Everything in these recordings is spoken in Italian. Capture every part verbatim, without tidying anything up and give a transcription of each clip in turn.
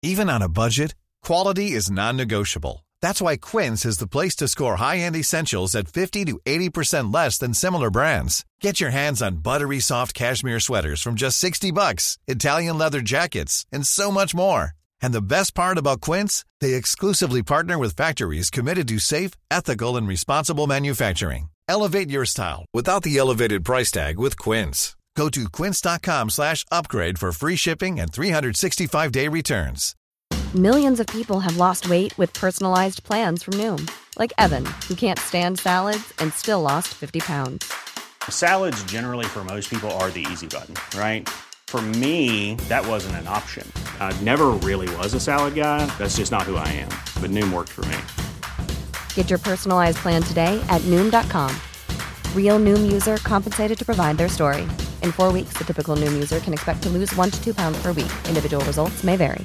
Even on a budget, quality is non-negotiable. That's why Quince is the place to score high-end essentials at fifty to eighty percent less than similar brands. Get your hands on buttery soft cashmere sweaters from just sixty bucks, Italian leather jackets, and so much more. And the best part about Quince, they exclusively partner with factories committed to safe, ethical, and responsible manufacturing. Elevate your style without the elevated price tag with Quince. Go to quince.com slash upgrade for free shipping and three sixty-five day returns. Millions of people have lost weight with personalized plans from Noom. Like Evan, who can't stand salads and still lost fifty pounds. Salads generally for most people are the easy button, right? For me, that wasn't an option. I never really was a salad guy. That's just not who I am. But Noom worked for me. Get your personalized plan today at Noom dot com. Real Noom user compensated to provide their story. In four weeks, the typical Noom user can expect to lose one to two pounds per week. Individual results may vary.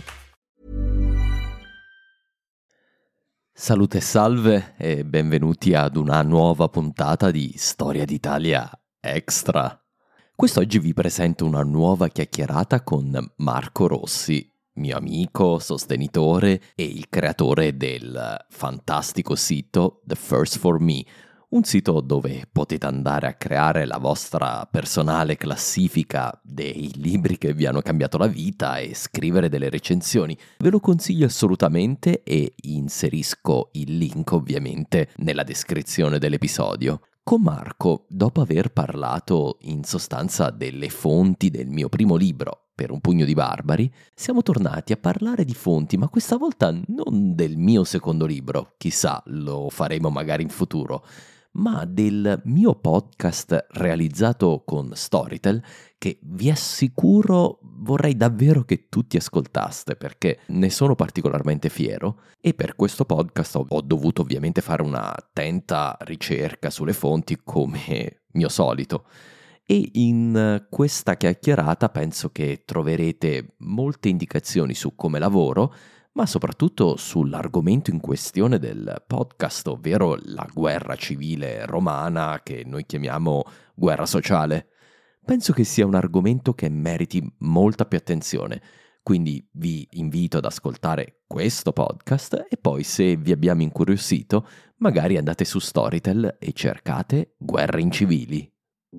Salute e salve e benvenuti ad una nuova puntata di Storia d'Italia Extra. Quest'oggi vi presento una nuova chiacchierata con Marco Rossi, mio amico, sostenitore e il creatore del fantastico sito The First For Me, un sito dove potete andare a creare la vostra personale classifica dei libri che vi hanno cambiato la vita e scrivere delle recensioni. Ve lo consiglio assolutamente e inserisco il link ovviamente nella descrizione dell'episodio. Con Marco, dopo aver parlato in sostanza delle fonti del mio primo libro, Per un pugno di barbari, siamo tornati a parlare di fonti, ma questa volta non del mio secondo libro, chissà, lo faremo magari in futuro, ma del mio podcast realizzato con Storytel, che vi assicuro vorrei davvero che tutti ascoltaste perché ne sono particolarmente fiero e per questo podcast ho, ho dovuto ovviamente fare una attenta ricerca sulle fonti come mio solito. E in questa chiacchierata penso che troverete molte indicazioni su come lavoro, ma soprattutto sull'argomento in questione del podcast, ovvero la guerra civile romana che noi chiamiamo guerra sociale. Penso che sia un argomento che meriti molta più attenzione, quindi vi invito ad ascoltare questo podcast e poi se vi abbiamo incuriosito magari andate su Storytel e cercate Guerre incivili.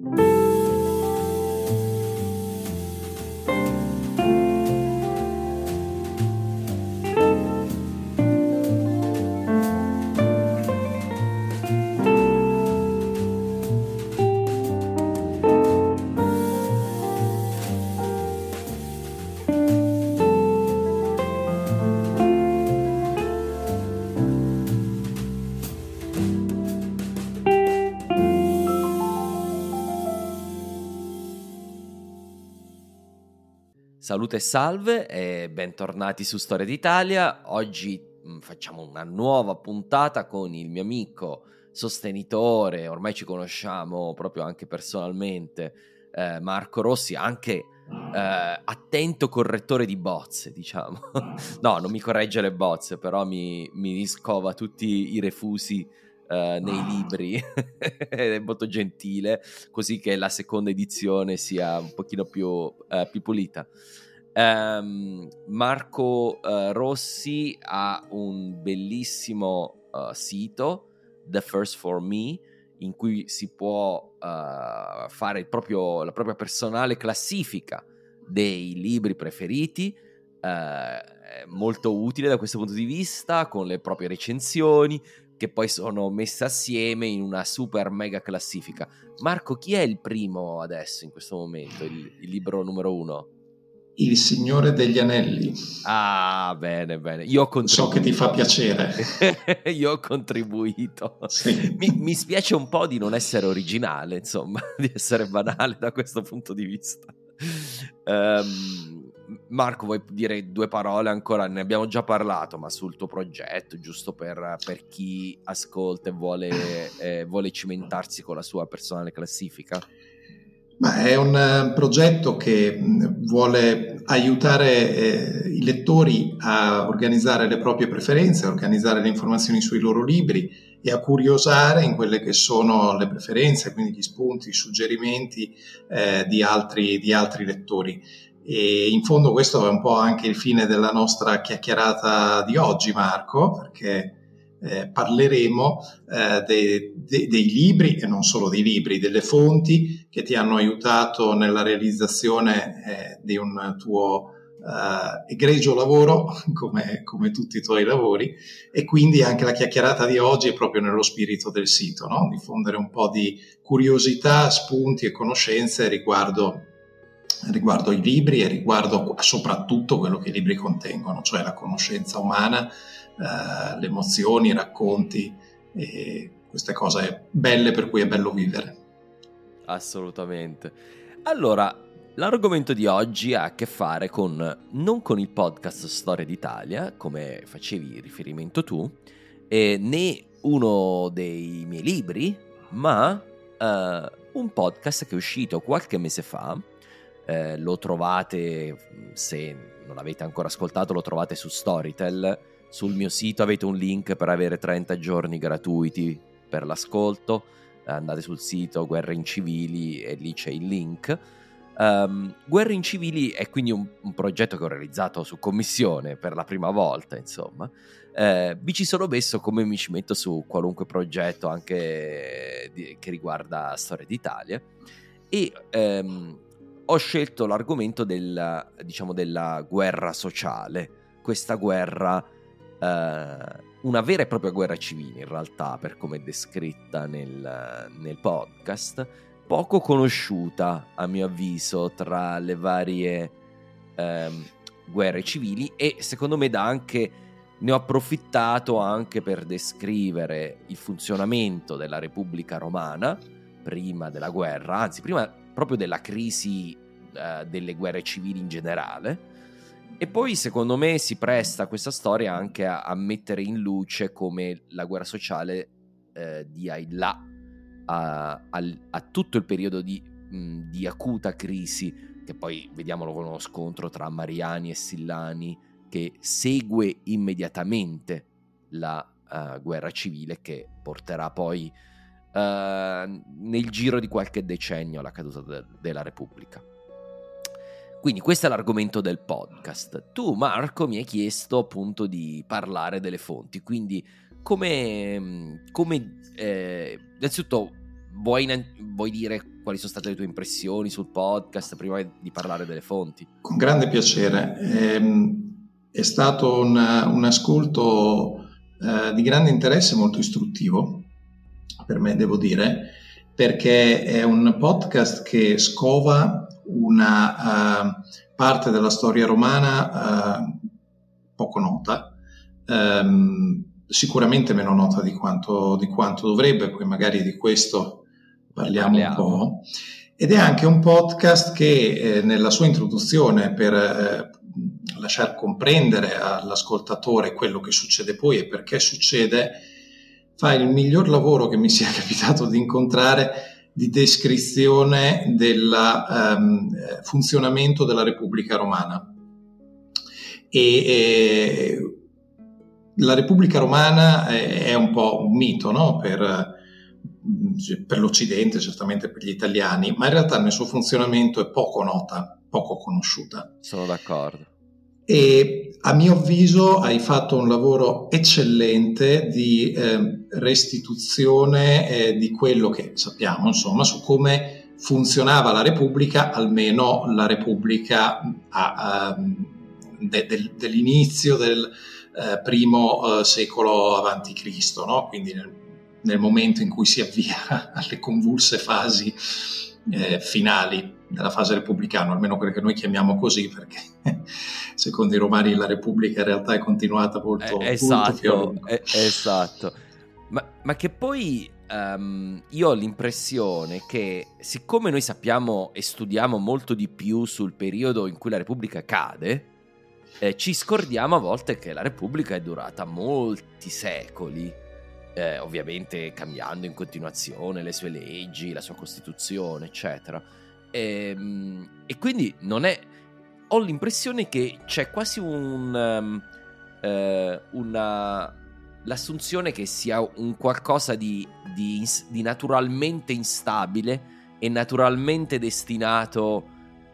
Salute e salve e bentornati su Storia d'Italia. Oggi mh, facciamo una nuova puntata con il mio amico sostenitore, ormai ci conosciamo proprio anche personalmente, eh, Marco Rossi, anche eh, attento correttore di bozze, diciamo. No, non mi corregge le bozze, però mi, mi riscova tutti i refusi Uh, nei libri è molto gentile, così che la seconda edizione sia un pochino più, uh, più pulita. um, Marco uh, Rossi ha un bellissimo uh, sito, The First For Me, in cui si può uh, fare il proprio, la propria personale classifica dei libri preferiti, uh, molto utile da questo punto di vista, con le proprie recensioni che poi sono messe assieme in una super mega classifica. Marco, chi è il primo adesso in questo momento, il, il libro numero uno? Il Signore degli Anelli. Ah, bene, bene. Io ho contribuito. So che ti fa piacere. Io ho contribuito. Sì. Mi, mi spiace un po' di non essere originale, insomma, di essere banale da questo punto di vista. Um, Marco, vuoi dire due parole ancora? Ne abbiamo già parlato, ma sul tuo progetto, giusto per, per chi ascolta e vuole, eh, vuole cimentarsi con la sua personale classifica? Ma è un uh, progetto che mh, vuole aiutare eh, i lettori a organizzare le proprie preferenze, a organizzare le informazioni sui loro libri e a curiosare in quelle che sono le preferenze, quindi gli spunti, i suggerimenti eh, di altri, di altri lettori. E in fondo questo è un po' anche il fine della nostra chiacchierata di oggi, Marco, perché eh, parleremo eh, dei, dei, dei libri, e non solo dei libri, delle fonti che ti hanno aiutato nella realizzazione eh, di un tuo eh, egregio lavoro, come, come tutti i tuoi lavori, e quindi anche la chiacchierata di oggi è proprio nello spirito del sito, no? Diffondere un po' di curiosità, spunti e conoscenze riguardo riguardo i libri e riguardo soprattutto quello che i libri contengono, cioè la conoscenza umana, eh, le emozioni, i racconti e queste cose belle per cui è bello vivere. Assolutamente. Allora, l'argomento di oggi ha a che fare con non con il podcast Storia d'Italia, come facevi riferimento tu, e né uno dei miei libri, ma eh, un podcast che è uscito qualche mese fa. Eh, lo trovate, se non l'avete ancora ascoltato, lo trovate su Storytel. Sul mio sito avete un link per avere trenta giorni gratuiti per l'ascolto. Eh, andate sul sito Guerre Incivili e lì c'è il link. Um, Guerre Incivili è quindi un, un progetto che ho realizzato su commissione per la prima volta, insomma. Eh, vi ci sono messo come mi ci metto su qualunque progetto anche di, che riguarda Storia d'Italia. E um, ho scelto l'argomento della, diciamo, della guerra sociale, questa guerra, eh, una vera e propria guerra civile in realtà, per come è descritta nel, nel podcast, poco conosciuta a mio avviso tra le varie eh, guerre civili, e secondo me da anche, ne ho approfittato anche per descrivere il funzionamento della Repubblica Romana prima della guerra, anzi prima proprio della crisi uh, delle guerre civili in generale. E poi secondo me si presta questa storia anche a, a mettere in luce come la guerra sociale uh, dia il là a, a, a tutto il periodo di, mh, di acuta crisi, che poi vediamolo con uno scontro tra Mariani e Sillani che segue immediatamente la uh, guerra civile, che porterà poi Uh, nel giro di qualche decennio alla caduta de- della Repubblica. Quindi questo è l'argomento del podcast. Tu, Marco, mi hai chiesto appunto di parlare delle fonti, quindi come, come eh, innanzitutto vuoi, vuoi dire quali sono state le tue impressioni sul podcast prima di parlare delle fonti? Con grande piacere. Ehm, è stato un, un ascolto eh, di grande interesse, molto istruttivo per me, devo dire, perché è un podcast che scova una uh, parte della storia romana uh, poco nota, um, sicuramente meno nota di quanto, di quanto dovrebbe, poi magari di questo parliamo, parliamo. un po', ed è anche un podcast che eh, nella sua introduzione, per eh, lasciar comprendere all'ascoltatore quello che succede poi e perché succede, fa il miglior lavoro che mi sia capitato di incontrare di descrizione del um, funzionamento della Repubblica Romana. E, e la Repubblica Romana è, è un po' un mito, no? per, per l'Occidente, certamente per gli italiani, ma in realtà nel suo funzionamento è poco nota, poco conosciuta. Sono d'accordo. E a mio avviso hai fatto un lavoro eccellente di eh, restituzione eh, di quello che sappiamo, insomma, su come funzionava la Repubblica, almeno la Repubblica a, a, de, de, dell'inizio del eh, primo eh, secolo avanti Cristo, no? Quindi nel, nel momento in cui si avvia alle convulse fasi eh, finali della fase repubblicana, almeno quelle che noi chiamiamo così, perché secondo i romani la Repubblica in realtà è continuata molto, eh, esatto, molto più a lungo. Eh, esatto, ma, ma che poi um, io ho l'impressione che, siccome noi sappiamo e studiamo molto di più sul periodo in cui la Repubblica cade, eh, ci scordiamo a volte che la Repubblica è durata molti secoli, eh, ovviamente cambiando in continuazione le sue leggi, la sua Costituzione, eccetera. E, e quindi non è, ho l'impressione che c'è quasi un um, eh, una l'assunzione che sia un qualcosa di, di, di naturalmente instabile e naturalmente destinato uh,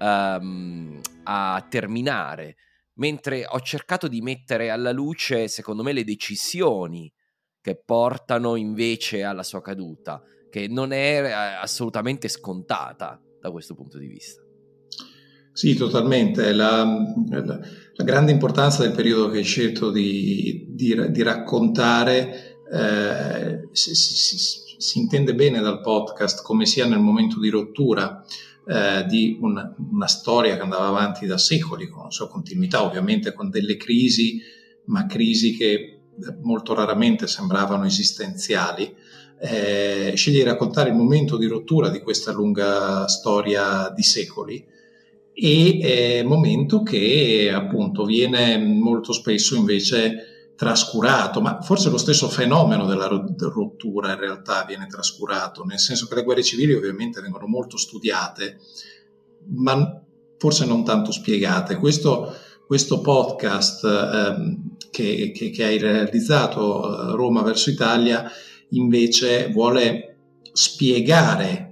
um, a terminare, mentre ho cercato di mettere alla luce, secondo me, le decisioni che portano invece alla sua caduta, che non è assolutamente scontata da questo punto di vista. Sì, totalmente. La, la, la grande importanza del periodo che hai scelto di, di, di raccontare eh, si, si, si, si intende bene dal podcast come sia nel momento di rottura eh, di una, una storia che andava avanti da secoli, con la sua continuità, ovviamente con delle crisi, ma crisi che molto raramente sembravano esistenziali. Eh, scegli di raccontare il momento di rottura di questa lunga storia di secoli, e eh, momento che appunto viene molto spesso invece trascurato, ma forse lo stesso fenomeno della rottura in realtà viene trascurato, nel senso che le guerre civili ovviamente vengono molto studiate, ma forse non tanto spiegate. Questo, questo podcast ehm, che, che, che hai realizzato, Roma verso Italia, invece vuole spiegare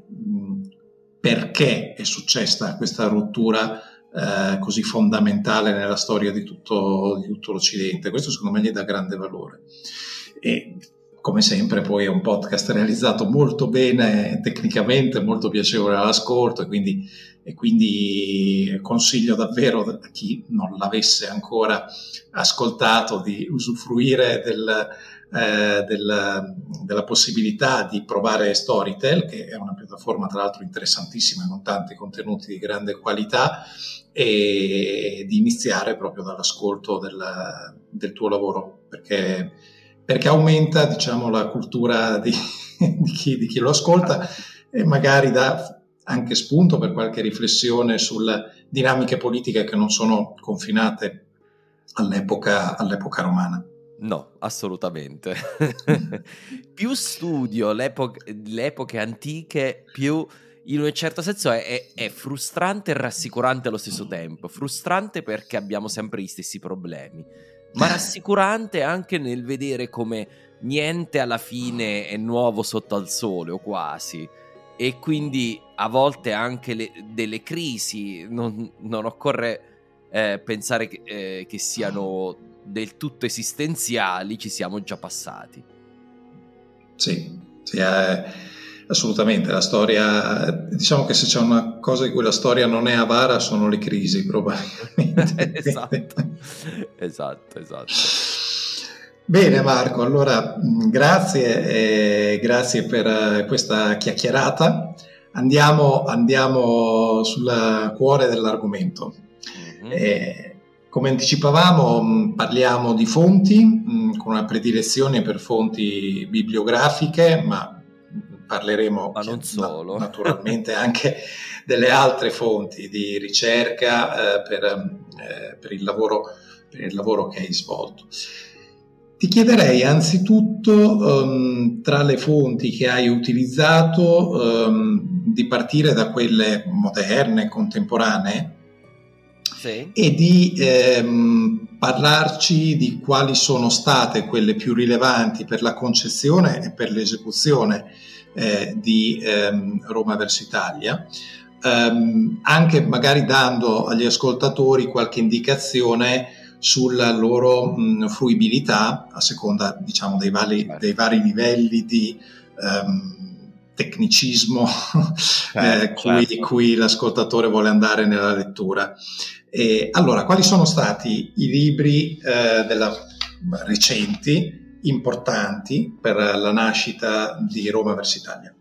perché è successa questa rottura eh, così fondamentale nella storia di tutto, di tutto l'Occidente. Questo secondo me gli dà grande valore. E come sempre poi è un podcast realizzato molto bene tecnicamente, molto piacevole all'ascolto, e quindi, e quindi consiglio davvero a chi non l'avesse ancora ascoltato di usufruire del Eh, del, della possibilità di provare Storytel, che è una piattaforma tra l'altro interessantissima con tanti contenuti di grande qualità, e di iniziare proprio dall'ascolto del, del tuo lavoro, perché, perché aumenta, diciamo, la cultura di, di, chi, di chi lo ascolta, e magari dà anche spunto per qualche riflessione sulle dinamiche politiche che non sono confinate all'epoca, all'epoca romana. No, assolutamente. Più studio l'epo- le epoche antiche, più in un certo senso è, è, è frustrante e rassicurante allo stesso tempo. Frustrante perché abbiamo sempre gli stessi problemi, ma rassicurante anche nel vedere come niente alla fine è nuovo sotto al sole, o quasi. E quindi a volte anche le, delle crisi non, non occorre eh, pensare che, eh, che siano del tutto esistenziali, ci siamo già passati. Sì, sì, eh, assolutamente. La storia, diciamo che se c'è una cosa di cui la storia non è avara, sono le crisi, probabilmente. esatto, esatto, esatto. Bene Marco, allora grazie, eh, grazie per questa chiacchierata. Andiamo, andiamo sul cuore dell'argomento. Mm-hmm. Eh, Come anticipavamo, parliamo di fonti, mh, con una predilezione per fonti bibliografiche, ma parleremo ma non solo. Na- naturalmente anche delle altre fonti di ricerca eh, per, eh, per, il lavoro, per il lavoro che hai svolto. Ti chiederei anzitutto, um, tra le fonti che hai utilizzato, um, di partire da quelle moderne, contemporanee, Sì. e di ehm, parlarci di quali sono state quelle più rilevanti per la concezione e per l'esecuzione eh, di ehm, Roma verso Italia, ehm, anche magari dando agli ascoltatori qualche indicazione sulla loro mh, fruibilità a seconda, diciamo, dei vari, dei vari livelli di ehm, tecnicismo certo, eh, cui, certo. cui l'ascoltatore vuole andare nella lettura. E allora, quali sono stati i libri eh, della, recenti, importanti per la nascita di Roma verso Italia?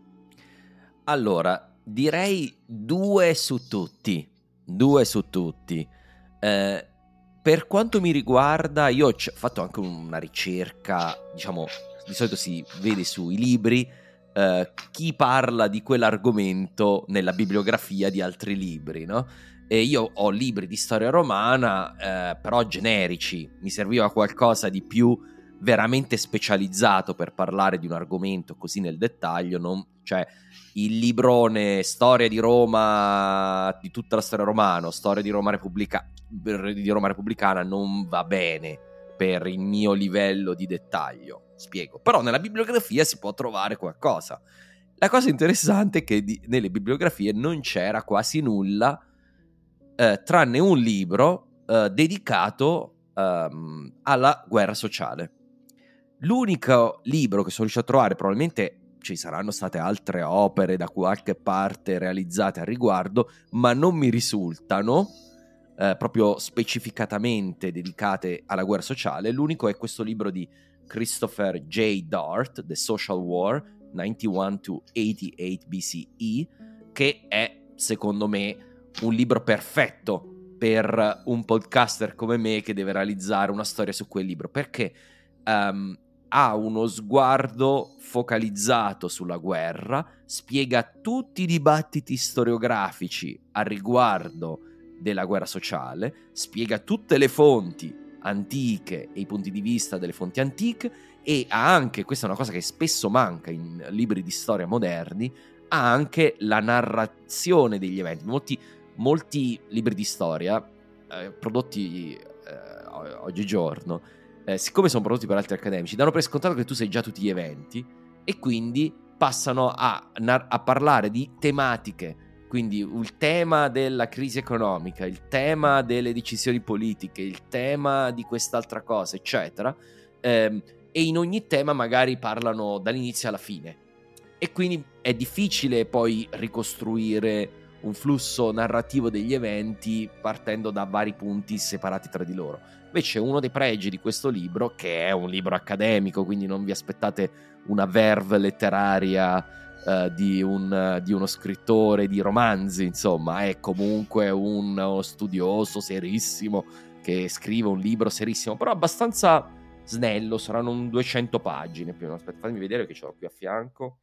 Allora, direi due su tutti, due su tutti. Eh, per quanto mi riguarda, io ho fatto anche una ricerca, diciamo, di solito si vede sui libri eh, chi parla di quell'argomento nella bibliografia di altri libri, no? E io ho libri di storia romana, eh, però generici, mi serviva qualcosa di più veramente specializzato per parlare di un argomento così nel dettaglio, non, cioè il librone storia di Roma, di tutta la storia romana, storia di Roma, Repubblica, di Roma repubblicana non va bene per il mio livello di dettaglio, spiego, però nella bibliografia si può trovare qualcosa. La cosa interessante è che di, nelle bibliografie non c'era quasi nulla eh, tranne un libro eh, dedicato ehm, alla guerra sociale. L'unico libro che sono riuscito a trovare, probabilmente ci saranno state altre opere da qualche parte realizzate al riguardo, ma non mi risultano eh, proprio specificatamente dedicate alla guerra sociale. L'unico è questo libro di Christopher J. Dart, The Social War, novantuno to ottantotto B C E, che è, secondo me, un libro perfetto per un podcaster come me che deve realizzare una storia su quel libro, perché um, ha uno sguardo focalizzato sulla guerra, spiega tutti i dibattiti storiografici a riguardo della guerra sociale, spiega tutte le fonti antiche e i punti di vista delle fonti antiche, e ha anche, questa è una cosa che spesso manca in libri di storia moderni, ha anche la narrazione degli eventi. Molti, molti libri di storia eh, prodotti eh, oggigiorno, Eh, siccome sono prodotti per altri accademici, danno per scontato che tu sai già tutti gli eventi e quindi passano a, a parlare di tematiche, quindi il tema della crisi economica, il tema delle decisioni politiche, il tema di quest'altra cosa, eccetera, ehm, e in ogni tema magari parlano dall'inizio alla fine, e quindi è difficile poi ricostruire un flusso narrativo degli eventi partendo da vari punti separati tra di loro. Invece uno dei pregi di questo libro, che è un libro accademico, quindi non vi aspettate una verve letteraria uh, di, un, di uno scrittore di romanzi, insomma, è comunque un, uno studioso serissimo che scrive un libro serissimo, però abbastanza snello, saranno un duecento pagine più o meno. Aspetta, fatemi vedere che ce l'ho qui a fianco.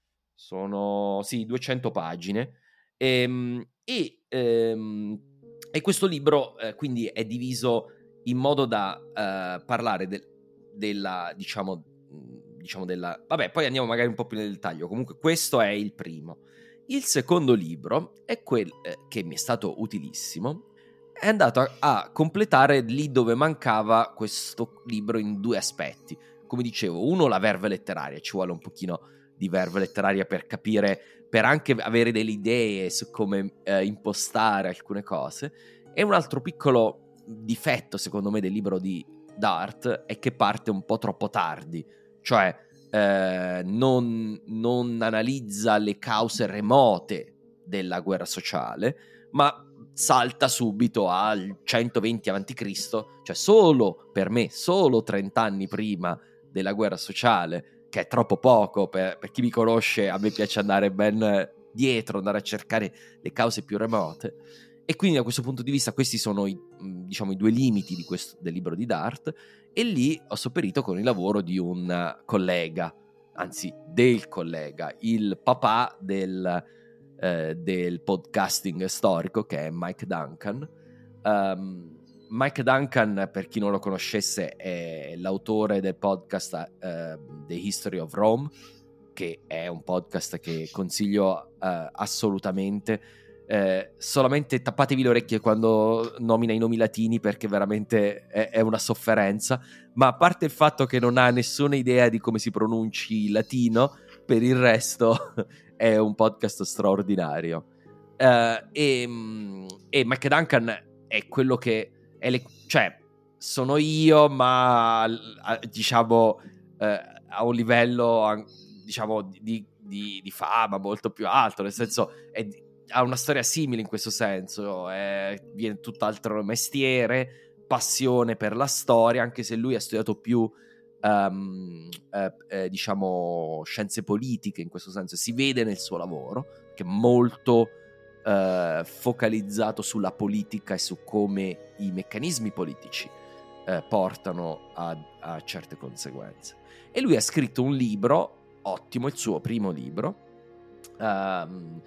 Sono, sì, duecento pagine. E, e, ehm, e questo libro eh, quindi è diviso in modo da uh, parlare de- della, diciamo, diciamo della... Vabbè, poi andiamo magari un po' più nel dettaglio. Comunque questo è il primo. Il secondo libro è quel eh, che mi è stato utilissimo. È andato a, a completare lì dove mancava questo libro in due aspetti. Come dicevo, uno, la verve letteraria. Ci vuole un pochino di verve letteraria per capire, per anche avere delle idee su come eh, impostare alcune cose. E un altro piccolo difetto, secondo me, del libro di Dart è che parte un po' troppo tardi, cioè eh, non, non analizza le cause remote della guerra sociale, ma salta subito al centoventi avanti Cristo, cioè solo, per me, solo trenta anni prima della guerra sociale, che è troppo poco. Per, per chi mi conosce, a me piace andare ben dietro, andare a cercare le cause più remote. E quindi da questo punto di vista questi sono i, diciamo, i due limiti di questo, del libro di Dart, e lì ho sopperito con il lavoro di un collega, anzi del collega, il papà del, eh, del podcasting storico, che è Mike Duncan. Um, Mike Duncan, per chi non lo conoscesse, è l'autore del podcast uh, The History of Rome, che è un podcast che consiglio uh, assolutamente. Eh, solamente tappatevi le orecchie quando nomina i nomi latini, perché veramente è, è una sofferenza, ma a parte il fatto che non ha nessuna idea di come si pronunci il latino, per il resto è un podcast straordinario. Eh, e, e Mike Duncan è quello che è le, cioè sono io, ma diciamo eh, a un livello, diciamo, di, di, di fama molto più alto, nel senso è, ha una storia simile in questo senso, è, viene tutt'altro mestiere, passione per la storia, anche se lui ha studiato più um, eh, eh, diciamo scienze politiche in questo senso, si vede nel suo lavoro che è molto eh, focalizzato sulla politica e su come i meccanismi politici eh, portano a, a certe conseguenze. E lui ha scritto un libro ottimo, il suo primo libro, um,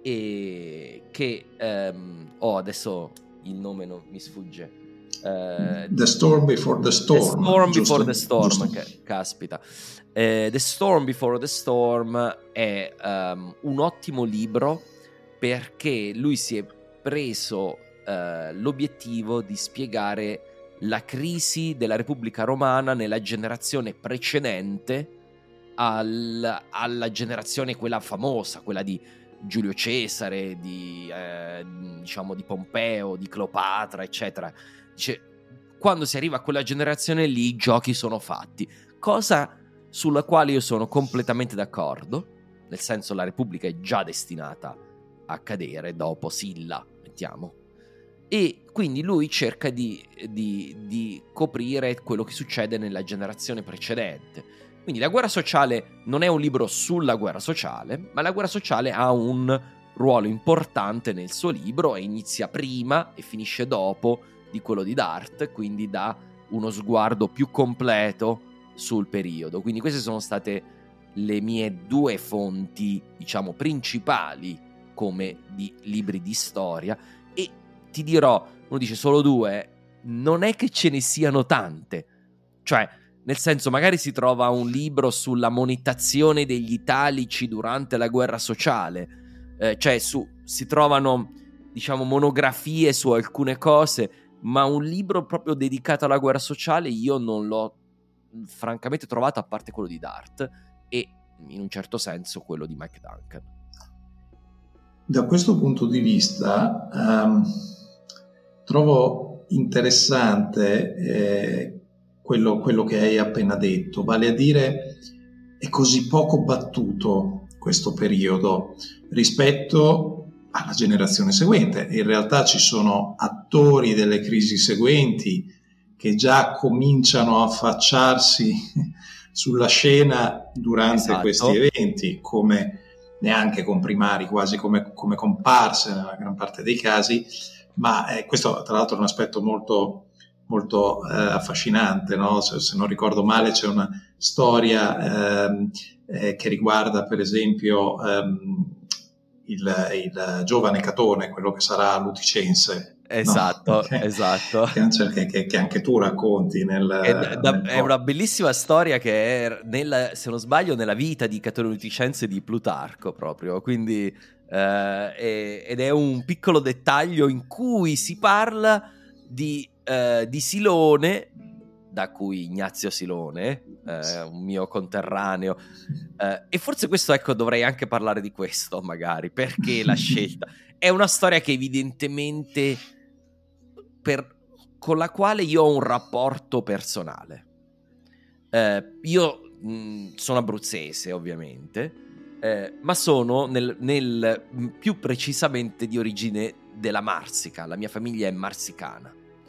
e che um, oh adesso il nome non mi sfugge, uh, The Storm Before the Storm, The Storm giusto, Before the Storm, che, caspita, eh, The Storm Before the Storm è um, un ottimo libro, perché lui si è preso uh, l'obiettivo di spiegare la crisi della Repubblica Romana nella generazione precedente al, alla generazione quella famosa, quella di Giulio Cesare, di eh, diciamo di Pompeo, di Cleopatra, eccetera. Dice, quando si arriva a quella generazione lì i giochi sono fatti, cosa sulla quale io sono completamente d'accordo, nel senso la Repubblica è già destinata a cadere dopo Silla, mettiamo, e quindi lui cerca di, di, di coprire quello che succede nella generazione precedente. Quindi La guerra sociale non è un libro sulla guerra sociale, ma la guerra sociale ha un ruolo importante nel suo libro e inizia prima e finisce dopo di quello di Dart, quindi dà uno sguardo più completo sul periodo. Quindi queste sono state le mie due fonti, diciamo, principali come di libri di storia. E ti dirò, uno dice solo due, non è che ce ne siano tante, cioè nel senso magari si trova un libro sulla monetazione degli italici durante la guerra sociale, eh, cioè su, si trovano diciamo monografie su alcune cose, ma un libro proprio dedicato alla guerra sociale io non l'ho francamente trovato, a parte quello di Dart e in un certo senso quello di Mike Duncan. Da questo punto di vista um, trovo interessante eh, quello, quello che hai appena detto, vale a dire è così poco battuto questo periodo rispetto alla generazione seguente. In realtà ci sono attori delle crisi seguenti che già cominciano a affacciarsi sulla scena durante esatto. questi eventi, come neanche comprimari, quasi come, come comparse nella gran parte dei casi, ma eh, questo tra l'altro è un aspetto molto, molto eh, affascinante, no? Se, se non ricordo male c'è una storia ehm, eh, che riguarda per esempio ehm, il, il giovane Catone, quello che sarà l'Uticense. Esatto, no? che, esatto. Che, che, che anche tu racconti nel, è, da, nel è una bellissima storia che è, nel, se non sbaglio, nella vita di Catone Uticense di Plutarco proprio, quindi eh, è, ed è un piccolo dettaglio in cui si parla di, eh, di Silone, da cui Ignazio Silone, eh, un mio conterraneo, eh, e forse questo, ecco, dovrei anche parlare di questo magari, perché la scelta è una storia che evidentemente per, con la quale io ho un rapporto personale. Eh, io mh, sono abruzzese ovviamente, eh, ma sono nel, nel più precisamente di origine della Marsica, la mia famiglia è marsicana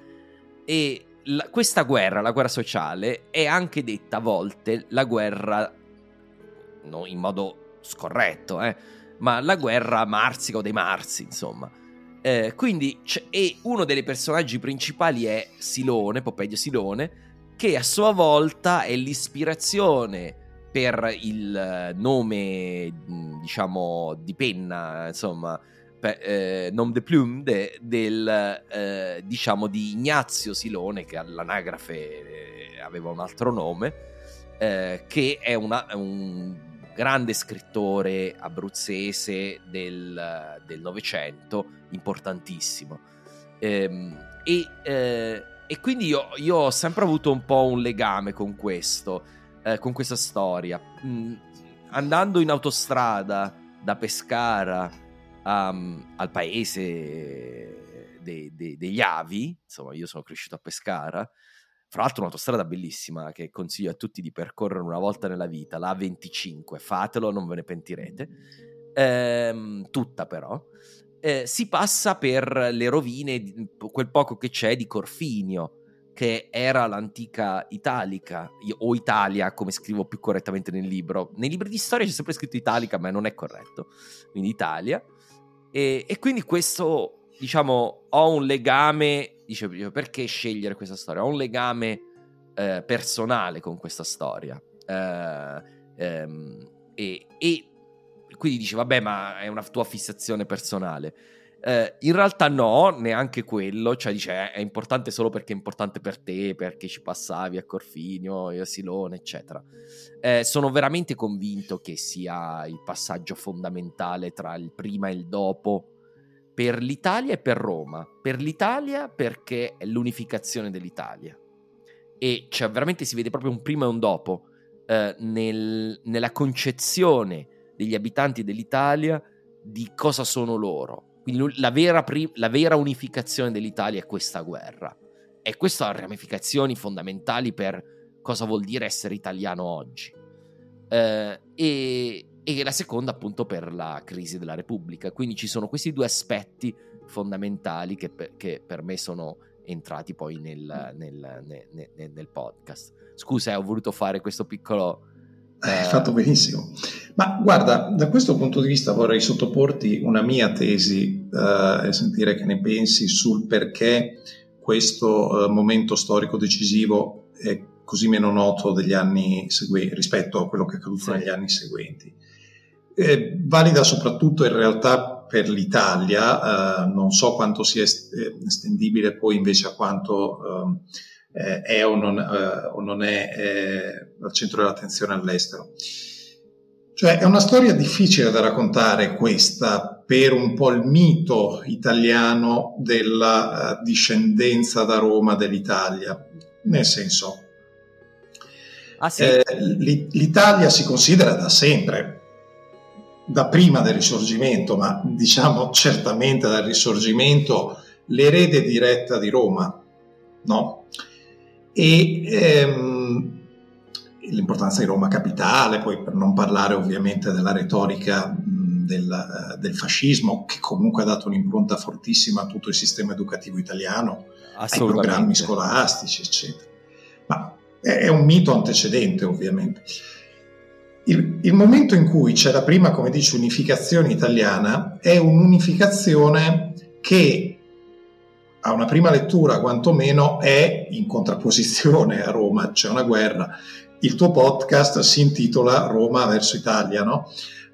e la, questa guerra, la guerra sociale, è anche detta a volte la guerra, no, in modo scorretto, eh, ma la guerra marsica o dei Marsi, insomma. Eh, quindi e uno dei personaggi principali è Silone, Popedio Silone, che a sua volta è l'ispirazione per il nome, diciamo, di penna, insomma, per, eh, nom de plume de, del, eh, diciamo, di Ignazio Silone, che all'anagrafe aveva un altro nome, eh, che è una, un grande scrittore abruzzese del, del Novecento, importantissimo. Ehm, e, eh, e quindi io, io ho sempre avuto un po' un legame con questo, eh, con questa storia. Mm, andando in autostrada da Pescara um, al paese de, de, degli Avi, insomma io sono cresciuto a Pescara, fra l'altro un'autostrada bellissima che consiglio a tutti di percorrere una volta nella vita, la A venticinque, fatelo, non ve ne pentirete, ehm, tutta però. Eh, si passa per le rovine, quel poco che c'è di Corfinio, che era l'antica Italica, o Italia, come scrivo più correttamente nel libro. Nei libri di storia c'è sempre scritto Italica, ma non è corretto, quindi Italia. E, e quindi questo, diciamo, ho un legame, dicevo, perché scegliere questa storia? Ho un legame eh, personale con questa storia. Eh, ehm, e... e quindi dici, vabbè, ma è una tua fissazione personale. Eh, in realtà no, neanche quello. Cioè dice, è importante solo perché è importante per te, perché ci passavi a Corfinio, a Silone, eccetera. Eh, sono veramente convinto che sia il passaggio fondamentale tra il prima e il dopo per l'Italia e per Roma. Per l'Italia perché è l'unificazione dell'Italia. E cioè veramente si vede proprio un prima e un dopo, eh, nel, nella concezione degli abitanti dell'Italia di cosa sono loro. Quindi la vera, pri- la vera unificazione dell'Italia è questa guerra, e questo ha ramificazioni fondamentali per cosa vuol dire essere italiano oggi, eh, e, e la seconda appunto per la crisi della Repubblica. Quindi ci sono questi due aspetti fondamentali che per, che per me sono entrati poi nel, nel, nel, nel, nel podcast. Scusa, eh, ho voluto fare questo piccolo... Eh, hai fatto benissimo. Ma guarda, da questo punto di vista vorrei sottoporti una mia tesi eh, e sentire che ne pensi sul perché questo eh, momento storico decisivo è così meno noto degli anni seguenti rispetto a quello che è accaduto sì. negli anni seguenti. Eh, valida soprattutto in realtà per l'Italia, eh, non so quanto sia est- estendibile poi invece a quanto eh, è o non, eh, o non è eh, al centro dell'attenzione all'estero. Cioè è una storia difficile da raccontare questa, per un po' il mito italiano della uh, discendenza da Roma dell'Italia, nel senso ah, sì? eh, l'Italia si considera da sempre, da prima del Risorgimento, ma diciamo certamente dal Risorgimento, l'erede diretta di Roma, no? E ehm, l'importanza di Roma capitale, poi per non parlare ovviamente della retorica mh, del, del fascismo, che comunque ha dato un'impronta fortissima a tutto il sistema educativo italiano, ai programmi scolastici, eccetera. Ma è un mito antecedente, ovviamente. Il, il momento in cui c'è la prima, come dici, unificazione italiana è un'unificazione che a una prima lettura quantomeno è in contrapposizione a Roma, c'è una guerra. Il tuo podcast si intitola Roma verso Italia, no?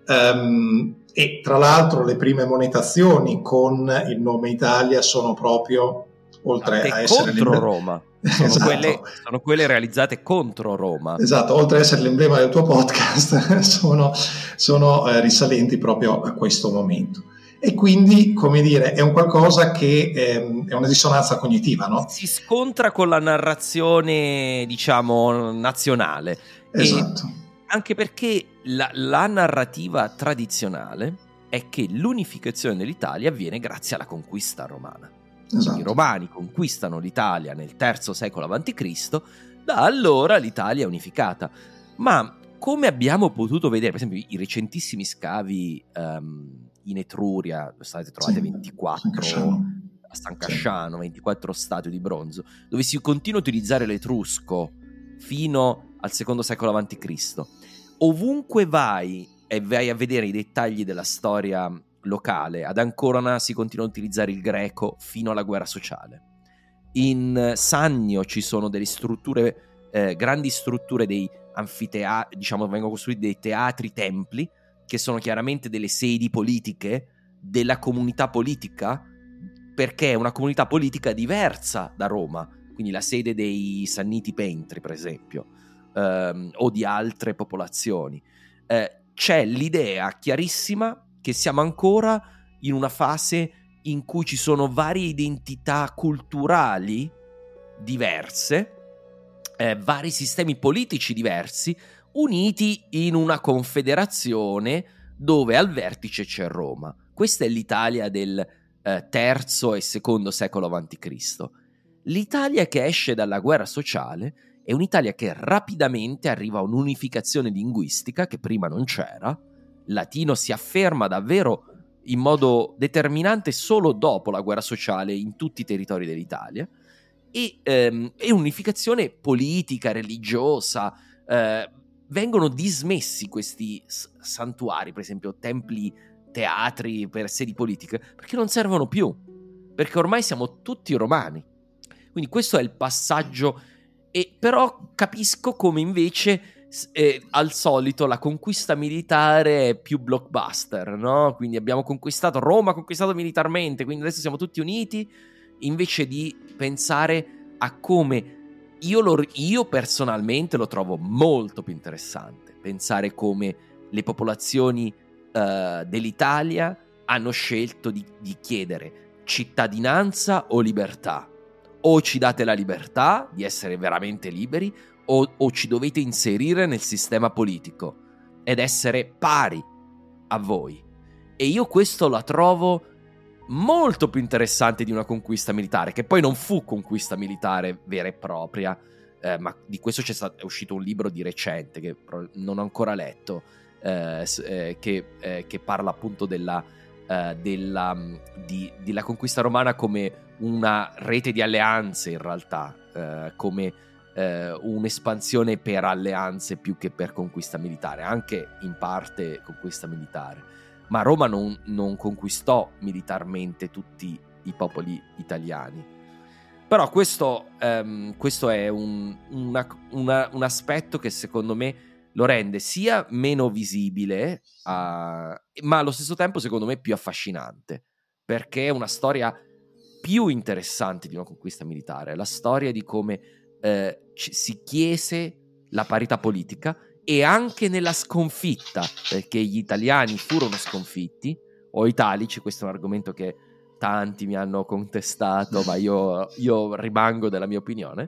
Um, e tra l'altro le prime monetazioni con il nome Italia sono proprio, oltre a essere contro Roma, sono, esatto. quelle, sono quelle realizzate contro Roma. Esatto, oltre ad essere l'emblema del tuo podcast, sono, sono eh, risalenti proprio a questo momento. E quindi, come dire, è un qualcosa che ehm, è una dissonanza cognitiva, no? Si scontra con la narrazione, diciamo, nazionale. Esatto. E anche perché la, la narrativa tradizionale è che l'unificazione dell'Italia avviene grazie alla conquista romana. Esatto. I romani conquistano l'Italia nel terzo secolo avanti Cristo, da allora l'Italia è unificata. Ma come abbiamo potuto vedere, per esempio, i recentissimi scavi um, in Etruria, state trovate sì, ventiquattro a San Casciano, sì. ventiquattro statue di bronzo, dove si continua a utilizzare l'etrusco fino al secondo secolo avanti Cristo. Ovunque vai e vai a vedere i dettagli della storia locale, ad Ancona si continua a utilizzare il greco fino alla guerra sociale. In Sannio ci sono delle strutture, eh, grandi strutture dei anfiteatri, diciamo, vengono costruiti dei teatri templi, che sono chiaramente delle sedi politiche della comunità politica, perché è una comunità politica diversa da Roma, quindi la sede dei Sanniti Pentri, per esempio, ehm, o di altre popolazioni. Eh, c'è l'idea chiarissima che siamo ancora in una fase in cui ci sono varie identità culturali diverse, eh, vari sistemi politici diversi, uniti in una confederazione dove al vertice c'è Roma. Questa è l'Italia del eh, terzo e secondo secolo avanti Cristo. L'Italia che esce dalla guerra sociale è un'Italia che rapidamente arriva a un'unificazione linguistica che prima non c'era. Il latino si afferma davvero in modo determinante solo dopo la guerra sociale in tutti i territori dell'Italia, e, ehm, e un'unificazione politica, religiosa. eh, Vengono dismessi questi santuari, per esempio templi, teatri per sedi politiche, perché non servono più, perché ormai siamo tutti romani. Quindi questo è il passaggio, e però capisco come invece eh, al solito la conquista militare è più blockbuster, no? Quindi abbiamo conquistato, Roma ha conquistato militarmente, quindi adesso siamo tutti uniti, invece di pensare a come... Io, lo, io personalmente lo trovo molto più interessante pensare come le popolazioni uh, dell'Italia hanno scelto di, di chiedere cittadinanza o libertà. O ci date la libertà di essere veramente liberi, o, o ci dovete inserire nel sistema politico ed essere pari a voi. E io questo la trovo molto più interessante di una conquista militare, che poi non fu conquista militare vera e propria, eh, ma di questo c'è stato, è uscito un libro di recente che non ho ancora letto, eh, eh, che, eh, che parla appunto della, eh, della, di, della conquista romana come una rete di alleanze, in realtà, eh, come eh, un'espansione per alleanze più che per conquista militare, anche in parte conquista militare. Ma Roma non, non conquistò militarmente tutti i popoli italiani. Però questo, um, questo è un, una, una, un aspetto che secondo me lo rende sia meno visibile, uh, ma allo stesso tempo secondo me più affascinante, perché è una storia più interessante di una conquista militare. La storia di come eh, ci, si chiese la parità politica, e anche nella sconfitta, perché gli italiani furono sconfitti, o italici, questo è un argomento che tanti mi hanno contestato, ma io, io rimango della mia opinione.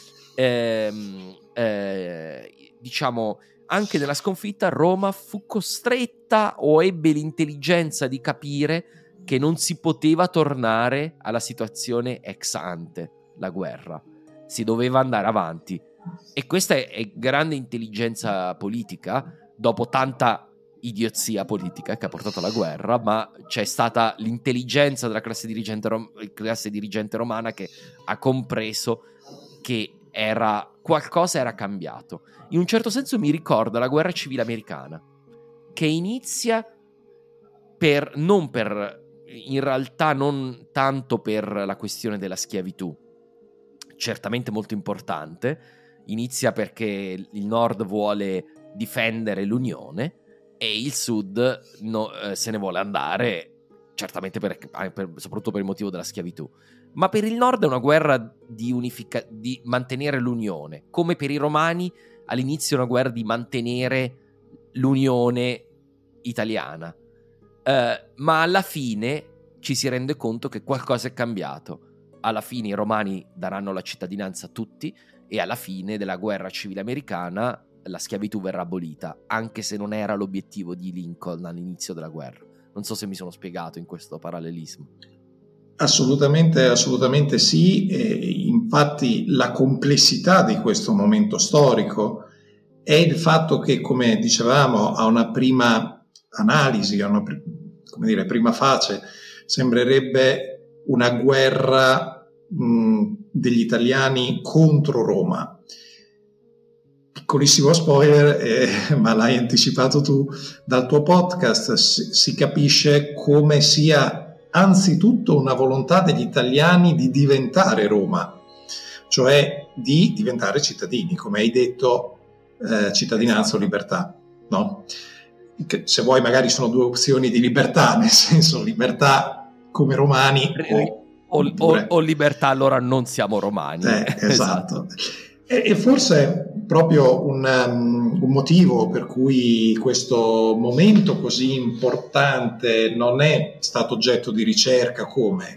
Ehm, eh, diciamo, anche nella sconfitta Roma fu costretta o ebbe l'intelligenza di capire che non si poteva tornare alla situazione ex ante, la guerra. Si doveva andare avanti. E questa è, è grande intelligenza politica, dopo tanta idiozia politica che ha portato alla guerra, ma c'è stata l'intelligenza della classe dirigente, rom- classe dirigente romana che ha compreso che era qualcosa era cambiato. In un certo senso mi ricorda la guerra civile americana, che inizia per non per in realtà non tanto per la questione della schiavitù, certamente molto importante. Inizia perché il nord vuole difendere l'Unione e il sud no, eh, se ne vuole andare, certamente per, per, soprattutto per il motivo della schiavitù. Ma per il nord è una guerra di, unifica- di mantenere l'Unione, come per i romani all'inizio è una guerra di mantenere l'Unione italiana. Eh, ma alla fine ci si rende conto che qualcosa è cambiato. Alla fine i romani daranno la cittadinanza a tutti, e alla fine della guerra civile americana la schiavitù verrà abolita, anche se non era l'obiettivo di Lincoln all'inizio della guerra. Non so se mi sono spiegato in questo parallelismo. Assolutamente, assolutamente sì. E infatti la complessità di questo momento storico è il fatto che, come dicevamo, a una prima analisi, a una come dire, prima fase, sembrerebbe una guerra mh, degli italiani contro Roma. Piccolissimo spoiler, eh, ma l'hai anticipato tu dal tuo podcast, si, si capisce come sia anzitutto una volontà degli italiani di diventare Roma, cioè di diventare cittadini, come hai detto, eh, cittadinanza o libertà, no? Che, se vuoi magari sono due opzioni di libertà, nel senso libertà come romani o O, o, o libertà, allora non siamo romani. Eh, esatto. E, e forse proprio un, um, un motivo per cui questo momento così importante non è stato oggetto di ricerca, come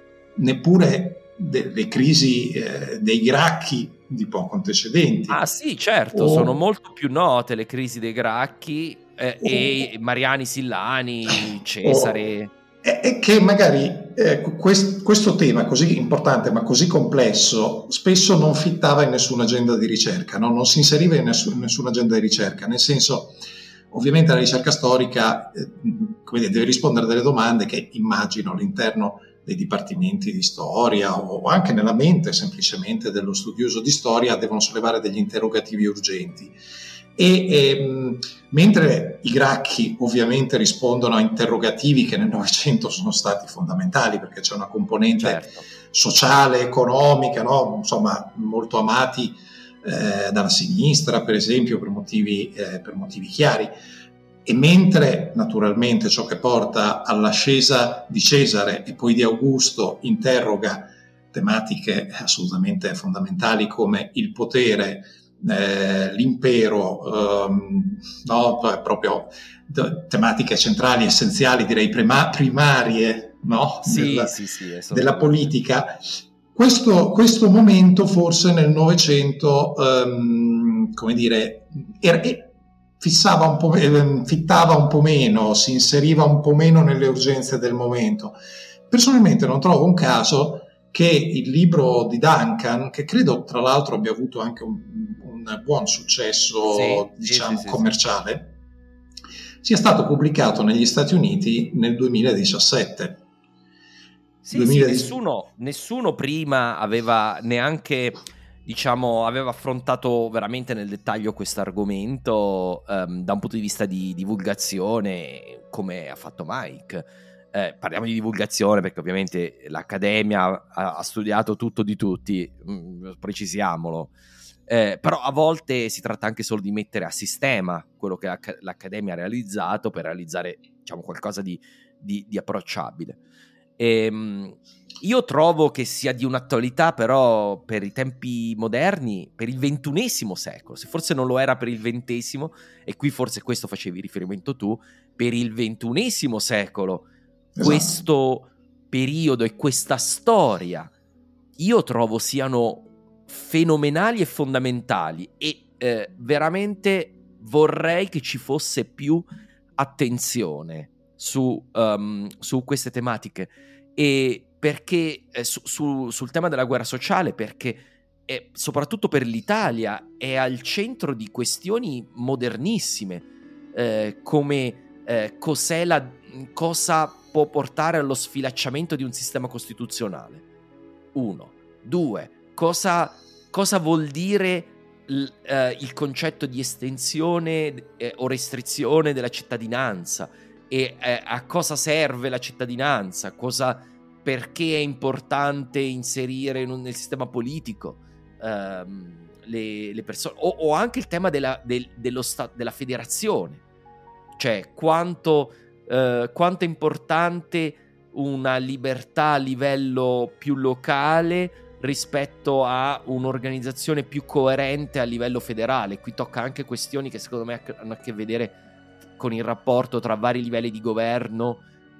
neppure delle crisi eh, dei Gracchi di poco antecedenti. Ah sì, certo, o... sono molto più note le crisi dei Gracchi eh, o... e Mariani Sillani, Cesare... O... è che magari eh, quest, questo tema così importante ma così complesso spesso non fittava in nessuna agenda di ricerca, no? Non si inseriva in nessun, nessuna agenda di ricerca, nel senso, ovviamente la ricerca storica eh, come dire, deve rispondere a delle domande che immagino all'interno dei dipartimenti di storia o anche nella mente semplicemente dello studioso di storia devono sollevare degli interrogativi urgenti. E ehm, mentre i Gracchi ovviamente rispondono a interrogativi che nel Novecento sono stati fondamentali, perché c'è una componente certo. sociale, economica, no? Insomma, molto amati eh, dalla sinistra, per esempio, per motivi, eh, per motivi chiari. E mentre naturalmente ciò che porta all'ascesa di Cesare e poi di Augusto interroga tematiche assolutamente fondamentali come il potere, Eh, l'impero, ehm, no, proprio d- tematiche centrali, essenziali, direi prima- primarie, no? Sì, della, sì, sì, della politica. Questo, questo momento forse nel Novecento, ehm, come dire, era, fissava un po', fittava un po' meno, si inseriva un po' meno nelle urgenze del momento. Personalmente non trovo un caso che il libro di Duncan, che credo tra l'altro abbia avuto anche un, un buon successo, sì, diciamo, sì, sì, commerciale, sì. sia stato pubblicato negli Stati Uniti nel duemiladiciassette. Sì, duemiladiciassette. Sì, nessuno, nessuno prima aveva neanche, diciamo, aveva affrontato veramente nel dettaglio questo argomento um, da un punto di vista di divulgazione, come ha fatto Mike. Eh, parliamo di divulgazione perché ovviamente l'Accademia ha, ha studiato tutto di tutti, mh, precisiamolo, eh, però a volte si tratta anche solo di mettere a sistema quello che l'Accademia ha realizzato per realizzare, diciamo, qualcosa di, di, di approcciabile. E, mh, io trovo che sia di un'attualità però per i tempi moderni, per il ventunesimo secolo, se forse non lo era per il ventesimo, e qui forse questo facevi riferimento tu, per il ventunesimo secolo. Esatto. Questo periodo e questa storia io trovo siano fenomenali e fondamentali, e eh, veramente vorrei che ci fosse più attenzione su, um, su queste tematiche, e perché eh, su, su, sul tema della guerra sociale, perché è, soprattutto per l'Italia è al centro di questioni modernissime, eh, come eh, cos'è la cosa può portare allo sfilacciamento di un sistema costituzionale. Uno. Due. Cosa, cosa vuol dire l, eh, il concetto di estensione eh, o restrizione della cittadinanza, e eh, a cosa serve la cittadinanza, cosa, perché è importante inserire in un, nel sistema politico ehm, le, le persone, o, o anche il tema della, del, dello sta, della federazione, cioè quanto Uh, quanto è importante una libertà a livello più locale rispetto a un'organizzazione più coerente a livello federale. Qui tocca anche questioni che secondo me hanno a che vedere con il rapporto tra vari livelli di governo,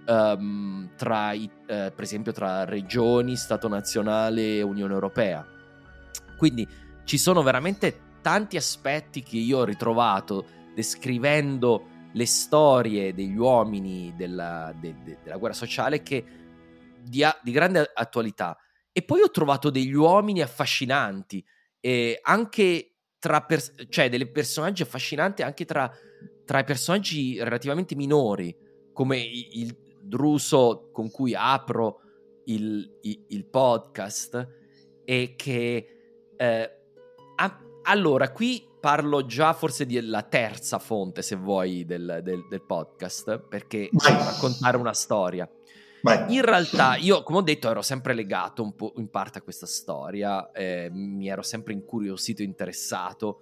um, tra i, uh, per esempio tra regioni, Stato nazionale e Unione Europea. Quindi ci sono veramente tanti aspetti che io ho ritrovato descrivendo le storie degli uomini della, de, de, della guerra sociale, che di, a, di grande attualità. E poi ho trovato degli uomini affascinanti, e anche tra pers- cioè delle personaggi affascinanti anche tra, tra i personaggi relativamente minori, come il, il Druso con cui apro il, il, il podcast, e che eh, a, allora qui parlo già forse della terza fonte, se vuoi, del, del, del podcast, perché Vai. raccontare una storia. Vai. In realtà io, come ho detto, ero sempre legato un po' in parte a questa storia, eh, mi ero sempre incuriosito, interessato,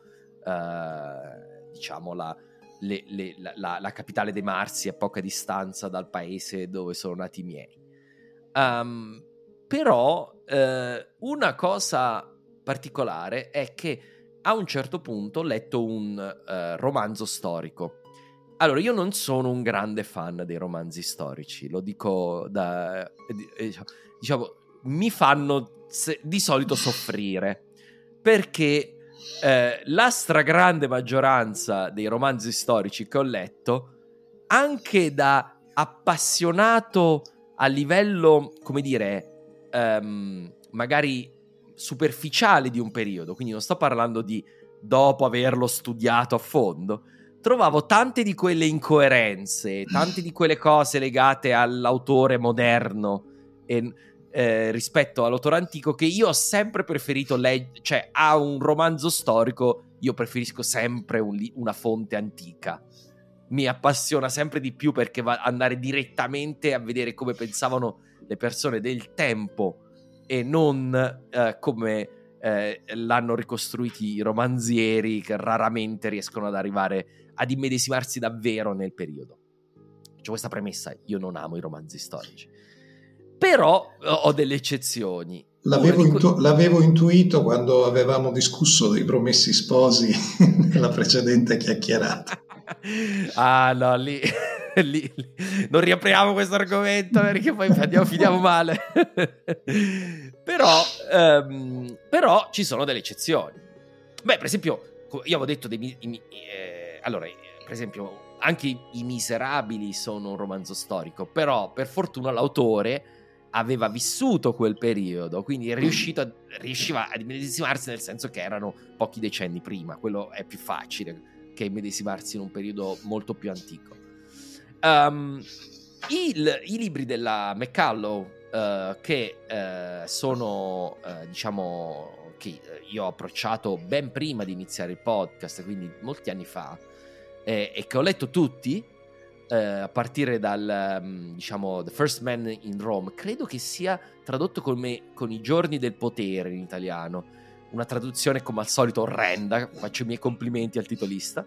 eh, diciamo la, le, le, la, la, la capitale dei Marsi, a poca distanza dal paese dove sono nati i miei. Um, però eh, una cosa particolare è che a un certo punto ho letto un uh, romanzo storico. Allora, io non sono un grande fan dei romanzi storici, lo dico da... Eh, diciamo, mi fanno se, di solito soffrire, perché eh, la stragrande maggioranza dei romanzi storici che ho letto, anche da appassionato a livello, come dire, um, magari superficiale di un periodo, quindi non sto parlando di dopo averlo studiato a fondo, trovavo tante di quelle incoerenze, tante di quelle cose legate all'autore moderno e, eh, rispetto all'autore antico, che io ho sempre preferito leggere, cioè a un romanzo storico io preferisco sempre un li- una fonte antica, mi appassiona sempre di più, perché va andare direttamente a vedere come pensavano le persone del tempo e non eh, come eh, l'hanno ricostruiti i romanzieri, che raramente riescono ad arrivare ad immedesimarsi davvero nel periodo. C'è questa premessa: io non amo i romanzi storici, però ho delle eccezioni. L'avevo, intu- l'avevo intuito quando avevamo discusso dei Promessi Sposi nella precedente chiacchierata. Ah no, lì, lì, lì non riapriamo questo argomento, perché poi andiamo, finiamo male. però, um, però ci sono delle eccezioni. Beh, per esempio, io avevo detto dei, i, eh, allora, per esempio, anche i, i Miserabili sono un romanzo storico, però per fortuna l'autore aveva vissuto quel periodo, quindi è riuscito a, riusciva a immedesimarsi, nel senso che erano pochi decenni prima. Quello è più facile che immedesimarsi in un periodo molto più antico. Um, il, I libri della McCullough, uh, che uh, sono, uh, diciamo, che io ho approcciato ben prima di iniziare il podcast, quindi molti anni fa, eh, e che ho letto tutti, eh, a partire dal, um, diciamo, The First Man in Rome, credo che sia tradotto come Con i giorni del potere in italiano, una traduzione come al solito orrenda, faccio i miei complimenti al titolista,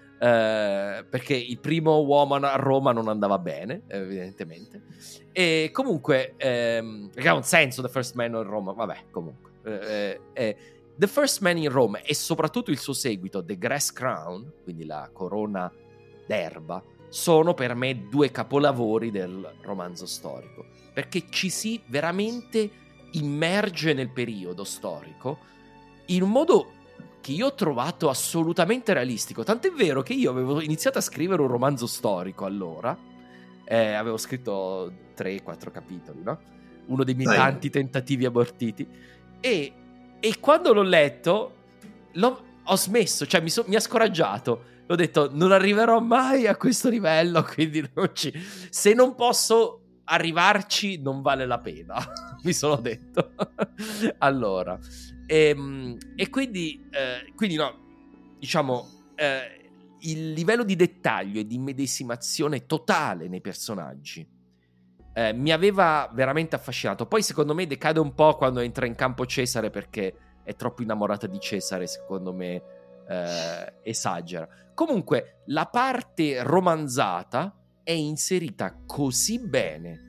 eh, perché il primo uomo a Roma non andava bene, evidentemente, e comunque, ehm, perché ha un senso The First Man in Rome, vabbè, comunque. Eh, eh, The First Man in Rome e soprattutto il suo seguito The Grass Crown, quindi la corona d'erba, sono per me due capolavori del romanzo storico, perché ci si veramente immerge nel periodo storico in un modo che io ho trovato assolutamente realistico. Tant'è vero che io avevo iniziato a scrivere un romanzo storico allora, eh, avevo scritto tre quattro capitoli, no? Uno dei miei Dai. tanti tentativi abortiti. E, e quando l'ho letto l'ho, ho smesso, cioè mi, so, mi ha scoraggiato. Ho detto non arriverò mai a questo livello, quindi non ci, se non posso arrivarci non vale la pena. Mi sono detto. Allora e, e quindi eh, quindi no, diciamo eh, il livello di dettaglio e di immedesimazione totale nei personaggi Eh, mi aveva veramente affascinato. Poi secondo me decade un po' quando entra in campo Cesare, perché è troppo innamorata di Cesare, secondo me eh, esagera. Comunque la parte romanzata è inserita così bene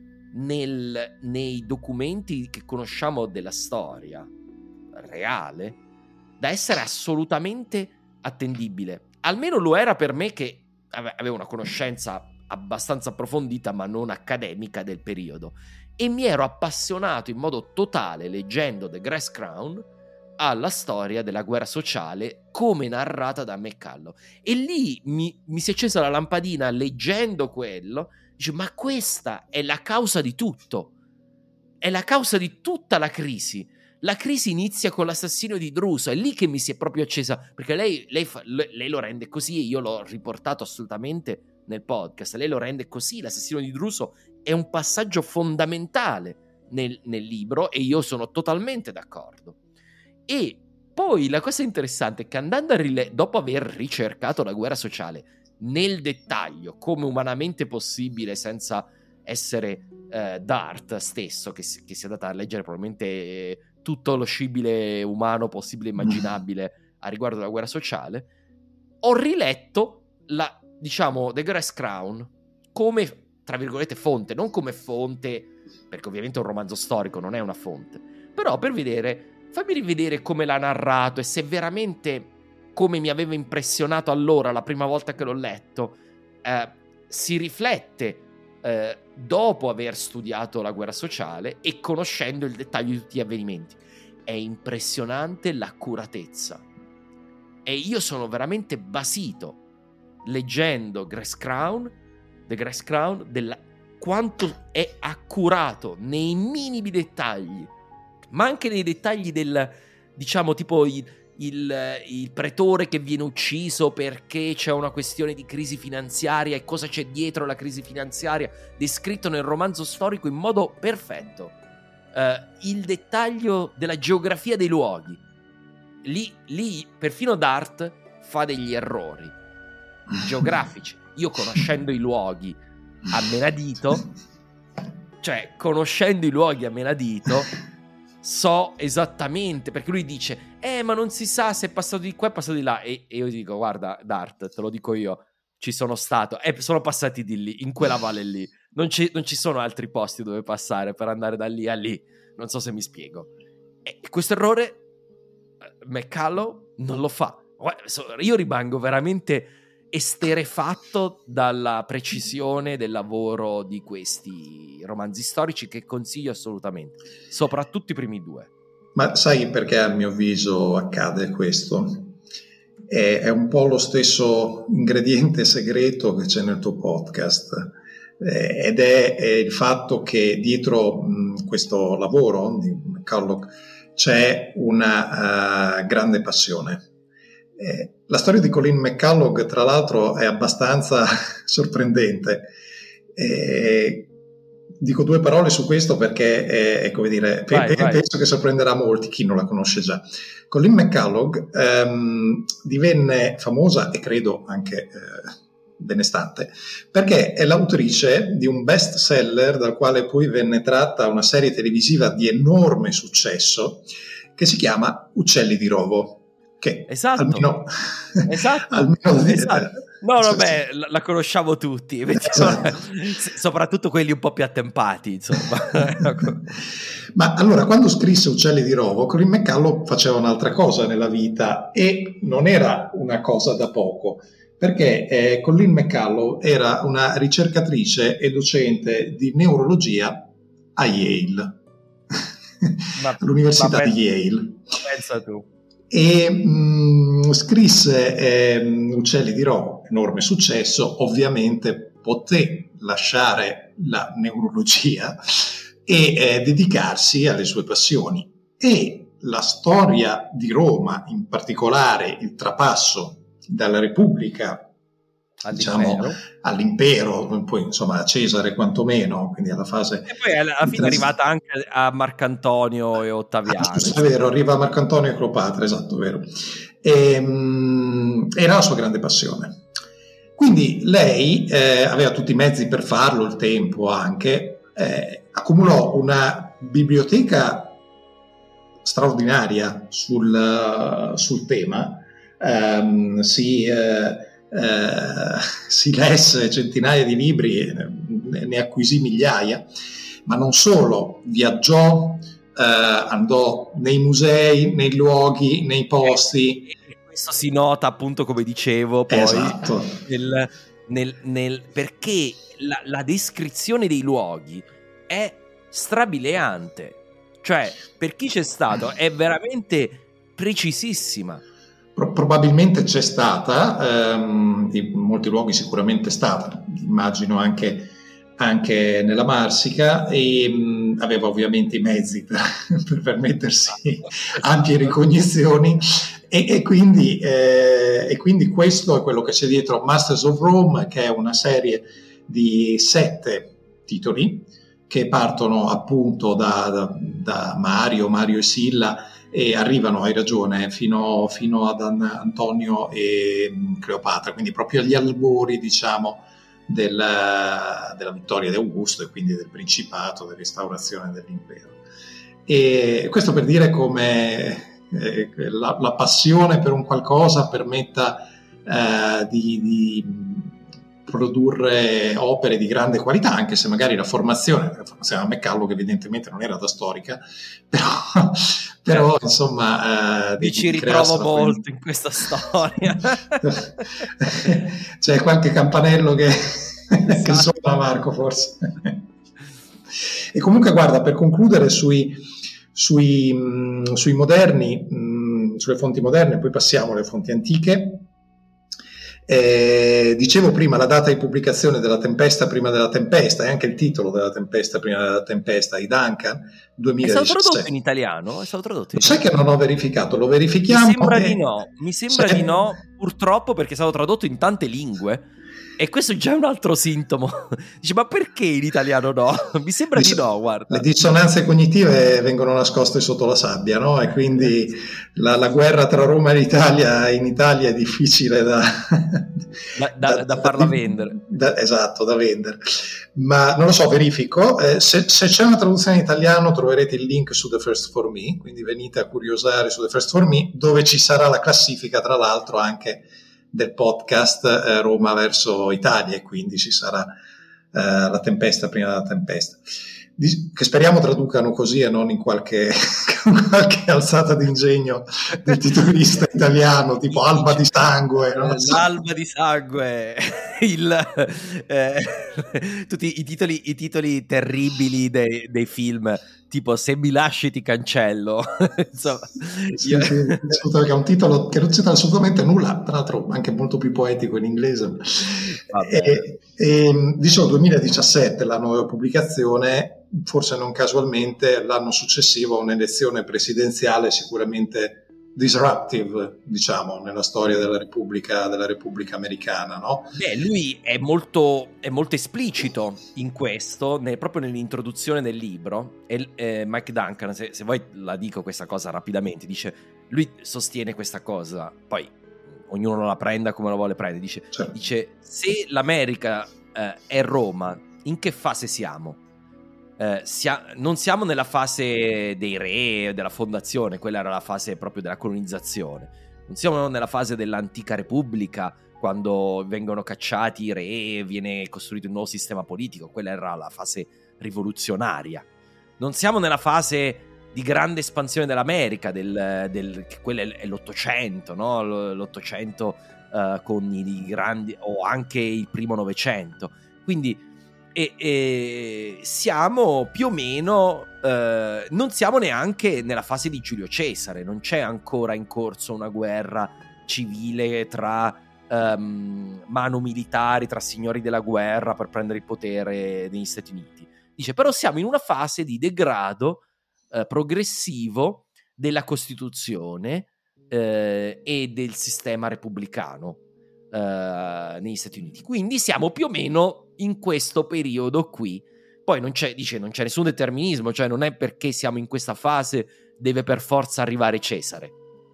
nel, nei documenti che conosciamo della storia reale da essere assolutamente attendibile. Almeno lo era per me, che avevo una conoscenza abbastanza approfondita ma non accademica del periodo, e mi ero appassionato in modo totale, leggendo The Grass Crown, alla storia della guerra sociale come narrata da McCullough. E lì mi, mi si è accesa la lampadina leggendo quello. Dice, ma questa è la causa di tutto, è la causa di tutta la crisi. La crisi inizia con l'assassinio di Druso, è lì che mi si è proprio accesa, perché lei, lei, fa, lei lo rende così, e io l'ho riportato assolutamente nel podcast. Lei lo rende così, l'assassino di Druso è un passaggio fondamentale nel, nel libro, e io sono totalmente d'accordo. E poi la cosa interessante è che, andando a rile- dopo aver ricercato la guerra sociale nel dettaglio, come umanamente possibile, senza essere eh, Dart stesso, che si, che si è andata a leggere probabilmente eh, tutto lo scibile umano possibile e immaginabile a riguardo della guerra sociale, ho riletto la, diciamo, The Grass Crown come, tra virgolette, fonte, non come fonte, perché ovviamente è un romanzo storico, non è una fonte, però per vedere, fammi rivedere come l'ha narrato e se veramente, come mi aveva impressionato allora la prima volta che l'ho letto, eh, si riflette eh, dopo aver studiato la guerra sociale e conoscendo il dettaglio di tutti gli avvenimenti. È impressionante l'accuratezza, e io sono veramente basito leggendo Grass Crown, The Grass Crown, della quanto è accurato nei minimi dettagli, ma anche nei dettagli del, diciamo, tipo il, il, il pretore che viene ucciso perché c'è una questione di crisi finanziaria e cosa c'è dietro la crisi finanziaria, descritto nel romanzo storico in modo perfetto. Uh, il dettaglio della geografia dei luoghi, lì, lì perfino Dart fa degli errori geografici. Io, conoscendo i luoghi a menadito, cioè conoscendo i luoghi a menadito, so esattamente, perché lui dice eh ma non si sa se è passato di qua è passato di là, e, e io dico guarda Dart, te lo dico io, ci sono stato e eh, sono passati di lì, in quella valle lì, non ci, non ci sono altri posti dove passare per andare da lì a lì, non so se mi spiego. E questo errore McCullough non lo fa. Io rimango veramente esterefatto dalla precisione del lavoro di questi romanzi storici, che consiglio assolutamente, soprattutto i primi due. Ma sai perché a mio avviso accade questo? è, è un po' lo stesso ingrediente segreto che c'è nel tuo podcast, eh, ed è, è il fatto che dietro mh, questo lavoro di McCulloch c'è una uh, grande passione. Eh, la storia di Colin McCulloch, tra l'altro, è abbastanza sorprendente. Eh, dico due parole su questo perché è, è come dire, vai, pe- vai. penso che sorprenderà molti chi non la conosce già. Colin McCulloch ehm, divenne famosa, e credo anche eh, benestante, perché è l'autrice di un best seller dal quale poi venne tratta una serie televisiva di enorme successo che si chiama Uccelli di Rovo. Che esatto, almeno, esatto, almeno esatto. No, no, beh, la, la conosciamo tutti, esatto. Soprattutto quelli un po' più attempati, insomma. Ma allora, quando scrisse Uccelli di Rovo, Colin McCulloch faceva un'altra cosa nella vita, e non era una cosa da poco, perché eh, Colin McCulloch era una ricercatrice e docente di neurologia a Yale, ma, all'Università ma pensa, di Yale. Pensa tu. E mh, scrisse eh, Uccelli di Rovo, enorme successo, ovviamente poté lasciare la neurologia e eh, dedicarsi alle sue passioni, e la storia di Roma, in particolare il trapasso dalla Repubblica all'impero. Diciamo, all'impero, poi insomma a Cesare quantomeno, quindi alla fase... E poi alla fine è arrivata anche a Marcantonio e Ottaviano. Ah, è vero, arriva a Marcantonio e Cleopatra, esatto, vero. E, um, era la sua grande passione. Quindi lei eh, aveva tutti i mezzi per farlo, il tempo anche, eh, accumulò una biblioteca straordinaria sul, sul tema, um, si... Eh, Uh, si lesse centinaia di libri, ne, ne acquisì migliaia, ma non solo, viaggiò, uh, andò nei musei, nei luoghi, nei posti. E, e questo si nota appunto, come dicevo, poi esatto. nel, nel, nel, perché la, la descrizione dei luoghi è strabiliante, cioè per chi c'è stato è veramente precisissima. Probabilmente c'è stata, ehm, in molti luoghi sicuramente è stata, immagino anche, anche nella Marsica, e mh, aveva ovviamente i mezzi per, per permettersi ampie ricognizioni, e, e, quindi, eh, e quindi questo è quello che c'è dietro Masters of Rome, che è una serie di sette titoli che partono appunto da, da, da Mario, Mario e Silla, e arrivano, hai ragione, fino, fino ad Antonio e Cleopatra, quindi proprio agli albori, diciamo, della, della vittoria di Augusto, e quindi del principato, dell'instaurazione dell'impero. E questo per dire come eh, la, la passione per un qualcosa permetta eh, di, di produrre opere di grande qualità, anche se magari la formazione, la formazione a McCulloch che evidentemente non era da storica, però, però insomma... Eh, Mi ci ritrovo molto quindi in questa storia. C'è qualche campanello che, esatto. che suona, Marco, forse. E comunque guarda, per concludere sui, sui, mh, sui moderni, mh, sulle fonti moderne, poi passiamo alle fonti antiche. Eh, dicevo prima la data di pubblicazione della Tempesta prima della Tempesta, e anche il titolo della Tempesta prima della Tempesta, i Duncan duemiladiciassette. È stato tradotto in italiano? È stato tradotto in Sai italiano? che non ho verificato, lo verifichiamo. Mi sembra e... di no, mi sembra Se... di no, purtroppo, perché è stato tradotto in tante lingue. E questo già è un altro sintomo. Dici, ma perché in italiano no? Mi sembra Dis- di no, guarda. Le dissonanze cognitive vengono nascoste sotto la sabbia, no? E quindi la, la guerra tra Roma e l'Italia in Italia è difficile da... Da, da, da, da farla vendere. Da, esatto, da vendere. Ma non lo so, verifico. Eh, se, se c'è una traduzione in italiano troverete il link su The First For Me, quindi venite a curiosare su The First For Me, dove ci sarà la classifica, tra l'altro, anche del podcast eh, Roma verso Italia, e quindi ci sarà eh, la Tempesta prima della Tempesta, Di- che speriamo traducano così e non in qualche, qualche alzata d'ingegno del titolista italiano, tipo Alba di Sangue, no? L'Alba di Sangue, il, eh, tutti i titoli, i titoli terribili dei, dei film tipo se mi lasci ti cancello. Insomma, sì, io... sì, è un titolo che non c'entra assolutamente nulla, tra l'altro anche molto più poetico in inglese. E, e, dicevo duemiladiciassette l'anno della pubblicazione, forse non casualmente l'anno successivo a un'elezione presidenziale sicuramente disruptive, diciamo, nella storia della Repubblica, della Repubblica Americana, no? Beh, lui è molto, è molto esplicito in questo, ne, proprio nell'introduzione del libro. E, eh, Mike Duncan, se, se vuoi la dico questa cosa rapidamente, dice, lui sostiene questa cosa, poi ognuno la prenda come la vuole prendere, dice, certo. dice se l'America eh, è Roma, in che fase siamo? Eh, sia, non siamo nella fase dei re, della fondazione, quella era la fase proprio della colonizzazione, non siamo nella fase dell'antica repubblica, quando vengono cacciati i re, viene costruito un nuovo sistema politico, quella era la fase rivoluzionaria. Non siamo nella fase di grande espansione dell'America, del, del, che quello è l'Ottocento, no? L'Ottocento uh, con i grandi, o anche il primo Novecento, quindi E, e siamo più o meno eh, non siamo neanche nella fase di Giulio Cesare, non c'è ancora in corso una guerra civile tra um, mano militari, tra signori della guerra per prendere il potere negli Stati Uniti. Dice però siamo in una fase di degrado eh, progressivo della Costituzione eh, e del sistema repubblicano Uh, negli Stati Uniti, quindi siamo più o meno in questo periodo qui. Poi non c'è, dice, non c'è nessun determinismo, cioè non è perché siamo in questa fase deve per forza arrivare Cesare,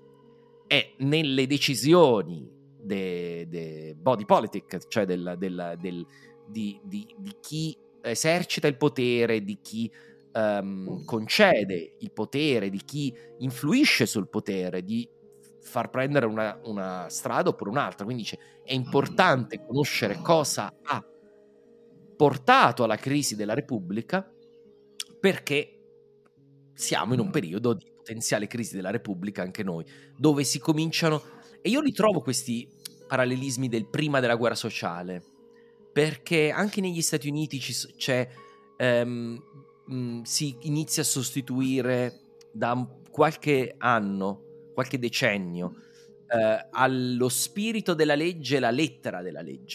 è nelle decisioni de, de body politic, cioè del, del, del, di, di, di chi esercita il potere, di chi um, concede il potere, di chi influisce sul potere, di far prendere una, una strada oppure un'altra. Quindi dice, è importante conoscere cosa ha portato alla crisi della Repubblica, perché siamo in un periodo di potenziale crisi della Repubblica anche noi, dove si cominciano, e io ritrovo questi parallelismi del prima della guerra sociale, perché anche negli Stati Uniti ci, c'è um, mh, si inizia a sostituire da qualche anno, qualche decennio, eh, allo spirito della legge la lettera della legge.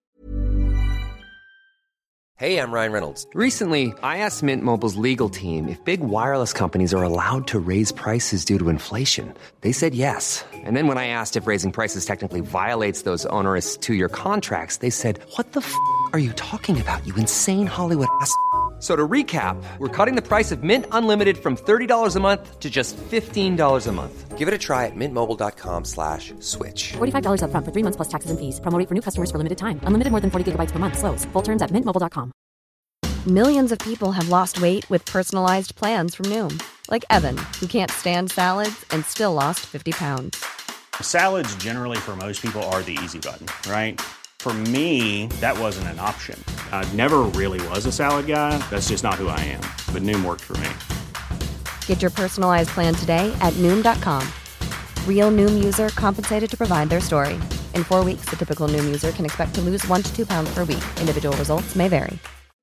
Hey, I'm Ryan Reynolds. Recently, I asked Mint Mobile's legal team if big wireless companies are allowed to raise prices due to inflation. They said yes. And then when I asked if raising prices technically violates those onerous two-year contracts, they said, what the f*** are you talking about, you insane Hollywood ass f- So to recap, we're cutting the price of Mint Unlimited from thirty dollars a month to just fifteen dollars a month. Give it a try at mintmobile.com slash switch. forty-five dollars up front for three months plus taxes and fees. Promo rate for new customers for limited time. Unlimited more than forty gigabytes per month. Slows full terms at mint mobile dot com. Millions of people have lost weight with personalized plans from Noom. Like Evan, who can't stand salads and still lost fifty pounds. Salads generally for most people are the easy button, right? For me, that wasn't an option. I never really was a salad guy. That's just not who I am. But Noom worked for me. Get your personalized plan today at Noom dot com. Real Noom user compensated to provide their story. In four weeks, the typical Noom user can expect to lose one to two pounds per week. Individual results may vary.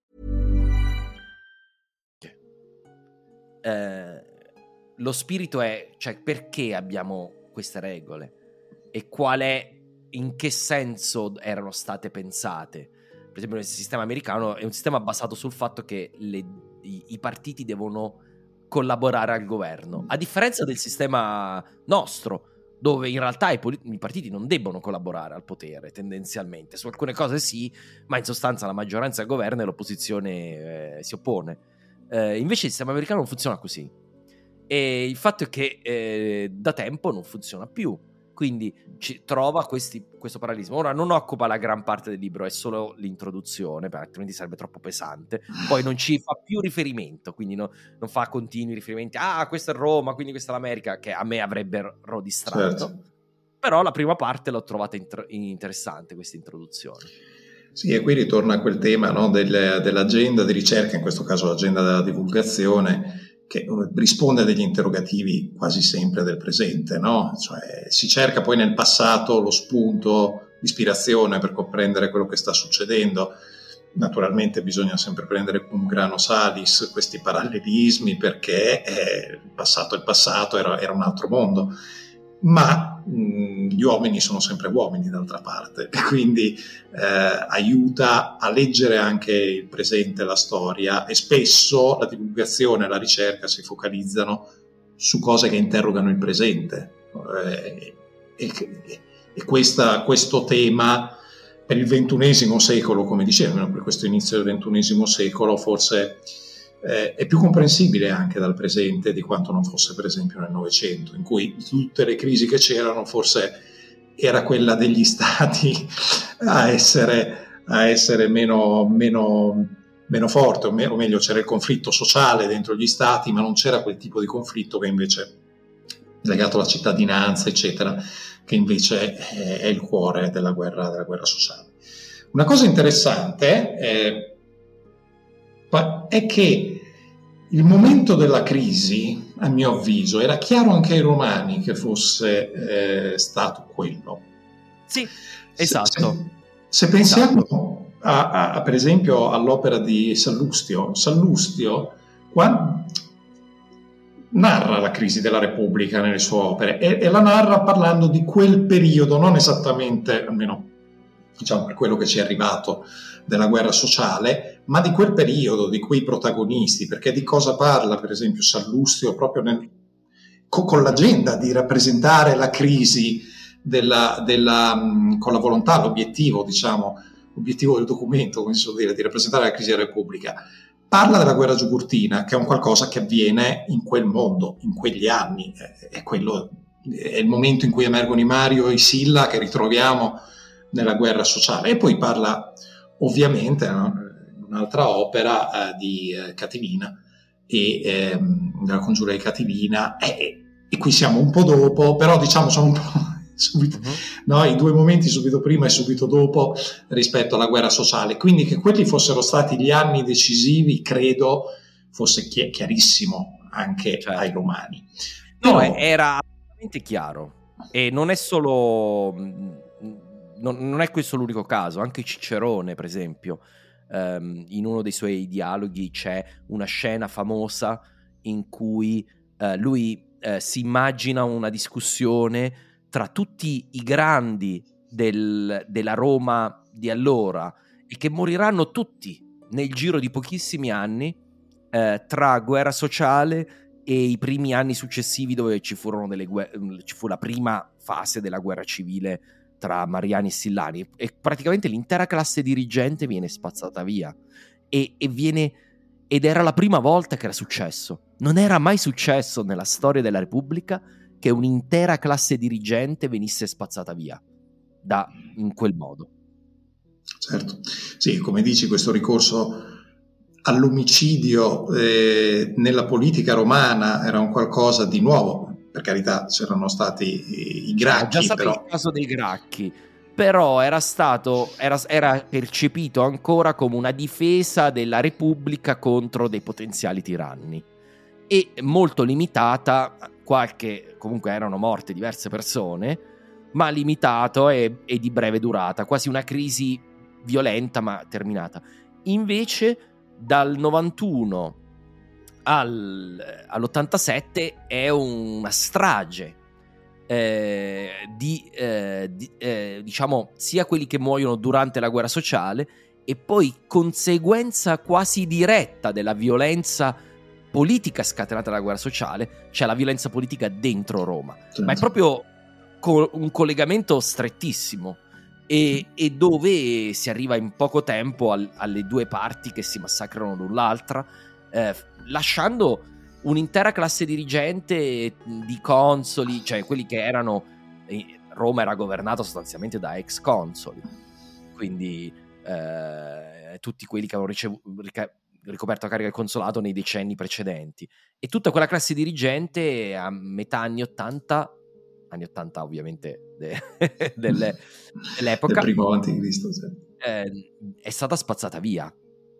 Eh, lo spirito è, cioè, perché abbiamo queste regole? E qual è, in che senso erano state pensate? Per esempio nel sistema americano è un sistema basato sul fatto che le, i, i partiti devono collaborare al governo, a differenza del sistema nostro, dove in realtà i, polit- i partiti non debbono collaborare al potere tendenzialmente, su alcune cose sì, ma in sostanza la maggioranza governa e l'opposizione eh, si oppone. Eh, invece il sistema americano non funziona così, e il fatto è che eh, da tempo non funziona più, quindi ci trova questi, questo parallelismo. Ora non occupa la gran parte del libro, è solo l'introduzione, perché altrimenti sarebbe troppo pesante. Poi non ci fa più riferimento, quindi no, non fa continui riferimenti, ah questo è Roma, quindi questa è l'America, che a me avrebbero distratto. Certo. Però la prima parte l'ho trovata int- interessante, questa introduzione. Sì, e qui ritorna a quel tema, no, del, dell'agenda di ricerca, in questo caso l'agenda della divulgazione, che risponde a degli interrogativi quasi sempre del presente, no? Cioè si cerca poi nel passato lo spunto, l'ispirazione per comprendere quello che sta succedendo. naturalmente bisogna sempre prendere cum grano salis questi parallelismi, perché eh, il passato è il passato, era, era un altro mondo, ma mh, gli uomini sono sempre uomini d'altra parte, quindi eh, aiuta a leggere anche il presente, la storia, e spesso la divulgazione e la ricerca si focalizzano su cose che interrogano il presente, eh, e, e questa, questo tema per il ventunesimo secolo, come dicevo, per questo inizio del ventunesimo secolo, forse eh, è più comprensibile anche dal presente di quanto non fosse per esempio nel Novecento, in cui tutte le crisi che c'erano forse era quella degli stati a essere, a essere meno, meno, meno forte, o, me, o meglio c'era il conflitto sociale dentro gli stati, ma non c'era quel tipo di conflitto che invece legato alla cittadinanza, eccetera, che invece è il cuore della guerra, della guerra sociale. Una cosa interessante è, è che il momento della crisi, a mio avviso, era chiaro anche ai romani che fosse eh, stato quello. Sì, esatto. Se, se, se pensiamo esatto. A, a, a, per esempio all'opera di Sallustio, Sallustio quando narra la crisi della Repubblica nelle sue opere e, e la narra parlando di quel periodo, non esattamente, almeno diciamo per quello che ci è arrivato, della guerra sociale, ma di quel periodo, di quei protagonisti, perché di cosa parla per esempio Sallustio proprio nel, con, con l'agenda di rappresentare la crisi della, della, con la volontà, l'obiettivo, diciamo, l'obiettivo del documento, come si suol dire, di rappresentare la crisi della Repubblica. Parla della guerra giugurtina, che è un qualcosa che avviene in quel mondo, in quegli anni, è, quello, è il momento in cui emergono i Mario e i Silla che ritroviamo nella guerra sociale. E poi parla ovviamente, no, in un'altra opera eh, di eh, Catilina, e eh, della congiura di Catilina, e, e qui siamo un po' dopo, però diciamo sono un po' subito, uh-huh. no, i due momenti subito prima e subito dopo rispetto alla guerra sociale, quindi che quelli fossero stati gli anni decisivi credo fosse chi- chiarissimo anche certo. ai romani. No, no, era assolutamente chiaro, e non è solo non, non è questo l'unico caso, anche Cicerone per esempio, um, in uno dei suoi dialoghi c'è una scena famosa in cui uh, lui uh, si immagina una discussione tra tutti i grandi del, della Roma di allora, e che moriranno tutti nel giro di pochissimi anni, eh, tra guerra sociale e i primi anni successivi, dove ci furono delle guerre, ci fu la prima fase della guerra civile tra Mariani e Sillani, e praticamente l'intera classe dirigente viene spazzata via, e, e viene ed era la prima volta che era successo. Non era mai successo nella storia della Repubblica che un'intera classe dirigente venisse spazzata via da in quel modo. Certo, sì, come dici, questo ricorso all'omicidio eh, nella politica romana era un qualcosa di nuovo. Per carità, c'erano stati i, i Gracchi. C'era già stato però... il caso dei Gracchi, però era stato era, era percepito ancora come una difesa della Repubblica contro dei potenziali tiranni, e molto limitata. Qualche, comunque erano morte diverse persone, ma limitato e, e di breve durata, quasi una crisi violenta ma terminata. Invece dal novantuno al, all'ottantasette è una strage eh, di, eh, di eh, diciamo sia quelli che muoiono durante la guerra sociale, e poi conseguenza quasi diretta della violenza politica scatenata dalla guerra sociale, c'è la violenza politica dentro Roma, certo. Ma è proprio co- un collegamento strettissimo, e, e dove si arriva in poco tempo al, alle due parti che si massacrano l'un l'altra, eh, lasciando un'intera classe dirigente di consoli, cioè quelli che erano eh, Roma era governata sostanzialmente da ex consoli, quindi eh, tutti quelli che avevano ricevuto ricoperto la carica del consolato nei decenni precedenti, e tutta quella classe dirigente a metà anni ottanta, anni ottanta ovviamente de, delle, dell'epoca, del primo avanti Cristo, sì. eh, è stata spazzata via,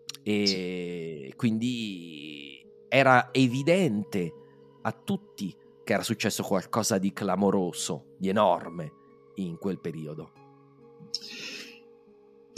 e sì. Quindi era evidente a tutti che era successo qualcosa di clamoroso, di enorme in quel periodo.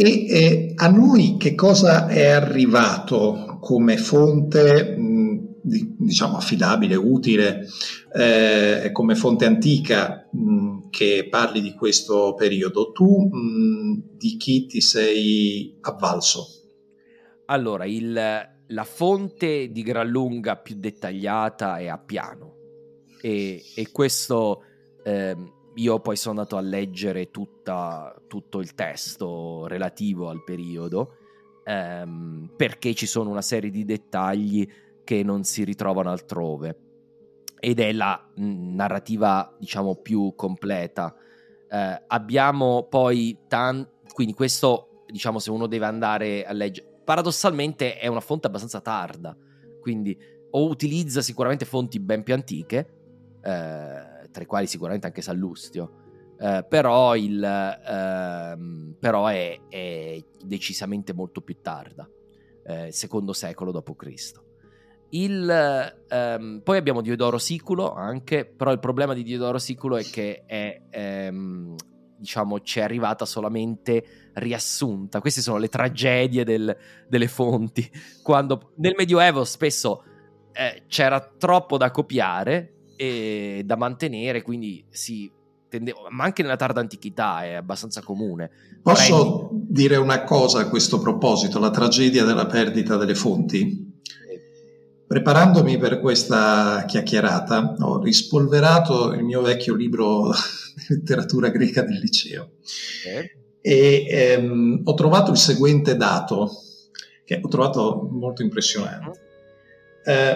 E eh, a noi che cosa è arrivato come fonte, mh, di, diciamo, affidabile, utile, eh, come fonte antica mh, che parli di questo periodo? Tu mh, di chi ti sei avvalso? Allora, il, la fonte di gran lunga più dettagliata è Appiano, e, e questo... Ehm, io poi sono andato a leggere tutta, tutto il testo relativo al periodo, ehm, perché ci sono una serie di dettagli che non si ritrovano altrove, ed è la mh, narrativa, diciamo, più completa. Eh, abbiamo poi tan- quindi questo, diciamo, se uno deve andare a leggere, paradossalmente è una fonte abbastanza tarda, quindi o utilizza sicuramente fonti ben più antiche, eh, tra i quali sicuramente anche Sallustio, eh, però, il, ehm, però è, è decisamente molto più tarda, eh, secondo secolo dopo Cristo. Il, ehm, poi abbiamo Diodoro Siculo anche, però il problema di Diodoro Siculo è che è, ehm, diciamo, ci è arrivata solamente riassunta. Queste sono le tragedie del, delle fonti. Quando nel Medioevo spesso eh, c'era troppo da copiare e da mantenere, quindi si tendeva, ma anche nella tarda antichità è abbastanza comune. Posso Prendi... dire una cosa a questo proposito, la tragedia della perdita delle fonti? Preparandomi per questa chiacchierata ho rispolverato il mio vecchio libro di letteratura greca del liceo eh. e ehm, ho trovato il seguente dato che ho trovato molto impressionante. Eh,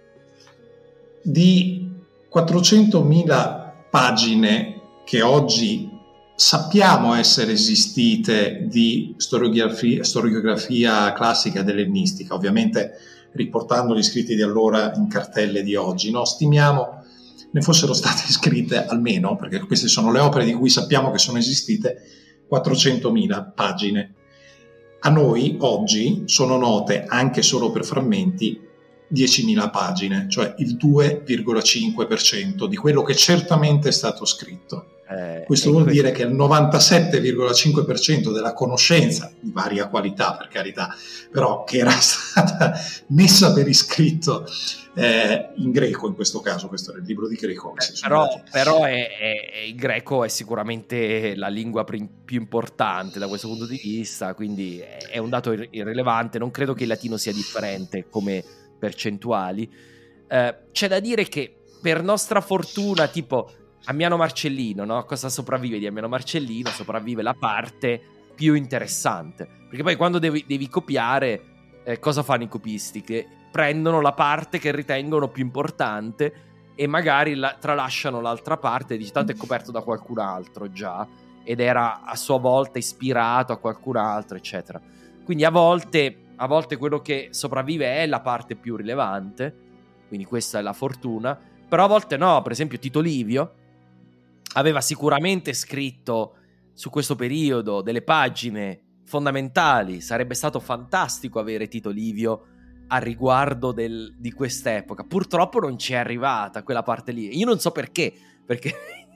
di quattrocentomila pagine che oggi sappiamo essere esistite di storiografia, storiografia classica ed ellenistica, ovviamente riportando gli scritti di allora in cartelle di oggi, no? Stimiamo ne fossero state scritte almeno, perché queste sono le opere di cui sappiamo che sono esistite, quattrocentomila pagine. A noi oggi sono note, anche solo per frammenti, diecimila pagine, cioè il due virgola cinque per cento di quello che certamente è stato scritto. Eh, questo vuol questo... dire che il novantasette virgola cinque per cento della conoscenza, di varia qualità per carità, però che era stata messa per iscritto eh, in greco, in questo caso, questo era il libro di greco. Eh, però però è, è, il greco è sicuramente la lingua più importante da questo punto di vista, quindi è un dato irrilevante. Non credo che il latino sia differente come percentuali. Eh, c'è da dire che per nostra fortuna, tipo Ammiano Marcellino, no? Cosa sopravvive di Ammiano Marcellino? Sopravvive la parte più interessante, perché poi quando devi, devi copiare, eh, cosa fanno i copisti? Che prendono la parte che ritengono più importante e magari la, tralasciano l'altra parte e dici tanto è coperto da qualcun altro già ed era a sua volta ispirato a qualcun altro, eccetera. Quindi a volte A volte quello che sopravvive è la parte più rilevante, quindi questa è la fortuna, però a volte no. Per esempio Tito Livio aveva sicuramente scritto su questo periodo delle pagine fondamentali. Sarebbe stato fantastico avere Tito Livio a riguardo del, di quest'epoca. Purtroppo non ci è arrivata quella parte lì. Io non so perché, perché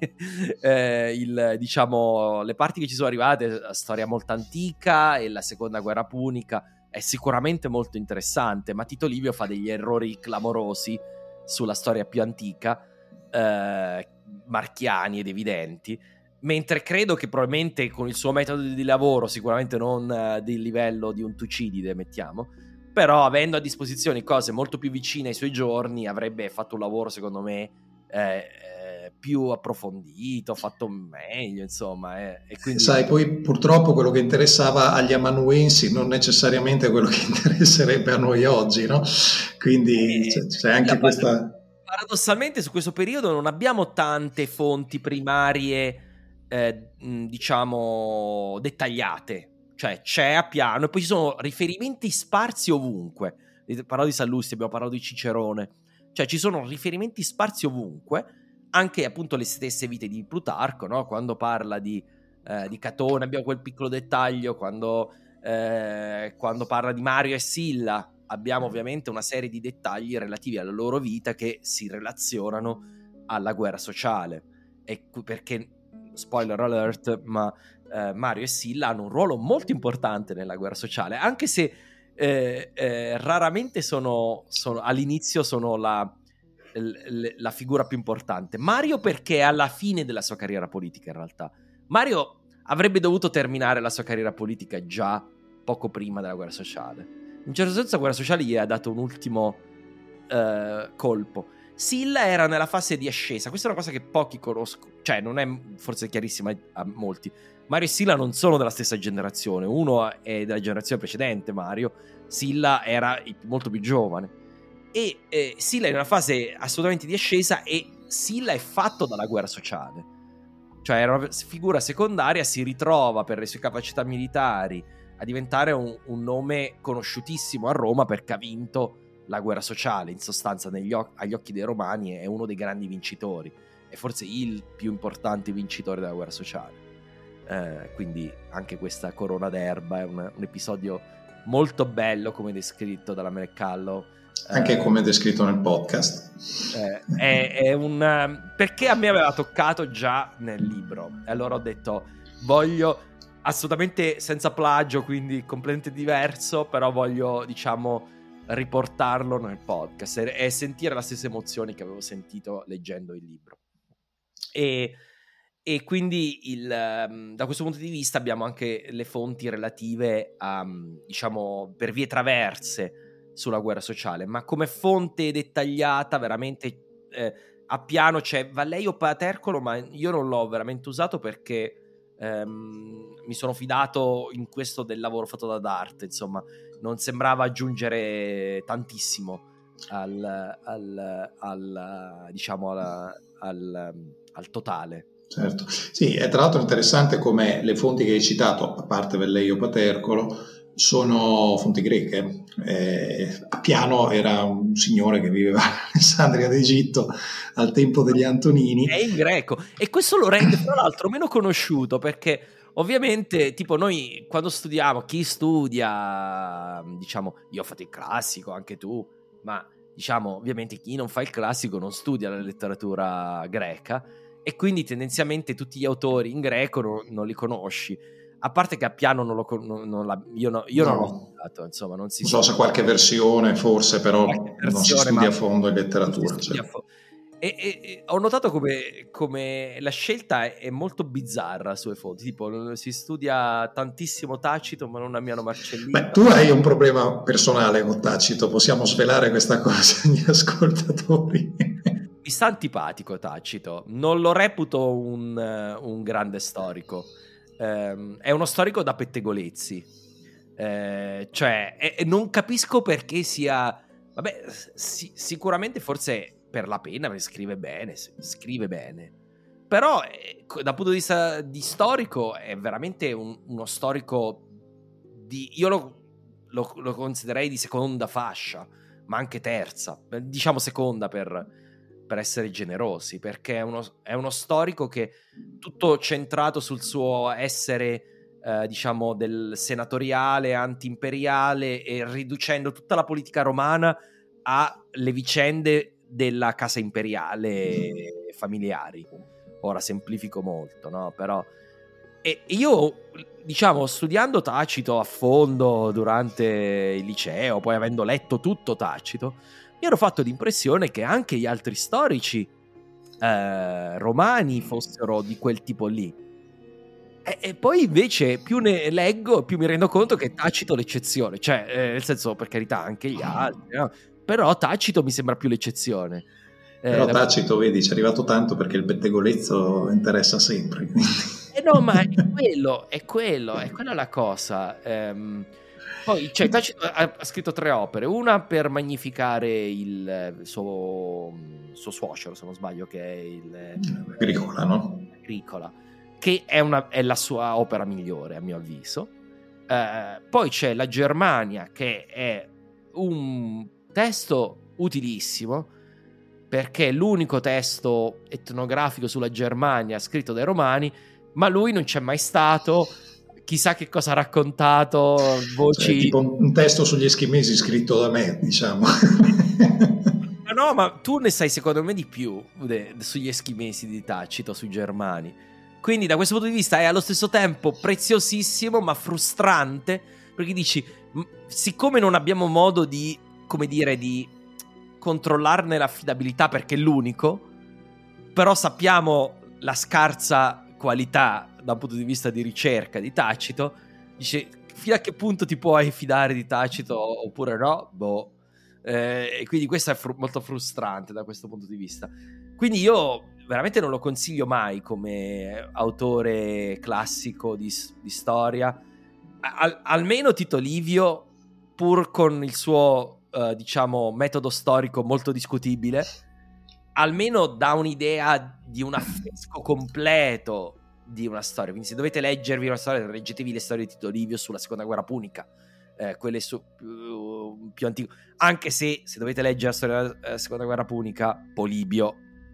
eh, il, diciamo, le parti che ci sono arrivate, la storia molto antica e la seconda guerra punica, è sicuramente molto interessante, ma Tito Livio fa degli errori clamorosi sulla storia più antica, eh, marchiani ed evidenti, mentre credo che probabilmente con il suo metodo di lavoro, sicuramente non eh, del livello di un Tucidide, mettiamo, però avendo a disposizione cose molto più vicine ai suoi giorni, avrebbe fatto un lavoro, secondo me, eh, più approfondito, fatto meglio, insomma. Eh. E quindi... Sai, poi purtroppo quello che interessava agli amanuensi non necessariamente quello che interesserebbe a noi oggi, no? Quindi eh, c'è, c'è anche questa... Paradossalmente su questo periodo non abbiamo tante fonti primarie, eh, diciamo, dettagliate. Cioè c'è Appiano e poi ci sono riferimenti sparsi ovunque. Parlo di Sallustio, abbiamo parlato di Cicerone. Cioè ci sono riferimenti sparsi ovunque, anche appunto le stesse vite di Plutarco, no? Quando parla di, eh, di Catone abbiamo quel piccolo dettaglio, quando, eh, quando parla di Mario e Silla abbiamo ovviamente una serie di dettagli relativi alla loro vita che si relazionano alla guerra sociale. E perché, spoiler alert, ma eh, Mario e Silla hanno un ruolo molto importante nella guerra sociale, anche se eh, eh, raramente sono, sono all'inizio sono la, l, la figura più importante. Mario perché è alla fine della sua carriera politica in realtà. Mario avrebbe dovuto terminare la sua carriera politica già poco prima della guerra sociale. In un certo senso la guerra sociale gli ha dato un ultimo uh, colpo. Silla era nella fase di ascesa. Questa è una cosa che pochi conoscono, cioè non è forse chiarissima a molti. Mario e Silla non sono della stessa generazione. Uno è della generazione precedente, Mario. Silla era molto più giovane. E eh, Silla è in una fase assolutamente di ascesa e Silla è fatto dalla guerra sociale. Cioè era una figura secondaria, si ritrova per le sue capacità militari a diventare un, un nome conosciutissimo a Roma perché ha vinto la guerra sociale. In sostanza negli oc- agli occhi dei romani è uno dei grandi vincitori, è forse il più importante vincitore della guerra sociale. Eh, quindi anche questa corona d'erba è un, un episodio molto bello come descritto dalla Meccallo. Anche come descritto nel podcast. Eh, è, è un perché a me aveva toccato già nel libro e allora ho detto voglio assolutamente senza plagio, quindi completamente diverso, però voglio diciamo riportarlo nel podcast e, e sentire la stessa emozione che avevo sentito leggendo il libro. E, e quindi il, da questo punto di vista abbiamo anche le fonti relative a diciamo per vie traverse sulla guerra sociale, ma come fonte dettagliata veramente eh, a piano c'è Vallejo Patercolo, ma io non l'ho veramente usato perché ehm, mi sono fidato in questo del lavoro fatto da Dart, insomma non sembrava aggiungere tantissimo al, al, al diciamo al, al, al totale. Certo, sì, è tra l'altro interessante come le fonti che hai citato, a parte Vallejo Patercolo, sono fonti greche. Eh, Appiano era un signore che viveva a Alessandria d'Egitto al tempo degli Antonini. È in greco e questo lo rende tra l'altro meno conosciuto perché ovviamente tipo noi quando studiamo, chi studia diciamo io ho fatto il classico, anche tu, ma diciamo ovviamente chi non fa il classico non studia la letteratura greca e quindi tendenzialmente tutti gli autori in greco non, non li conosci. A parte che a piano non lo non, non la, io, no, io no. non l'ho studiato, insomma, non si non so se qualche versione forse, però versione, non si studia a fondo in letteratura. Cioè. Fo- e, e, e ho notato come, come la scelta è, è molto bizzarra sulle fonti, tipo si studia tantissimo Tacito, ma non Amiano Marcellino. Beh, tu hai un problema personale con Tacito, possiamo svelare questa cosa agli ascoltatori. Mi sta antipatico Tacito, non lo reputo un, un grande storico. Um, è uno storico da pettegolezzi, eh, cioè e, e non capisco perché sia vabbè si, sicuramente forse per la penna, perché scrive bene scrive bene però eh, dal punto di vista di storico è veramente un, uno storico di io lo, lo, lo considererei di seconda fascia, ma anche terza, diciamo seconda per per essere generosi, perché è uno, è uno storico che tutto centrato sul suo essere eh, diciamo del senatoriale anti-imperiale e riducendo tutta la politica romana alle vicende della casa imperiale familiari. Ora semplifico molto, no? Però e io diciamo studiando Tacito a fondo durante il liceo, poi avendo letto tutto Tacito, mi ero fatto l'impressione che anche gli altri storici eh, romani fossero di quel tipo lì. E, e poi invece più ne leggo, più mi rendo conto che Tacito l'eccezione. Cioè, eh, nel senso, per carità, anche gli altri, no? Però Tacito mi sembra più l'eccezione. Eh, Però la... Tacito, vedi, ci è arrivato tanto perché il pettegolezzo interessa sempre. Quindi. Eh no, ma è quello, è quello, è quella la cosa. Ehm... Poi cioè, Tacito ha, ha scritto tre opere, una per magnificare il suo, suo suocero, se non sbaglio, che è il Agricola, no? Agricola, che è, una, è la sua opera migliore a mio avviso. Eh, poi c'è la Germania, che è un testo utilissimo perché è l'unico testo etnografico sulla Germania scritto dai romani, ma lui non c'è mai stato. Chissà che cosa ha raccontato, voci... Cioè, tipo un testo sugli eschimesi scritto da me, diciamo. Ma no, ma tu ne sai secondo me di più de, de, sugli eschimesi di Tacito, sui germani. Quindi da questo punto di vista è allo stesso tempo preziosissimo ma frustrante, perché dici, siccome non abbiamo modo di, come dire, di controllarne l'affidabilità perché è l'unico, però sappiamo la scarsa qualità da un punto di vista di ricerca di Tacito, dice, fino a che punto ti puoi fidare di Tacito oppure no? Boh. Eh, e quindi questo è fru- molto frustrante da questo punto di vista. Quindi io veramente non lo consiglio mai come autore classico di, di storia. Al, almeno Tito Livio, pur con il suo uh, diciamo metodo storico molto discutibile, almeno dà un'idea di un affresco completo di una storia. Quindi se dovete leggervi una storia, leggetevi le storie di Tito Livio sulla seconda guerra punica, eh, quelle su, più, più antiche, anche se se dovete leggere la storia della eh, seconda guerra punica, Polibio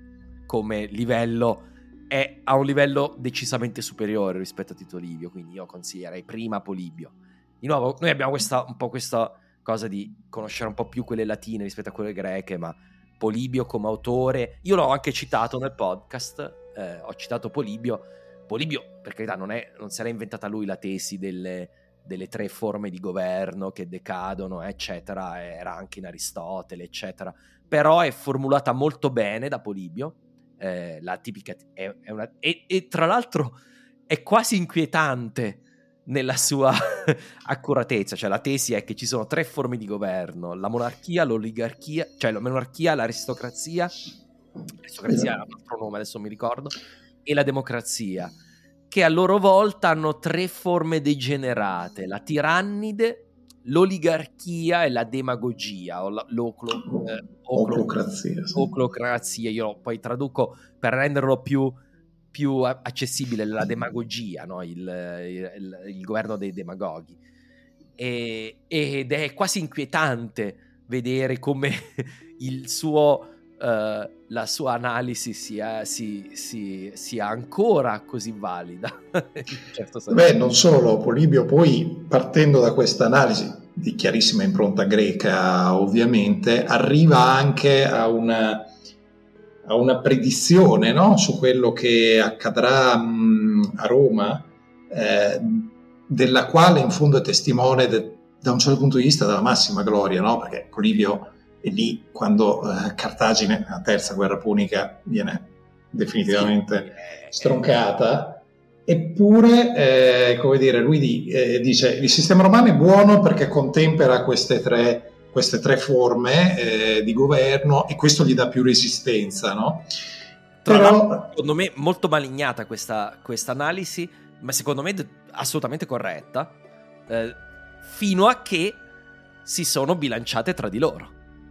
come livello è a un livello decisamente superiore rispetto a Tito Livio, quindi io consiglierei prima Polibio. Di nuovo noi abbiamo questa un po' questa cosa di conoscere un po' più quelle latine rispetto a quelle greche, ma Polibio come autore, io l'ho anche citato nel podcast, eh, ho citato Polibio. Polibio, per carità, non, è, non se l'ha inventata lui la tesi delle, delle tre forme di governo che decadono, eccetera, era anche in Aristotele, eccetera, però è formulata molto bene da Polibio, eh, la tipica, è, è una, e, e tra l'altro è quasi inquietante nella sua accuratezza, cioè la tesi è che ci sono tre forme di governo, la monarchia, l'oligarchia, cioè la monarchia, l'aristocrazia, l'aristocrazia è un altro nome, adesso mi ricordo, e la democrazia, che a loro volta hanno tre forme degenerate: la tirannide, l'oligarchia e la demagogia o la, l'oclo, eh, oclo, oclocrazia, sì. oclocrazia. Io poi traduco per renderlo più, più accessibile, la demagogia, no? il, il, il governo dei demagoghi, e, ed è quasi inquietante vedere come il suo Uh, la sua analisi sia, si, si, sia ancora così valida. Certo. Beh, non solo, Polibio poi, partendo da questa analisi di chiarissima impronta greca, ovviamente, arriva anche a una, a una predizione, no? Su quello che accadrà mh, a Roma, eh, della quale in fondo è testimone de, da un certo punto di vista della massima gloria, no? Perché Polibio e lì quando uh, Cartagine, la terza guerra punica, viene definitivamente sì, stroncata, eppure, eh, come dire, lui di, eh, dice il sistema romano è buono perché contempera queste tre, queste tre forme eh, di governo, e questo gli dà più resistenza, no? Tra Però, secondo me molto malignata questa, questa analisi, ma secondo me assolutamente corretta, eh, fino a che si sono bilanciate tra di loro.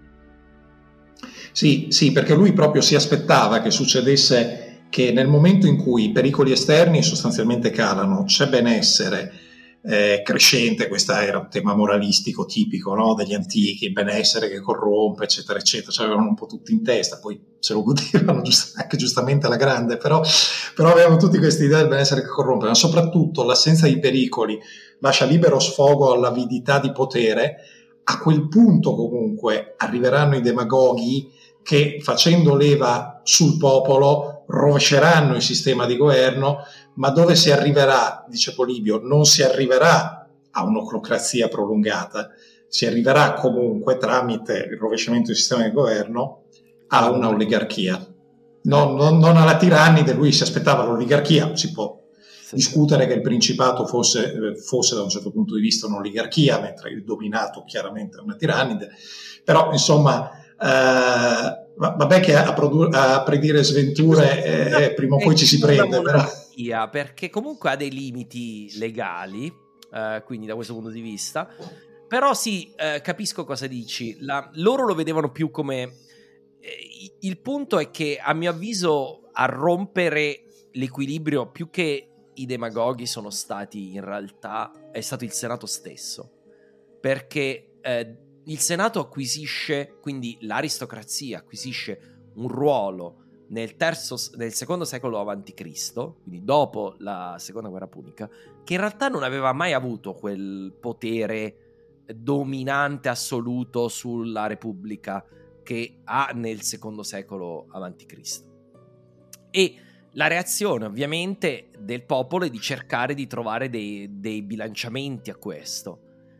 Sì, sì, perché lui proprio si aspettava che succedesse che nel momento in cui i pericoli esterni sostanzialmente calano, c'è benessere eh, crescente, questo era un tema moralistico tipico, no? Degli antichi, il benessere che corrompe, eccetera, eccetera, ce l'avevano un po' tutti in testa, poi se lo godevano giust- anche giustamente alla grande, però, però avevano tutti questa idea del benessere che corrompe, ma soprattutto l'assenza di pericoli lascia libero sfogo all'avidità di potere. A quel punto comunque arriveranno i demagoghi che, facendo leva sul popolo, rovesceranno il sistema di governo, ma dove si arriverà, dice Polibio, non si arriverà a un'oclocrazia prolungata, si arriverà comunque tramite il rovesciamento del sistema di governo a una oligarchia. Non, non, non alla tirannide, lui si aspettava l'oligarchia, si può discutere che il principato fosse, fosse da un certo punto di vista un'oligarchia, mentre il dominato chiaramente è una tirannide, però insomma eh, vabbè che a, produ- a predire sventure eh, prima o poi ci si prende, però. Perché comunque ha dei limiti legali, eh, quindi da questo punto di vista, però sì, eh, capisco cosa dici. La, loro lo vedevano più come eh, il punto è che, a mio avviso, a rompere l'equilibrio più che i demagoghi sono stati, in realtà è stato il Senato stesso, perché eh, il Senato acquisisce, quindi l'aristocrazia acquisisce un ruolo nel terzo, nel secondo secolo avanti Cristo, quindi dopo la seconda guerra punica, che in realtà non aveva mai avuto quel potere dominante assoluto sulla Repubblica che ha nel secondo secolo avanti Cristo. E la reazione ovviamente del popolo è di cercare di trovare dei, dei bilanciamenti a questo,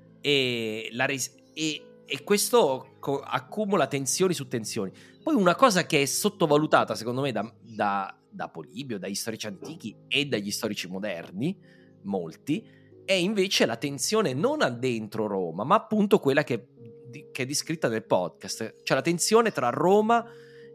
e, la res- e, e questo co- accumula tensioni su tensioni. Poi una cosa che è sottovalutata secondo me da, da, da Polibio, dagli storici antichi e dagli storici moderni, molti, è invece la tensione non a dentro Roma, ma appunto quella che, che è descritta nel podcast, cioè la tensione tra Roma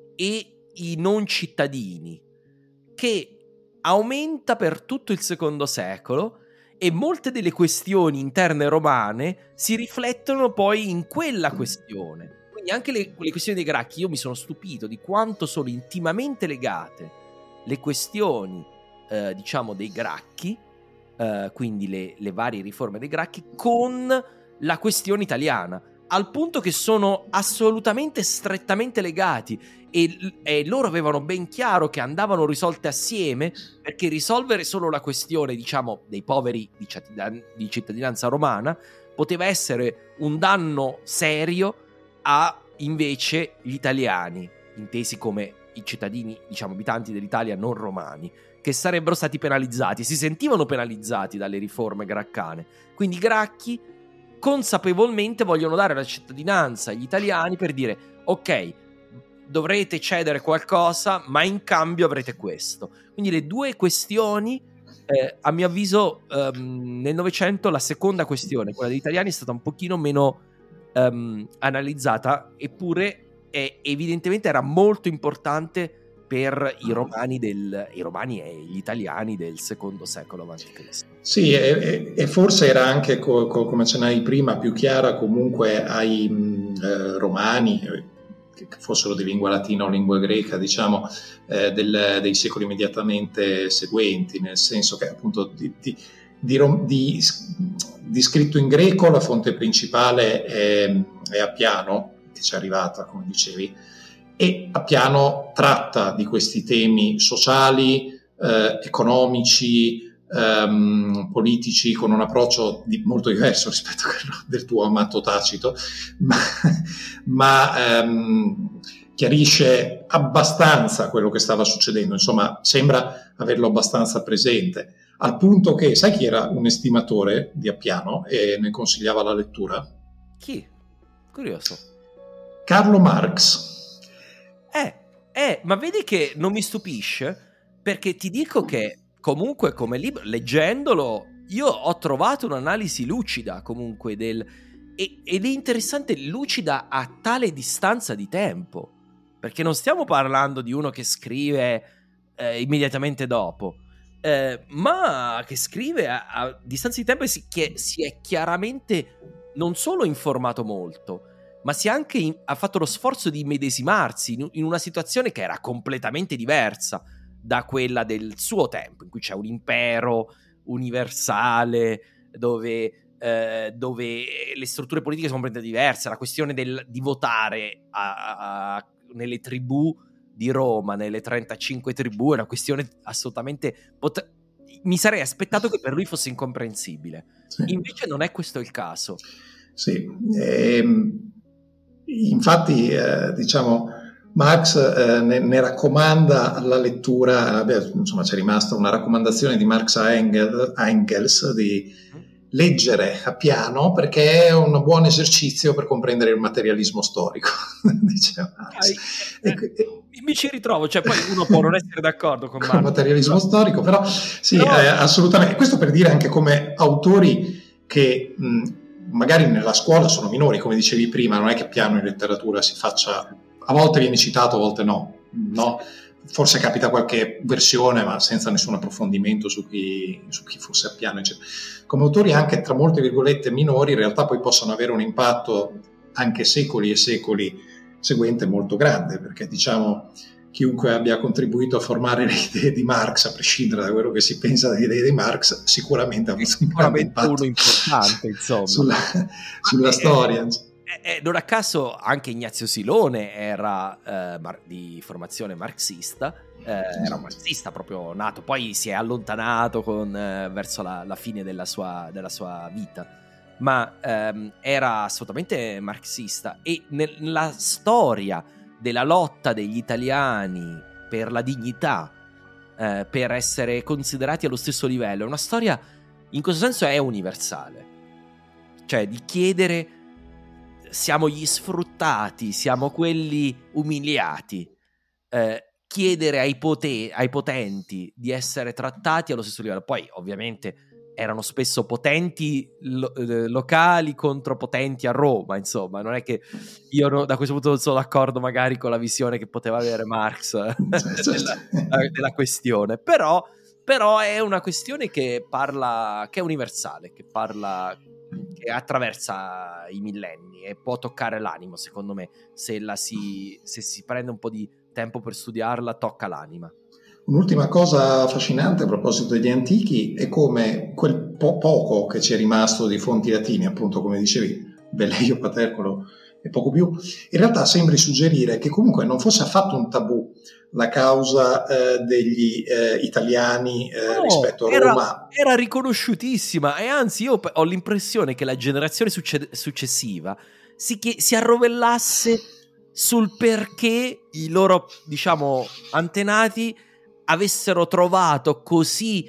e i non cittadini, che aumenta per tutto il secondo secolo, e molte delle questioni interne romane si riflettono poi in quella questione. Quindi anche le, le questioni dei Gracchi, io mi sono stupito di quanto sono intimamente legate le questioni, eh, diciamo, dei Gracchi, eh, quindi le, le varie riforme dei Gracchi, con la questione italiana, al punto che sono assolutamente strettamente legati. E, e loro avevano ben chiaro che andavano risolte assieme, perché risolvere solo la questione, diciamo, dei poveri di, cittadin- di cittadinanza romana poteva essere un danno serio a invece gli italiani, intesi come i cittadini, diciamo, abitanti dell'Italia non romani, che sarebbero stati penalizzati, si sentivano penalizzati dalle riforme graccane. Quindi i Gracchi consapevolmente vogliono dare la cittadinanza agli italiani per dire: ok, dovrete cedere qualcosa, ma in cambio avrete questo. Quindi le due questioni, eh, a mio avviso, um, nel Novecento la seconda questione, quella degli italiani, è stata un pochino meno um, analizzata, eppure è, evidentemente era molto importante per i romani, del, i romani e gli italiani del secondo secolo avanti Cristo. Sì, e, e forse era anche, co, co, come accennavi prima, più chiara comunque ai mh, eh, romani, che fossero di lingua latina o lingua greca, diciamo, eh, del, dei secoli immediatamente seguenti, nel senso che appunto di, di, di, di, di scritto in greco la fonte principale è, è Appiano, che ci è arrivata, come dicevi, e Appiano tratta di questi temi sociali, eh, economici, ehm, politici, con un approccio di, molto diverso rispetto a quello del tuo amato Tacito, ma, ma ehm, chiarisce abbastanza quello che stava succedendo, insomma sembra averlo abbastanza presente, al punto che, sai chi era un estimatore di Appiano e ne consigliava la lettura? Chi? Curioso. Carlo Marx. Eh, eh, ma vedi che non mi stupisce, perché ti dico che comunque come libro, leggendolo, io ho trovato un'analisi lucida comunque del... E, ed è interessante, lucida a tale distanza di tempo, perché non stiamo parlando di uno che scrive eh, immediatamente dopo, eh, ma che scrive a, a distanza di tempo e si, che si è chiaramente non solo informato molto, ma si è anche in, ha fatto lo sforzo di medesimarsi in, in una situazione che era completamente diversa da quella del suo tempo, in cui c'è un impero universale dove, eh, dove le strutture politiche sono completamente diverse. La questione del, di votare a, a, a, nelle tribù di Roma, nelle trentacinque tribù, è una questione assolutamente... Pot- mi sarei aspettato che per lui fosse incomprensibile. Sì. Invece non è questo il caso. Sì, ehm... Infatti, eh, diciamo, Marx eh, ne, ne raccomanda la lettura, beh, insomma c'è rimasta una raccomandazione di Marx a Engels, a Engels di leggere Appiano, perché è un buon esercizio per comprendere il materialismo storico, dice Marx. Eh, eh, e, mi ci ritrovo, cioè poi uno può non essere d'accordo con, con il materialismo però, storico, però sì, però... Eh, assolutamente. Questo per dire anche come autori che... Mh, magari nella scuola sono minori, come dicevi prima, non è che Appiano in letteratura si faccia, a volte viene citato, a volte no, no? Forse capita qualche versione, ma senza nessun approfondimento su chi, su chi fosse Appiano, eccetera. Come autori anche tra molte virgolette minori, in realtà poi possono avere un impatto anche secoli e secoli seguente molto grande, perché diciamo chiunque abbia contribuito a formare le idee di Marx, a prescindere da quello che si pensa delle idee di Marx, sicuramente ha avuto un grande impatto uno importante, insomma, sulla, sulla eh, storia. Eh, eh, non a caso anche Ignazio Silone era eh, mar- di formazione marxista, eh, esatto. Era un marxista proprio nato, poi si è allontanato con, eh, verso la, la fine della sua, della sua vita, ma ehm, era assolutamente marxista, e nella storia della lotta degli italiani per la dignità eh, per essere considerati allo stesso livello. È una storia, in questo senso, è universale, cioè di chiedere: siamo gli sfruttati, siamo quelli umiliati, eh, chiedere ai, pote- ai potenti di essere trattati allo stesso livello. Poi ovviamente erano spesso potenti lo- eh, locali contro potenti a Roma, insomma, non è che io no, da questo punto non sono d'accordo magari con la visione che poteva avere Marx della, della questione, però, però è una questione che parla, che è universale, che parla, che attraversa i millenni e può toccare l'animo, secondo me, se, la si, se si prende un po' di tempo per studiarla, tocca l'anima. Un'ultima cosa affascinante a proposito degli antichi è come quel po- poco che ci è rimasto di fonti latine, appunto come dicevi, Velleio, Patercolo e poco più, in realtà sembri suggerire che comunque non fosse affatto un tabù la causa eh, degli eh, italiani eh, no, rispetto a Roma. Era, era riconosciutissima, e anzi io ho l'impressione che la generazione succe- successiva si, chie- si arrovellasse sul perché i loro, diciamo, antenati avessero trovato così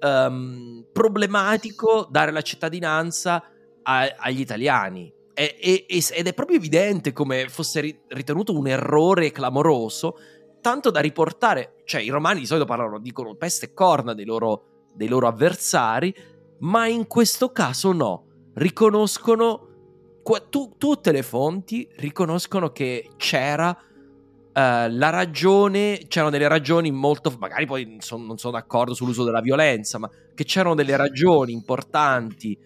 um, problematico dare la cittadinanza a, agli italiani. E, e, ed è proprio evidente come fosse ritenuto un errore clamoroso, tanto da riportare, cioè i romani di solito parlano, dicono peste e corna dei loro, dei loro avversari, ma in questo caso no, riconoscono, tu, tutte le fonti riconoscono che c'era Uh, la ragione, c'erano delle ragioni molto, magari poi non sono, non sono d'accordo sull'uso della violenza, ma che c'erano delle ragioni importanti,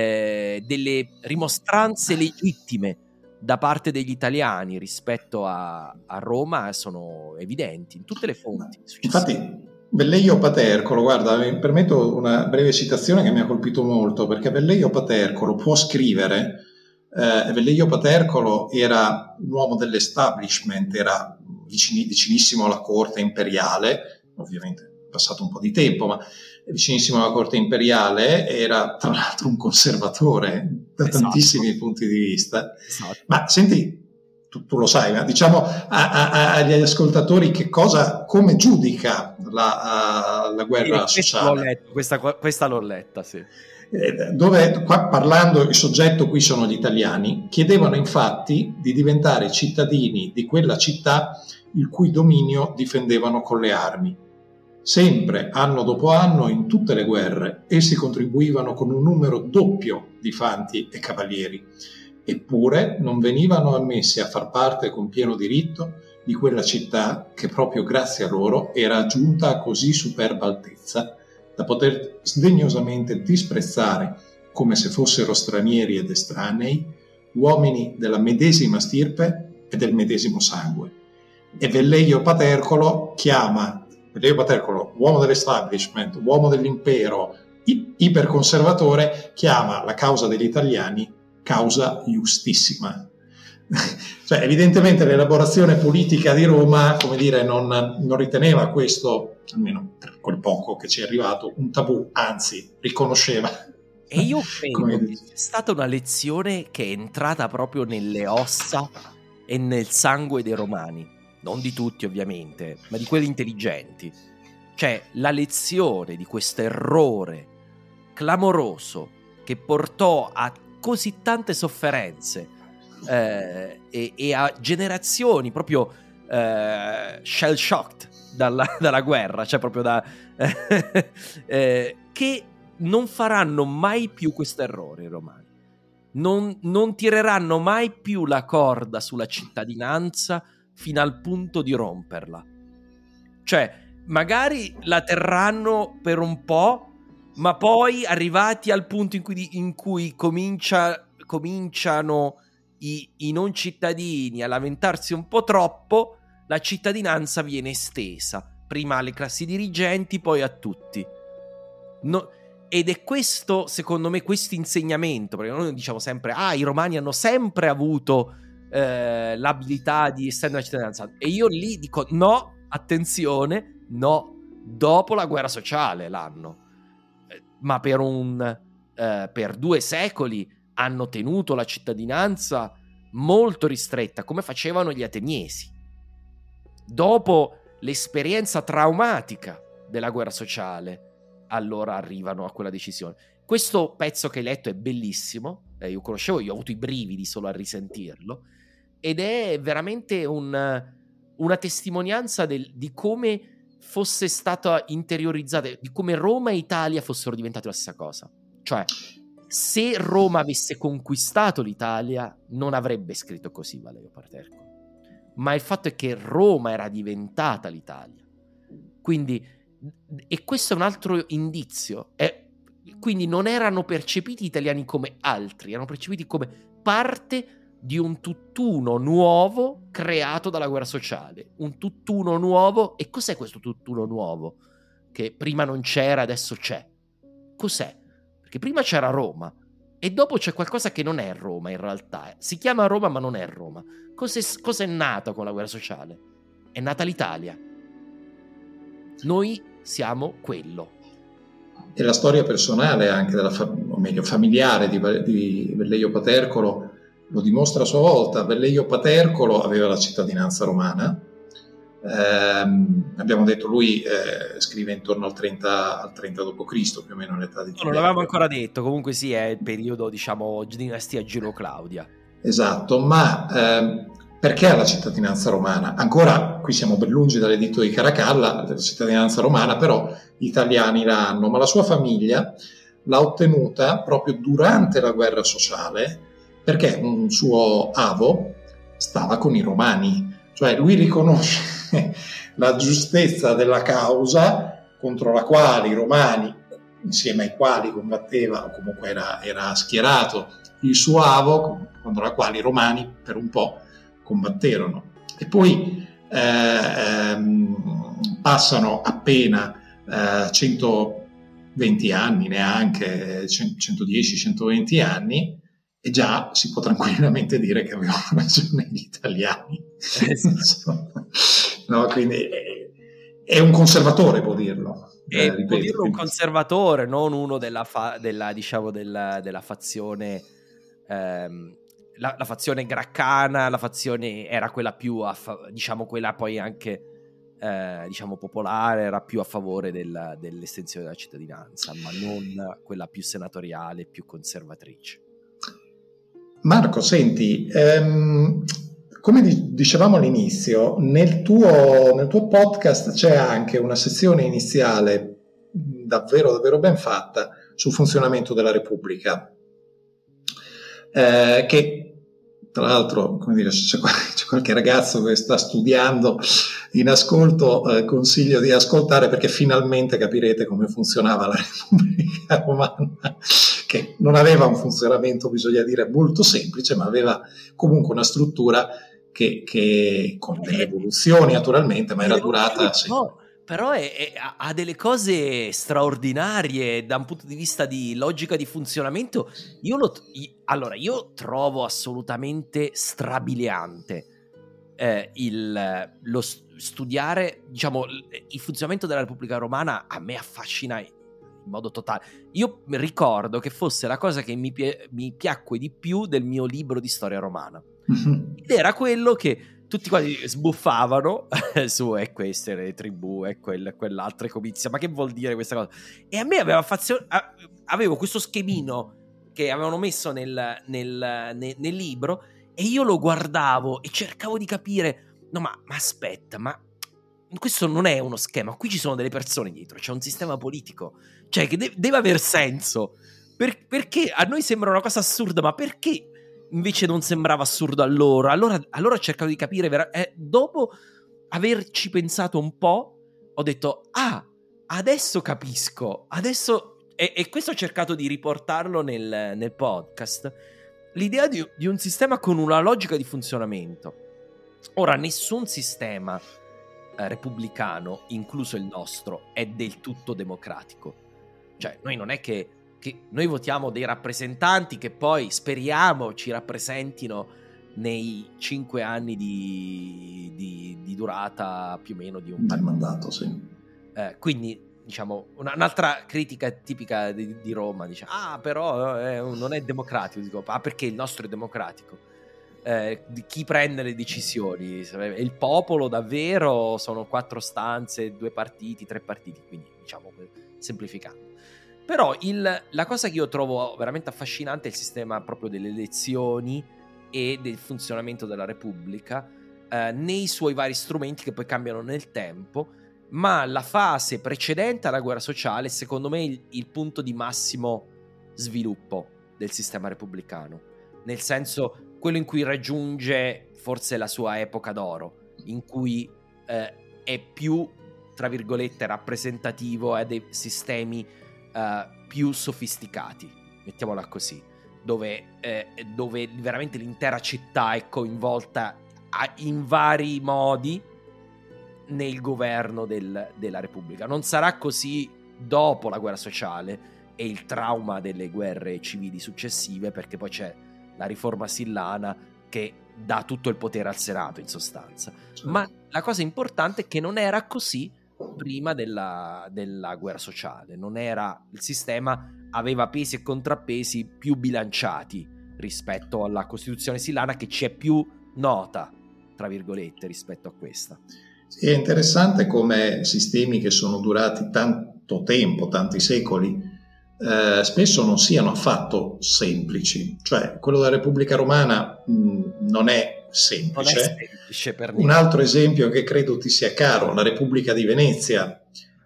eh, delle rimostranze legittime da parte degli italiani rispetto a, a Roma sono evidenti in tutte le fonti. Infatti Velleio Patercolo, guarda, mi permetto una breve citazione che mi ha colpito molto, perché Velleio Patercolo può scrivere. Eh, Velleio Patercolo era un uomo dell'establishment, era vicini, vicinissimo alla corte imperiale, ovviamente è passato un po' di tempo, ma vicinissimo alla corte imperiale, era tra l'altro un conservatore da esatto. tantissimi punti di vista. Esatto. Ma senti, tu, tu lo sai, ma diciamo a, a, agli ascoltatori che cosa, come giudica la, a, la guerra sì, sociale. L'ho letto, questa, questa l'ho letta, sì. Dove, qua parlando, il soggetto qui sono gli italiani, chiedevano infatti di diventare cittadini di quella città il cui dominio difendevano con le armi. Sempre, anno dopo anno, in tutte le guerre, essi contribuivano con un numero doppio di fanti e cavalieri, eppure non venivano ammessi a far parte con pieno diritto di quella città che proprio grazie a loro era giunta a così superba altezza da poter sdegnosamente disprezzare, come se fossero stranieri ed estranei, uomini della medesima stirpe e del medesimo sangue. E Velleio Patercolo chiama, Velleio Patercolo, uomo dell'establishment, uomo dell'impero, i- iperconservatore, chiama la causa degli italiani causa giustissima. Cioè, evidentemente l'elaborazione politica di Roma, come dire, non, non riteneva questo, almeno per quel poco che ci è arrivato, un tabù, anzi, riconosceva. E io credo che sia stata una lezione che è entrata proprio nelle ossa e nel sangue dei romani, non di tutti ovviamente, ma di quelli intelligenti. Cioè, la lezione di questo errore clamoroso che portò a così tante sofferenze, Eh, e, e a generazioni proprio eh, shell shocked dalla, dalla guerra, cioè proprio da eh, eh, che non faranno mai più questo errore i romani, non, non tireranno mai più la corda sulla cittadinanza fino al punto di romperla. Cioè magari la terranno per un po', ma poi arrivati al punto in cui, in cui comincia, cominciano I, i non cittadini a lamentarsi un po' troppo, la cittadinanza viene estesa prima alle classi dirigenti, poi a tutti. No, ed è questo, secondo me, questo insegnamento, perché noi diciamo sempre ah, i romani hanno sempre avuto eh, l'abilità di estendere la cittadinanza, e io lì dico no, attenzione, no, dopo la guerra sociale l'hanno, eh, ma per un eh, per due secoli hanno tenuto la cittadinanza molto ristretta, come facevano gli ateniesi. Dopo l'esperienza traumatica della guerra sociale, allora arrivano a quella decisione. Questo pezzo che hai letto è bellissimo, eh, io conoscevo, io ho avuto i brividi solo a risentirlo, ed è veramente un, una testimonianza del, di come fosse stata interiorizzata, di come Roma e Italia fossero diventate la stessa cosa. Cioè, se Roma avesse conquistato l'Italia, non avrebbe scritto così Valerio Patercolo. Ma il fatto è che Roma era diventata l'Italia. Quindi, e questo è un altro indizio. È, quindi non erano percepiti gli italiani come altri, erano percepiti come parte di un tutt'uno nuovo creato dalla guerra sociale. Un tutt'uno nuovo. E cos'è questo tutt'uno nuovo? Che prima non c'era, adesso c'è. Cos'è? Perché prima c'era Roma e dopo c'è qualcosa che non è Roma in realtà. Si chiama Roma ma non è Roma. Cos'è, cos'è nato con la guerra sociale? È nata l'Italia. Noi siamo quello. E la storia personale anche, della fa- o meglio familiare di, di Velleio Patercolo lo dimostra a sua volta. Velleio Patercolo aveva la cittadinanza romana. Eh, abbiamo detto lui eh, scrive intorno al trenta, al trenta dopo Cristo, più o meno l'età di Tiberio. Non l'avevamo ancora detto, comunque sì, è il periodo, diciamo, dinastia Giro-Claudia. Esatto, ma eh, perché ha la cittadinanza romana? Ancora qui siamo ben lungi dall'editto di Caracalla, la cittadinanza romana, però gli italiani la hanno, ma la sua famiglia l'ha ottenuta proprio durante la guerra sociale, perché un suo avo stava con i romani, cioè lui riconosce la giustezza della causa contro la quale i romani, insieme ai quali combatteva o comunque era, era schierato il suo avo, contro la quale i romani per un po' combatterono. E poi eh, ehm, passano appena eh, centoventi anni, neanche centodieci centoventi anni, e già si può tranquillamente dire che avevano ragione gli italiani. No, quindi è, è un conservatore, può dirlo. E eh, ripeto, può dirlo quindi... un conservatore, non uno della, fa- della diciamo della, della fazione ehm, la, la fazione graccana, la fazione era quella più a fa- diciamo quella poi anche eh, diciamo popolare, era più a favore del, dell'estensione della cittadinanza, ma non quella più senatoriale, più conservatrice. Marco, senti, ehm, come dicevamo all'inizio, nel tuo, nel tuo podcast c'è anche una sezione iniziale davvero, davvero ben fatta sul funzionamento della Repubblica, eh, che tra l'altro, come dire, c'è, c'è qualche ragazzo che sta studiando in ascolto, eh, consiglio di ascoltare, perché finalmente capirete come funzionava la Repubblica Romana, che non aveva un funzionamento, bisogna dire, molto semplice, ma aveva comunque una struttura che, che con delle evoluzioni naturalmente, ma era durata sempre. No, però è, è, ha delle cose straordinarie da un punto di vista di logica di funzionamento. Io lo, allora, io trovo assolutamente strabiliante eh, il, lo studiare, diciamo, il funzionamento della Repubblica Romana. A me affascina in modo totale. Io ricordo che fosse la cosa che mi, mi piacque di più del mio libro di storia romana. Mm-hmm. Ed era quello che tutti quanti sbuffavano su e queste le tribù e quel, quell'altra comizia, ma che vuol dire questa cosa? E a me aveva fazio- avevo questo schemino che avevano messo nel, nel, nel, nel libro, e io lo guardavo e cercavo di capire, no ma, ma aspetta, ma questo non è uno schema, qui ci sono delle persone dietro, c'è un sistema politico, cioè che de- deve aver senso. Per- perché a noi sembra una cosa assurda, ma perché invece non sembrava assurdo a loro? Allora, allora cercavo di capire, vera- eh, dopo averci pensato un po', ho detto, ah, adesso capisco, adesso, e, e questo ho cercato di riportarlo nel, nel podcast, l'idea di, di un sistema con una logica di funzionamento. Ora, nessun sistema eh, repubblicano, incluso il nostro, è del tutto democratico. Cioè, noi non è che che noi votiamo dei rappresentanti che poi speriamo ci rappresentino nei cinque anni di, di, di durata più o meno di un del mandato, sì. Eh, quindi, diciamo, una, un'altra critica tipica di, di Roma dice, ah, però eh, non è democratico. Dico, ah, perché il nostro è democratico? eh, di chi prende le decisioni. Il popolo davvero sono quattro stanze, due partiti, tre partiti, quindi diciamo semplificando. Però il, la cosa che io trovo veramente affascinante è il sistema proprio delle elezioni e del funzionamento della Repubblica, eh, nei suoi vari strumenti che poi cambiano nel tempo, ma la fase precedente alla guerra sociale secondo me è il, il punto di massimo sviluppo del sistema repubblicano, nel senso quello in cui raggiunge forse la sua epoca d'oro, in cui eh, è più, tra virgolette, rappresentativo, ha dei sistemi Uh, più sofisticati, mettiamola così, dove, eh, dove veramente l'intera città è coinvolta a, in vari modi nel governo del, della Repubblica. Non sarà così dopo la guerra sociale e il trauma delle guerre civili successive, perché poi c'è la riforma sillana che dà tutto il potere al Senato in sostanza. Certo. Ma la cosa importante è che non era così prima della, della guerra sociale. Non era, il sistema aveva pesi e contrappesi più bilanciati rispetto alla Costituzione sillana, che ci è più nota, tra virgolette, rispetto a questa. Sì, è interessante come sistemi che sono durati tanto tempo, tanti secoli, eh, spesso non siano affatto semplici. Cioè, quello della Repubblica Romana mh, non è semplice. Non è semplice per Un altro esempio che credo ti sia caro, la Repubblica di Venezia,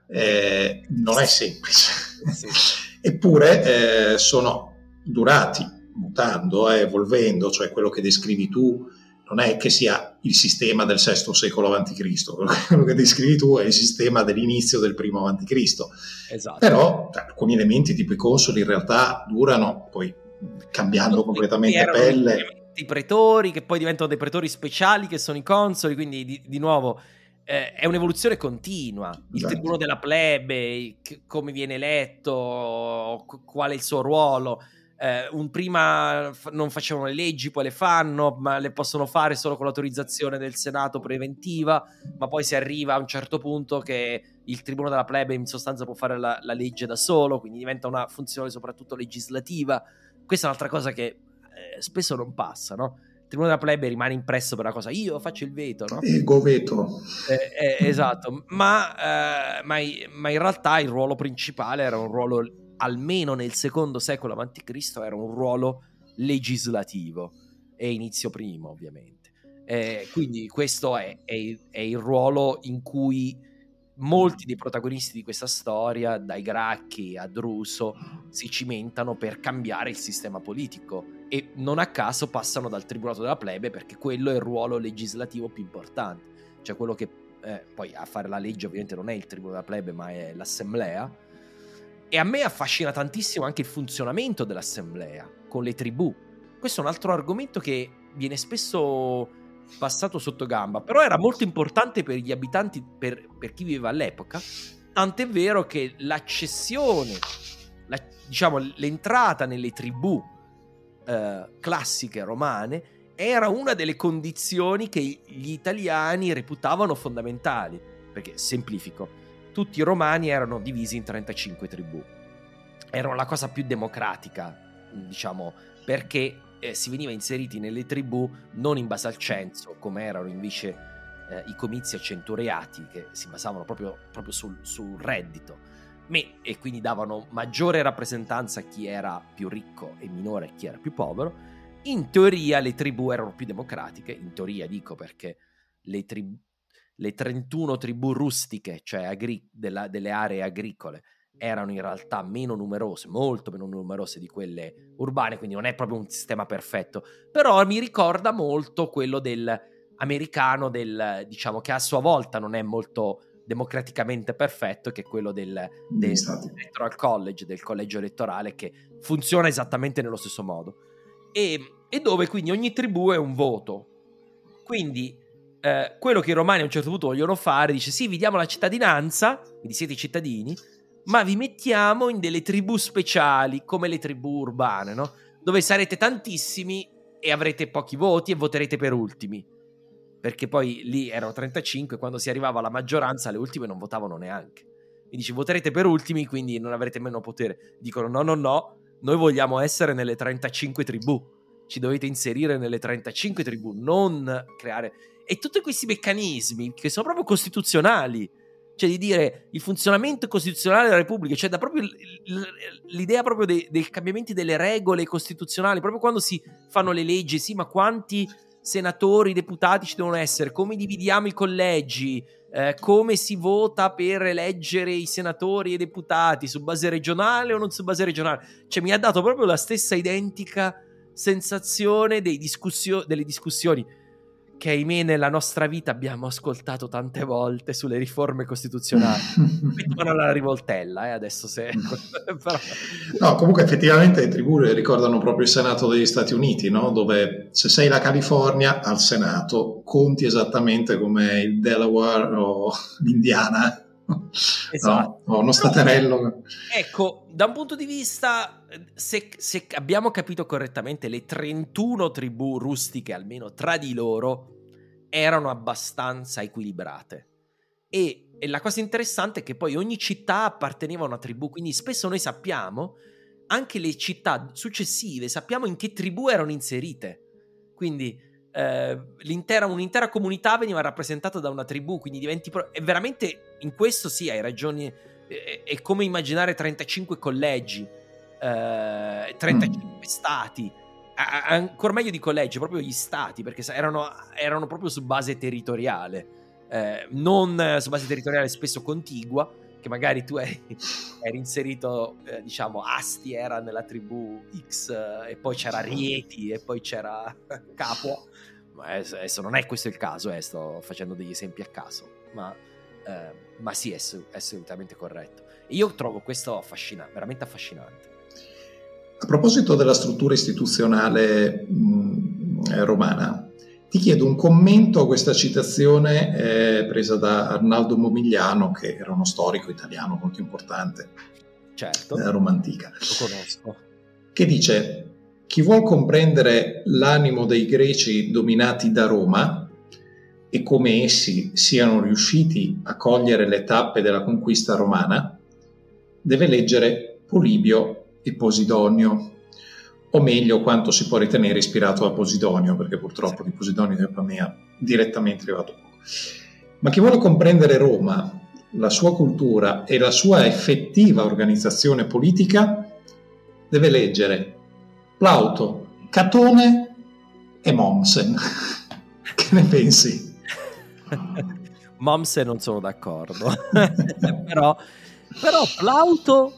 eh, non è semplice. Sì. Eppure eh, sono durati, mutando, eh, evolvendo, cioè quello che descrivi tu non è che sia il sistema del sesto secolo avanti Cristo, quello che descrivi tu è il sistema dell'inizio del primo avanti Cristo. Esatto. Però alcuni elementi tipo i consoli in realtà durano, poi cambiando Tutti completamente pelle. I pretori che poi diventano dei pretori speciali che sono i consoli, quindi di, di nuovo eh, è un'evoluzione continua. Il esatto. tribuno della plebe, c- come viene eletto, c- qual è il suo ruolo. Eh, un prima f- non facevano le leggi, poi le fanno, ma le possono fare solo con l'autorizzazione del Senato preventiva, ma poi si arriva a un certo punto che il tribuno della plebe in sostanza può fare la, la legge da solo, quindi diventa una funzione soprattutto legislativa. Questa è un'altra cosa che eh, spesso non passa, no? Il tribuno della plebe rimane impresso per una cosa, io faccio il veto, no? Ego veto. Eh, eh, esatto, ma, eh, ma, ma in realtà il ruolo principale era un ruolo, almeno nel secondo secolo avanti Cristo, era un ruolo legislativo, e inizio primo ovviamente. Eh, quindi questo è, è, è il ruolo in cui molti dei protagonisti di questa storia, dai Gracchi a Druso, si cimentano per cambiare il sistema politico, e non a caso passano dal tribunato della plebe, perché quello è il ruolo legislativo più importante, cioè quello che eh, poi a fare la legge ovviamente non è il tribuno della plebe ma è l'assemblea. E a me affascina tantissimo anche il funzionamento dell'assemblea con le tribù. Questo è un altro argomento che viene spesso passato sotto gamba, però era molto importante per gli abitanti, per, per chi viveva all'epoca, tant'è vero che l'accessione, la, diciamo l'entrata nelle tribù eh, classiche romane era una delle condizioni che gli italiani reputavano fondamentali, perché, semplifico, tutti i romani erano divisi in trentacinque tribù, erano la cosa più democratica, diciamo, perché eh, si veniva inseriti nelle tribù non in base al censo, come erano invece eh, i comizi accentuariati, che si basavano proprio, proprio sul, sul reddito, Me, e quindi davano maggiore rappresentanza a chi era più ricco e minore a chi era più povero. In teoria le tribù erano più democratiche, in teoria dico perché le, trib- le trentuno tribù rustiche, cioè agri- della, delle aree agricole, erano in realtà meno numerose, molto meno numerose di quelle urbane, quindi non è proprio un sistema perfetto, però mi ricorda molto quello del americano, del, diciamo, che a sua volta non è molto democraticamente perfetto, che è quello del, del electoral college, del collegio elettorale, che funziona esattamente nello stesso modo, e, e dove quindi ogni tribù è un voto. Quindi eh, quello che i romani a un certo punto vogliono fare, dice sì, vi diamo la cittadinanza, quindi siete cittadini, ma vi mettiamo in delle tribù speciali, come le tribù urbane, no? Dove sarete tantissimi e avrete pochi voti e voterete per ultimi, perché poi lì erano trentacinque, quando si arrivava alla maggioranza le ultime non votavano neanche, e dici voterete per ultimi, quindi non avrete meno potere. Dicono no no no, noi vogliamo essere nelle trentacinque tribù, ci dovete inserire nelle trentacinque tribù, non creare... E tutti questi meccanismi che sono proprio costituzionali, cioè di dire il funzionamento costituzionale della Repubblica, cioè da proprio l'idea proprio dei, dei cambiamenti delle regole costituzionali, proprio quando si fanno le leggi, sì, ma quanti senatori, deputati ci devono essere, come dividiamo i collegi, eh, come si vota per eleggere i senatori e i deputati, su base regionale o non su base regionale, cioè mi ha dato proprio la stessa identica sensazione dei discussio- delle discussioni che ahimè nella nostra vita abbiamo ascoltato tante volte sulle riforme costituzionali. Mettono alla rivoltella, eh, adesso se... Però... No, comunque effettivamente le tribù ricordano proprio il Senato degli Stati Uniti, no? Dove se sei la California, al Senato conti esattamente come il Delaware o l'Indiana, esatto. No? O uno staterello. Ecco, da un punto di vista, se, se abbiamo capito correttamente, le trentuno tribù rustiche, almeno tra di loro, erano abbastanza equilibrate. E, e la cosa interessante è che poi ogni città apparteneva a una tribù, quindi spesso noi sappiamo, anche le città successive, sappiamo in che tribù erano inserite. Quindi eh, l'intera, un'intera comunità veniva rappresentata da una tribù, quindi diventi... Pro- e veramente in questo sì, hai ragioni, è, è come immaginare trentacinque collegi, eh, trentacinque mm. stati, ancora meglio di collegi, proprio gli stati, perché erano, erano proprio su base territoriale, eh, non su base territoriale spesso contigua, che magari tu eri, eri inserito, eh, diciamo, Asti era nella tribù X, eh, e poi c'era Rieti e poi c'era Capua, ma adesso non è questo il caso, eh, sto facendo degli esempi a caso, ma, eh, ma sì, è, è assolutamente corretto. Io trovo questo affascinante, veramente affascinante. A proposito della struttura istituzionale mh, romana, ti chiedo un commento a questa citazione eh, presa da Arnaldo Momigliano, che era uno storico italiano molto importante, certo, della Roma antica. Lo conosco. Che dice: chi vuol comprendere l'animo dei greci dominati da Roma e come essi siano riusciti a cogliere le tappe della conquista romana, deve leggere Polibio e Posidonio, o meglio quanto si può ritenere ispirato a Posidonio, perché purtroppo di Posidonio e Epamea direttamente arrivato poco. Ma chi vuole comprendere Roma, la sua cultura e la sua effettiva organizzazione politica deve leggere Plauto, Catone e Mommsen. Che ne pensi? Mommsen non sono d'accordo. però, però Plauto...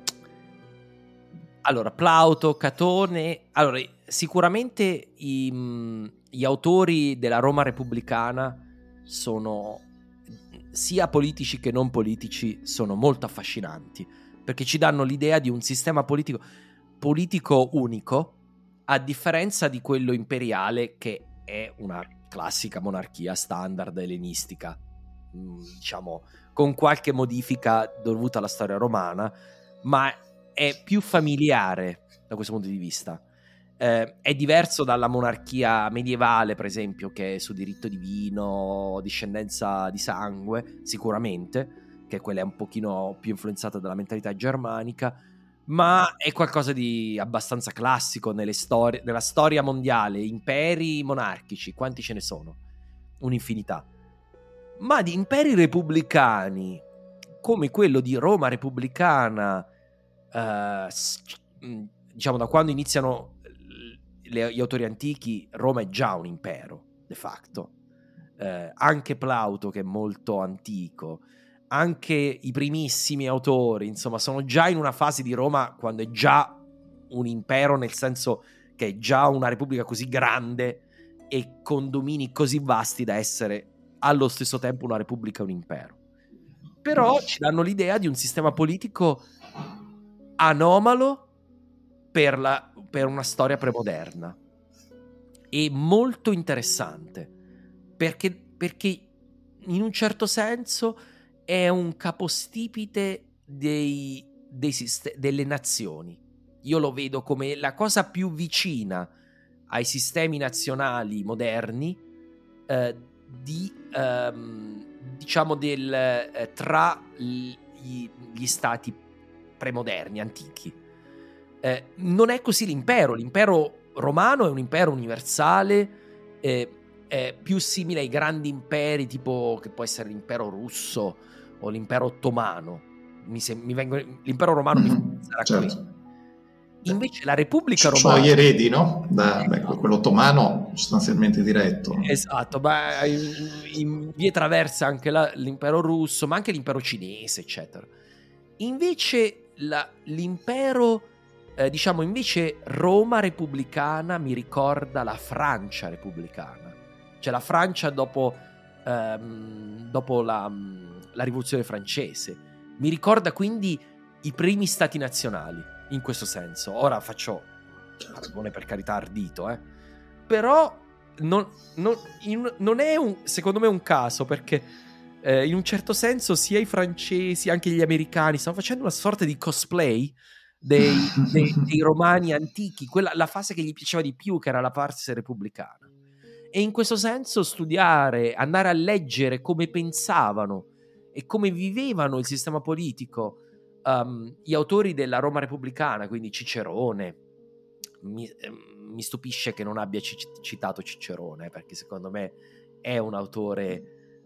Allora, Plauto, Catone... Allora, sicuramente i, gli autori della Roma repubblicana sono, sia politici che non politici, sono molto affascinanti, perché ci danno l'idea di un sistema politico, politico unico, a differenza di quello imperiale, che è una classica monarchia standard ellenistica, diciamo, con qualche modifica dovuta alla storia romana, ma è più familiare da questo punto di vista. Eh, è diverso dalla monarchia medievale, per esempio, che è su diritto divino, discendenza di sangue, sicuramente, che quella è un pochino più influenzata dalla mentalità germanica, ma è qualcosa di abbastanza classico nelle storie, nella storia mondiale. Imperi monarchici, quanti ce ne sono? Un'infinità. Ma di imperi repubblicani, come quello di Roma repubblicana, Uh, diciamo da quando iniziano le, gli autori antichi, Roma è già un impero de facto, uh, anche Plauto, che è molto antico, anche i primissimi autori, insomma, sono già in una fase di Roma quando è già un impero, nel senso che è già una repubblica così grande e con domini così vasti da essere allo stesso tempo una repubblica e un impero. Però ci danno l'idea di un sistema politico anomalo per, la, per una storia premoderna, e molto interessante perché, perché in un certo senso è un capostipite dei, dei sist- delle nazioni. Io lo vedo come la cosa più vicina ai sistemi nazionali moderni, eh, di ehm, diciamo del eh, tra gli, gli stati premoderni, antichi. Eh, non è così l'impero. L'impero romano è un impero universale, eh, è più simile ai grandi imperi, tipo che può essere l'impero russo o l'impero ottomano. Mi se- mi vengo, l'impero romano mi fa pensare a certo. questo. Invece la Repubblica Su- Romana, suoi eredi, no? Da, beh, esatto, quello ottomano sostanzialmente diretto. esatto, ma in, in vie traverse anche la- l'impero russo, ma anche l'impero cinese, eccetera. Invece la- l'impero, eh, diciamo, invece Roma repubblicana mi ricorda la Francia repubblicana, cioè la Francia dopo, ehm, dopo la, la rivoluzione francese. Mi ricorda quindi i primi stati nazionali, in questo senso. Ora faccio paragone, per carità, ardito, eh. Però non, non- in- non è un, secondo me un caso, perché eh, in un certo senso sia i francesi, anche gli americani stanno facendo una sorta di cosplay dei, dei- dei romani antichi, quella, la fase che gli piaceva di più, che era la parte repubblicana. E in questo senso studiare, andare a leggere come pensavano e come vivevano il sistema politico, um, gli autori della Roma repubblicana, quindi Cicerone. Mi, ehm, mi stupisce che non abbia ci- citato Cicerone, perché secondo me è un autore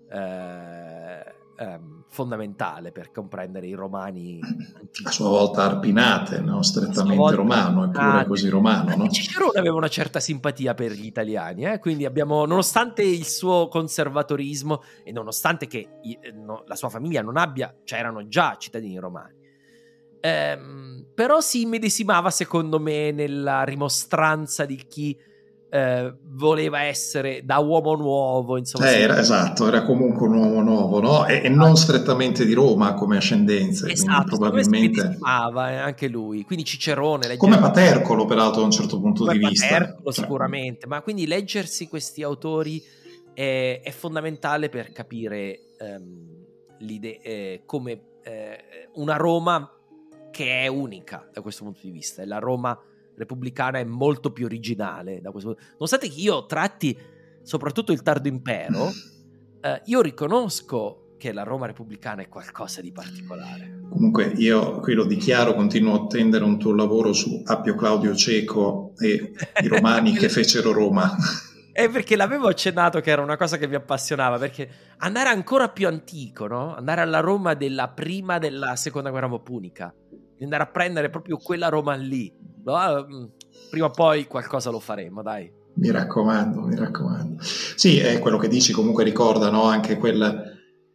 eh, ehm, fondamentale per comprendere i romani antichi. A sua volta Arpinate, no? A sua Strettamente volta romano, eppure Arpinate. così romano, no? Anche Cicerone aveva una certa simpatia per gli italiani, eh? Quindi abbiamo, nonostante il suo conservatorismo e nonostante che i- no, la sua famiglia non abbia, cioè erano già cittadini romani, ehm, però si immedesimava, secondo me, nella rimostranza di chi eh, voleva essere da uomo nuovo, insomma. Eh, si- era, esatto, era comunque un uomo nuovo, no? E, e non strettamente di Roma come ascendenze, quindi Esatto, secondo me si probabilmente... immedesimava eh, anche lui. Quindi Cicerone, leggere- Come Patercolo, peraltro, da un certo punto come di vista. Patercolo, Cioè, sicuramente, ma quindi leggersi questi autori è, è fondamentale per capire ehm, l'ide- eh, come eh, una Roma che è unica da questo punto di vista, e la Roma repubblicana è molto più originale da questo punto. Nonostante che io tratti soprattutto il tardo impero, eh, io riconosco che la Roma repubblicana è qualcosa di particolare. Comunque io qui lo dichiaro, continuo a attendere un tuo lavoro su Appio Claudio Ceco e i romani che fecero Roma. È perché l'avevo accennato che era una cosa che mi appassionava, perché andare ancora più antico, no? Andare alla Roma della prima della seconda guerra punica, andare a prendere proprio quella Roma lì, no? Prima o poi qualcosa lo faremo, dai. Mi raccomando, mi raccomando. Sì, è quello che dici, comunque ricorda, no? Anche quel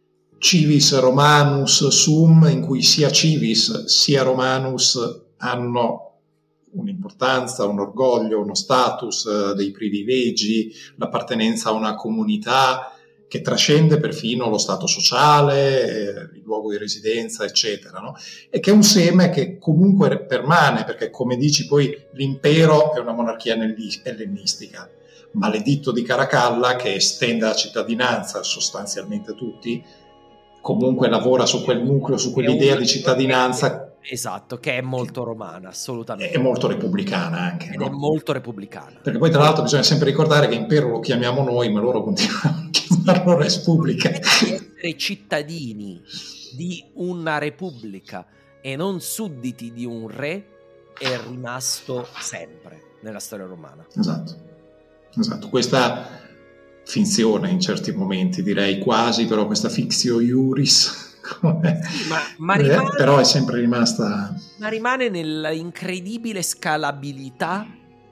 civis romanus sum, in cui sia civis sia romanus hanno un'importanza, un orgoglio, uno status, eh, dei privilegi, l'appartenenza a una comunità che trascende perfino lo stato sociale, eh, il luogo di residenza, eccetera, no? E che è un seme che comunque permane, perché come dici poi l'impero è una monarchia ellenistica, ma l'editto di Caracalla, che estende la cittadinanza sostanzialmente a tutti, comunque lavora su quel nucleo, su quell'idea di cittadinanza. Esatto, che è molto romana, assolutamente. È molto repubblicana anche, Ed no? è molto repubblicana. Perché poi tra l'altro bisogna sempre ricordare che impero lo chiamiamo noi, ma loro continuano a chiamarlo repubblica. Il fatto di essere cittadini di una repubblica e non sudditi di un re è rimasto sempre nella storia romana. Esatto, esatto. Questa finzione in certi momenti, direi quasi, però questa fictio iuris... Sì, ma, ma eh, rimane, però è sempre rimasta, ma rimane nell'incredibile scalabilità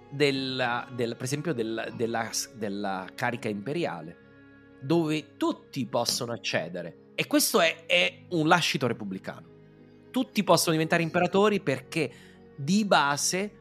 della, del, per esempio del, della, della carica imperiale, dove tutti possono accedere, e questo è, è un lascito repubblicano. Tutti possono diventare imperatori, perché di base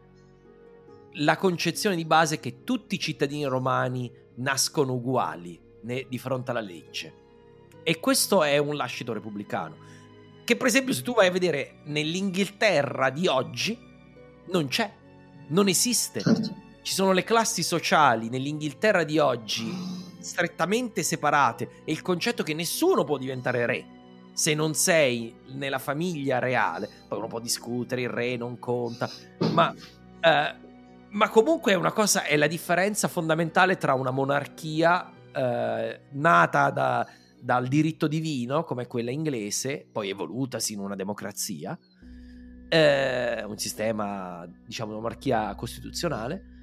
la concezione di base è che tutti i cittadini romani nascono uguali né, di fronte alla legge. E questo è un lascito repubblicano, che per esempio se tu vai a vedere nell'Inghilterra di oggi non c'è, non esiste. certo. Ci sono le classi sociali nell'Inghilterra di oggi strettamente separate, e il concetto che nessuno può diventare re se non sei nella famiglia reale. Poi uno può discutere, il re non conta, ma, eh, ma comunque è una cosa, è la differenza fondamentale tra una monarchia eh, nata da dal diritto divino, come quella inglese, poi evolutasi in una democrazia, eh, un sistema, diciamo, una monarchia costituzionale,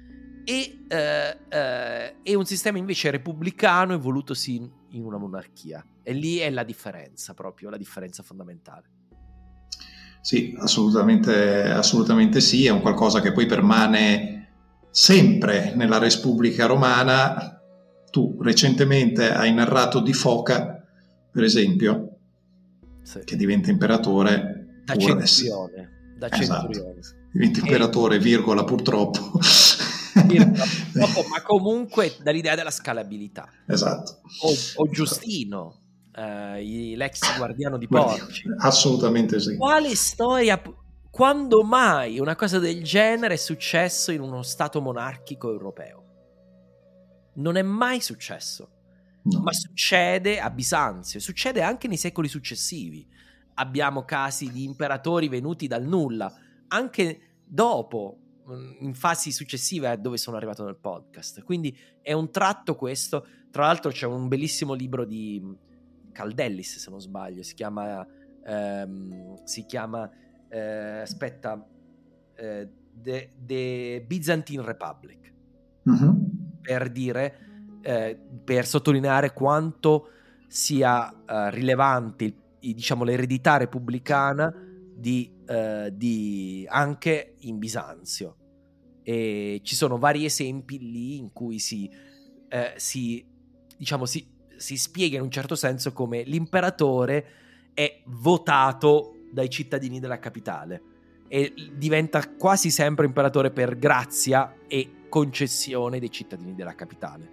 e, eh, eh, e un sistema invece repubblicano evolutosi in, in una monarchia. E lì è la differenza, proprio la differenza fondamentale. Sì, assolutamente, assolutamente sì, è un qualcosa che poi permane sempre nella Repubblica Romana. Tu recentemente hai narrato di Foca, per esempio, sì, che diventa imperatore da centurione, da centurione. Esatto. Diventa imperatore, e... virgola, purtroppo. Virgola, purtroppo, ma comunque dall'idea della scalabilità. Esatto. O, o Giustino, eh, l'ex guardiano di porci. Assolutamente sì. Quale storia, quando mai una cosa del genere è successo in uno stato monarchico europeo? Non è mai successo. No. Ma succede a Bisanzio, succede anche nei secoli successivi. Abbiamo casi di imperatori venuti dal nulla, anche dopo, in fasi successive a dove sono arrivato nel podcast. Quindi è un tratto questo. Tra l'altro c'è un bellissimo libro di Caldellis, se non sbaglio, si chiama ehm, si chiama eh, aspetta eh, The, The Byzantine Republic, mm-hmm. per dire eh, per sottolineare quanto sia eh, rilevante il, diciamo l'eredità repubblicana di, eh, di anche in Bisanzio, e ci sono vari esempi lì in cui si eh, si diciamo si, si spiega in un certo senso come l'imperatore è votato dai cittadini della capitale e diventa quasi sempre imperatore per grazia e concessione dei cittadini della capitale.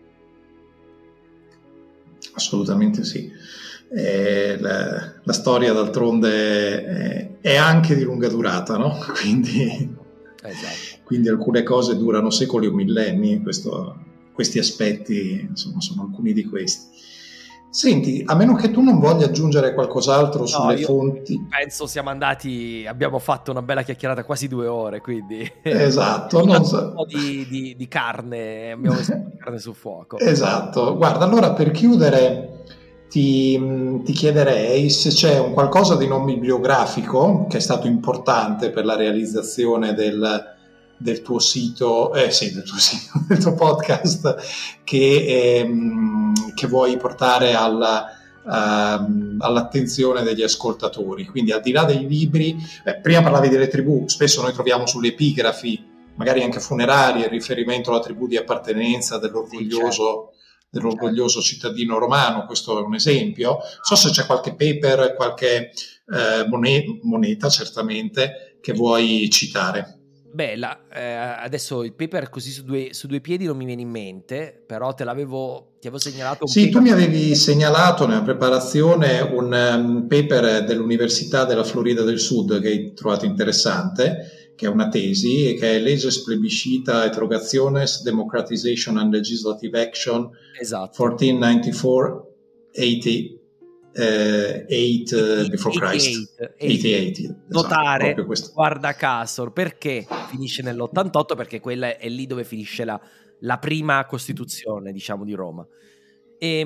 Assolutamente sì. Eh, la, la storia d'altronde è, è anche di lunga durata, no? Quindi, esatto. Quindi alcune cose durano secoli o millenni, questo, questi aspetti insomma sono alcuni di questi. Senti, a meno che tu non voglia aggiungere qualcos'altro no, sulle fonti. Penso siamo andati, abbiamo fatto una bella chiacchierata, quasi due ore, quindi. Esatto. non so. Un po' di, di, di carne, abbiamo messo un po' di carne sul fuoco. Esatto. Guarda, allora per chiudere ti, ti chiederei se c'è un qualcosa di non bibliografico che è stato importante per la realizzazione del, del tuo sito, eh sì, del tuo sito, del tuo podcast, che, ehm, che vuoi portare alla, uh, all'attenzione degli ascoltatori. Quindi al di là dei libri, eh, prima parlavi delle tribù, spesso noi troviamo sulle epigrafi, magari anche funerarie, il riferimento alla tribù di appartenenza dell'orgoglioso, sì, certo. dell'orgoglioso cittadino romano, questo è un esempio. Non so se c'è qualche paper, qualche eh, moneta, moneta certamente, che vuoi citare. Beh, la, eh, adesso il paper così su due, su due piedi non mi viene in mente, però te l'avevo, ti avevo segnalato un Sì, paper. Tu mi avevi segnalato nella preparazione un um, paper dell'Università della Florida del Sud che hai trovato interessante, che è una tesi, e che è Leges Plebiscita Erogationes, Democratization and Legislative Action, esatto. quattordicentonovantaquattro ottanta Uh, eight uh, before Christ ottantotto notare, esatto, guarda caso, perché finisce nell'ottantotto, perché quella è lì dove finisce la, la prima Costituzione, diciamo, di Roma, e,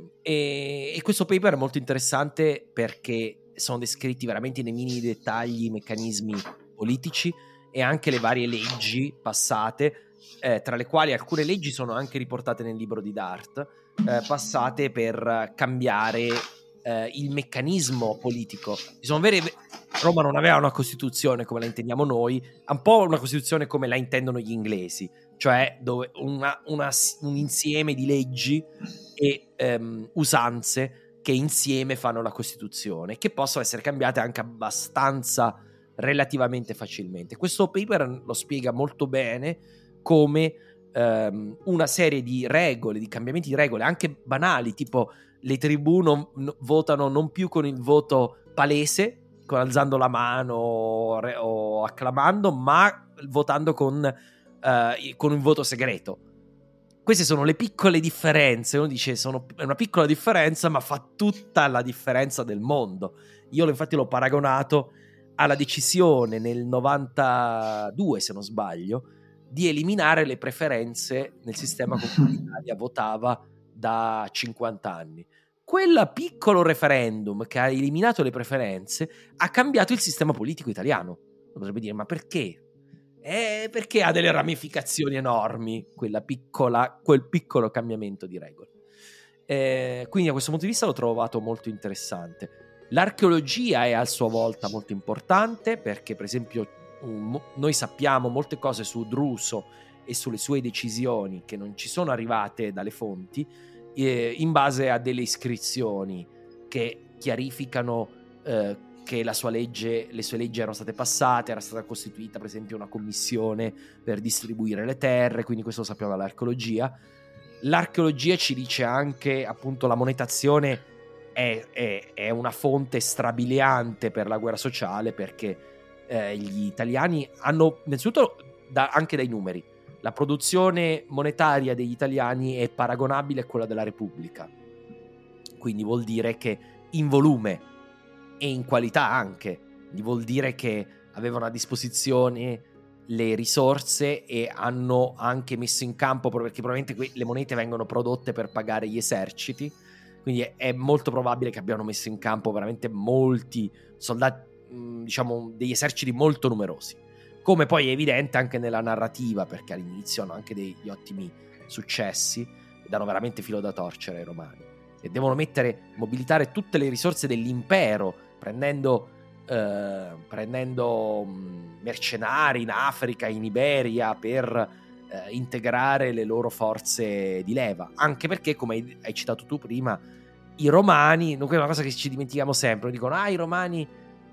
e, e questo paper è molto interessante perché sono descritti veramente nei minimi dettagli i meccanismi politici e anche le varie leggi passate, eh, tra le quali alcune leggi sono anche riportate nel libro di Dart, eh, passate per cambiare Uh, il meccanismo politico. Sono vere, Roma non aveva una costituzione come la intendiamo noi, un po' una costituzione come la intendono gli inglesi, cioè dove una, una, un insieme di leggi e um, usanze che insieme fanno la Costituzione, che possono essere cambiate anche abbastanza relativamente facilmente. Questo paper lo spiega molto bene come um, una serie di regole, di cambiamenti di regole, anche banali, tipo le tribù non, no, votano non più con il voto palese, con alzando la mano o, re, o acclamando, ma votando con, uh, con un voto segreto. Queste sono le piccole differenze. Uno dice sono, è una piccola differenza, ma fa tutta la differenza del mondo. Io infatti l'ho paragonato alla decisione nel novantadue, se non sbaglio, di eliminare le preferenze nel sistema con cui l'Italia votava da cinquanta anni. Quel piccolo referendum che ha eliminato le preferenze ha cambiato il sistema politico italiano. Potrebbe dire, ma perché? Eh, perché ha delle ramificazioni enormi, quella piccola, quel piccolo cambiamento di regole. Eh, quindi da questo punto di vista l'ho trovato molto interessante. L'archeologia è a sua volta molto importante, perché per esempio um, noi sappiamo molte cose su Druso e sulle sue decisioni che non ci sono arrivate dalle fonti, eh, in base a delle iscrizioni che chiarificano eh, che la sua legge, le sue leggi erano state passate, era stata costituita per esempio una commissione per distribuire le terre, quindi questo lo sappiamo dall'archeologia. L'archeologia ci dice anche, appunto, la monetazione è, è, è una fonte strabiliante per la guerra sociale, perché eh, gli italiani hanno, innanzitutto da, anche dai numeri, la produzione monetaria degli italiani è paragonabile a quella della Repubblica, quindi vuol dire che in volume e in qualità anche, gli vuol dire che avevano a disposizione le risorse e hanno anche messo in campo, proprio perché probabilmente le monete vengono prodotte per pagare gli eserciti, quindi è, è molto probabile che abbiano messo in campo veramente molti soldati, diciamo degli eserciti molto numerosi, come poi è evidente anche nella narrativa, perché all'inizio hanno anche degli ottimi successi e danno veramente filo da torcere ai romani, e devono mettere, mobilitare tutte le risorse dell'impero, prendendo eh, prendendo mh, mercenari in Africa, in Iberia, per eh, integrare le loro forze di leva, anche perché, come hai, hai citato tu prima, i romani, non è una cosa che ci dimentichiamo sempre, dicono ah i romani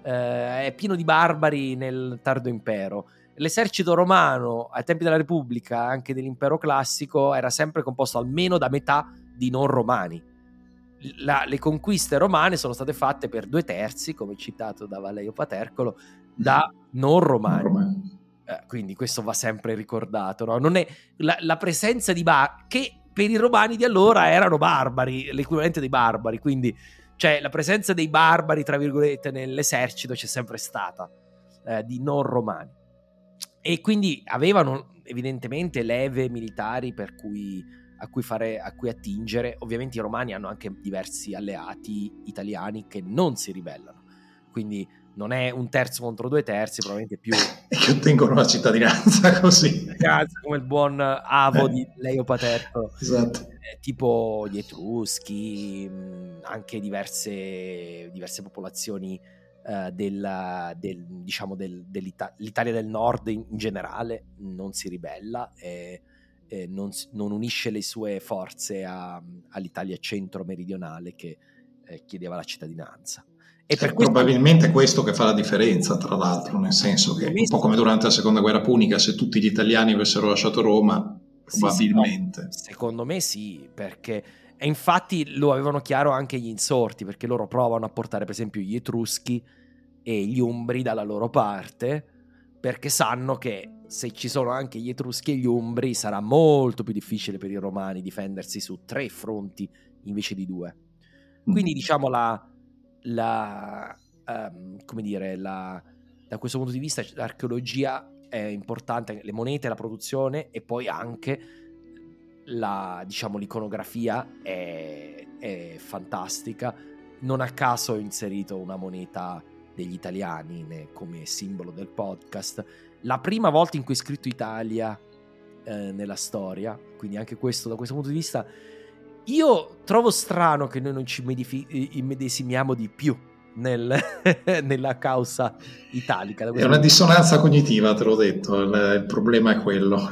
eh, è pieno di barbari nel tardo impero. L'esercito romano ai tempi della Repubblica, anche dell'impero classico, era sempre composto almeno da metà di non romani. La, le conquiste romane sono state fatte per due terzi, come citato da Valerio Patercolo, da non romani. Non romani. Eh, quindi questo va sempre ricordato, no? Non è la, la presenza di bar che per i romani di allora erano barbari, l'equivalente dei barbari, quindi cioè la presenza dei barbari tra virgolette nell'esercito c'è sempre stata, eh, di non romani, e quindi avevano evidentemente leve militari per cui a cui fare, a cui attingere. Ovviamente i romani hanno anche diversi alleati italiani che non si ribellano, quindi non è un terzo contro due terzi, probabilmente più e che ottengono la cittadinanza così, come il buon avo eh. di Leo Paterco. Esatto. Eh, tipo gli Etruschi, anche diverse diverse popolazioni eh, del, del diciamo del, dell'Italia del Nord in, in generale non si ribella e Eh, non, non unisce le sue forze a, all'Italia centro-meridionale che eh, chiedeva la cittadinanza. E per eh, questo... Probabilmente è questo che fa la differenza, tra l'altro, nel senso che un po' come durante la seconda guerra punica, se tutti gli italiani avessero lasciato Roma, probabilmente. Sì, sì, no, secondo me sì, perché e infatti lo avevano chiaro anche gli insorti, perché loro provano a portare per esempio gli Etruschi e gli Umbri dalla loro parte, perché sanno che se ci sono anche gli Etruschi e gli Umbri sarà molto più difficile per i Romani difendersi su tre fronti invece di due. Quindi diciamo la, la um, come dire, la, da questo punto di vista l'archeologia è importante, le monete, la produzione, e poi anche la, diciamo, l'iconografia è, è fantastica. Non a caso ho inserito una moneta degli italiani come simbolo del podcast, la prima volta in cui è scritto Italia eh, nella storia, quindi anche questo, da questo punto di vista io trovo strano che noi non ci immedesimiamo di più nel, nella causa italica. È una dissonanza cognitiva, te l'ho detto, il, il problema è quello.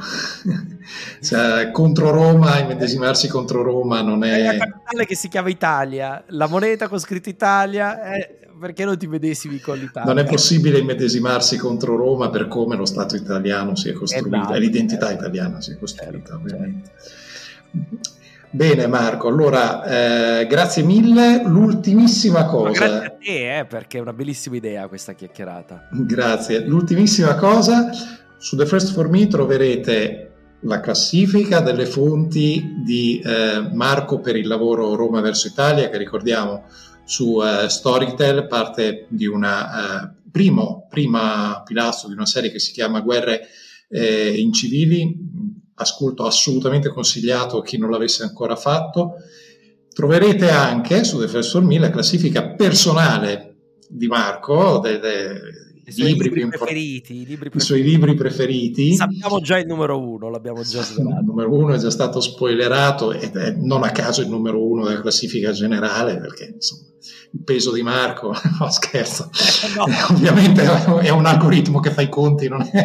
Cioè, contro Roma, immedesimarsi contro Roma non è... È la capitale che si chiama Italia, la moneta con scritto Italia, è... perché non ti medesimi con l'Italia? Non è possibile immedesimarsi contro Roma per come lo Stato italiano si è costruito, esatto, e l'identità italiana si è costruita, certo, ovviamente. Certo. Bene Marco, allora eh, grazie mille. L'ultimissima cosa, ma grazie a te, eh, perché è una bellissima idea questa chiacchierata. Grazie. L'ultimissima cosa, su The First For Me troverete la classifica delle fonti di eh, Marco per il lavoro Roma verso Italia, che ricordiamo su uh, Storytel, parte di una uh, primo prima pilastro di una serie che si chiama Guerre eh, in civili. Ascolto assolutamente consigliato a chi non l'avesse ancora fatto. Troverete anche su The First For Me la classifica personale di Marco, de, de, I suoi libri, libri più preferiti, i, libri i suoi libri preferiti. Sappiamo già il numero uno, l'abbiamo già svelato. Il numero uno è già stato spoilerato ed è non a caso il numero uno della classifica generale, perché insomma il peso di Marco, no scherzo, no. Eh, ovviamente è un algoritmo che fa i conti, non è?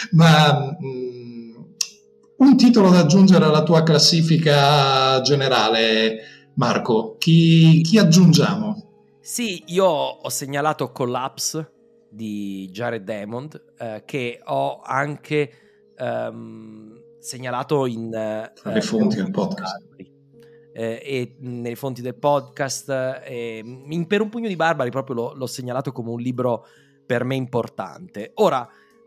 Ma mh, un titolo da aggiungere alla tua classifica generale, Marco, chi, chi aggiungiamo? Sì, io ho segnalato Collapse di Jared Diamond, eh, che ho anche ehm, segnalato in eh, le fonti del podcast eh, e nelle fonti del podcast eh, in Per un pugno di barbari proprio l'ho, l'ho segnalato come un libro per me importante. Ora,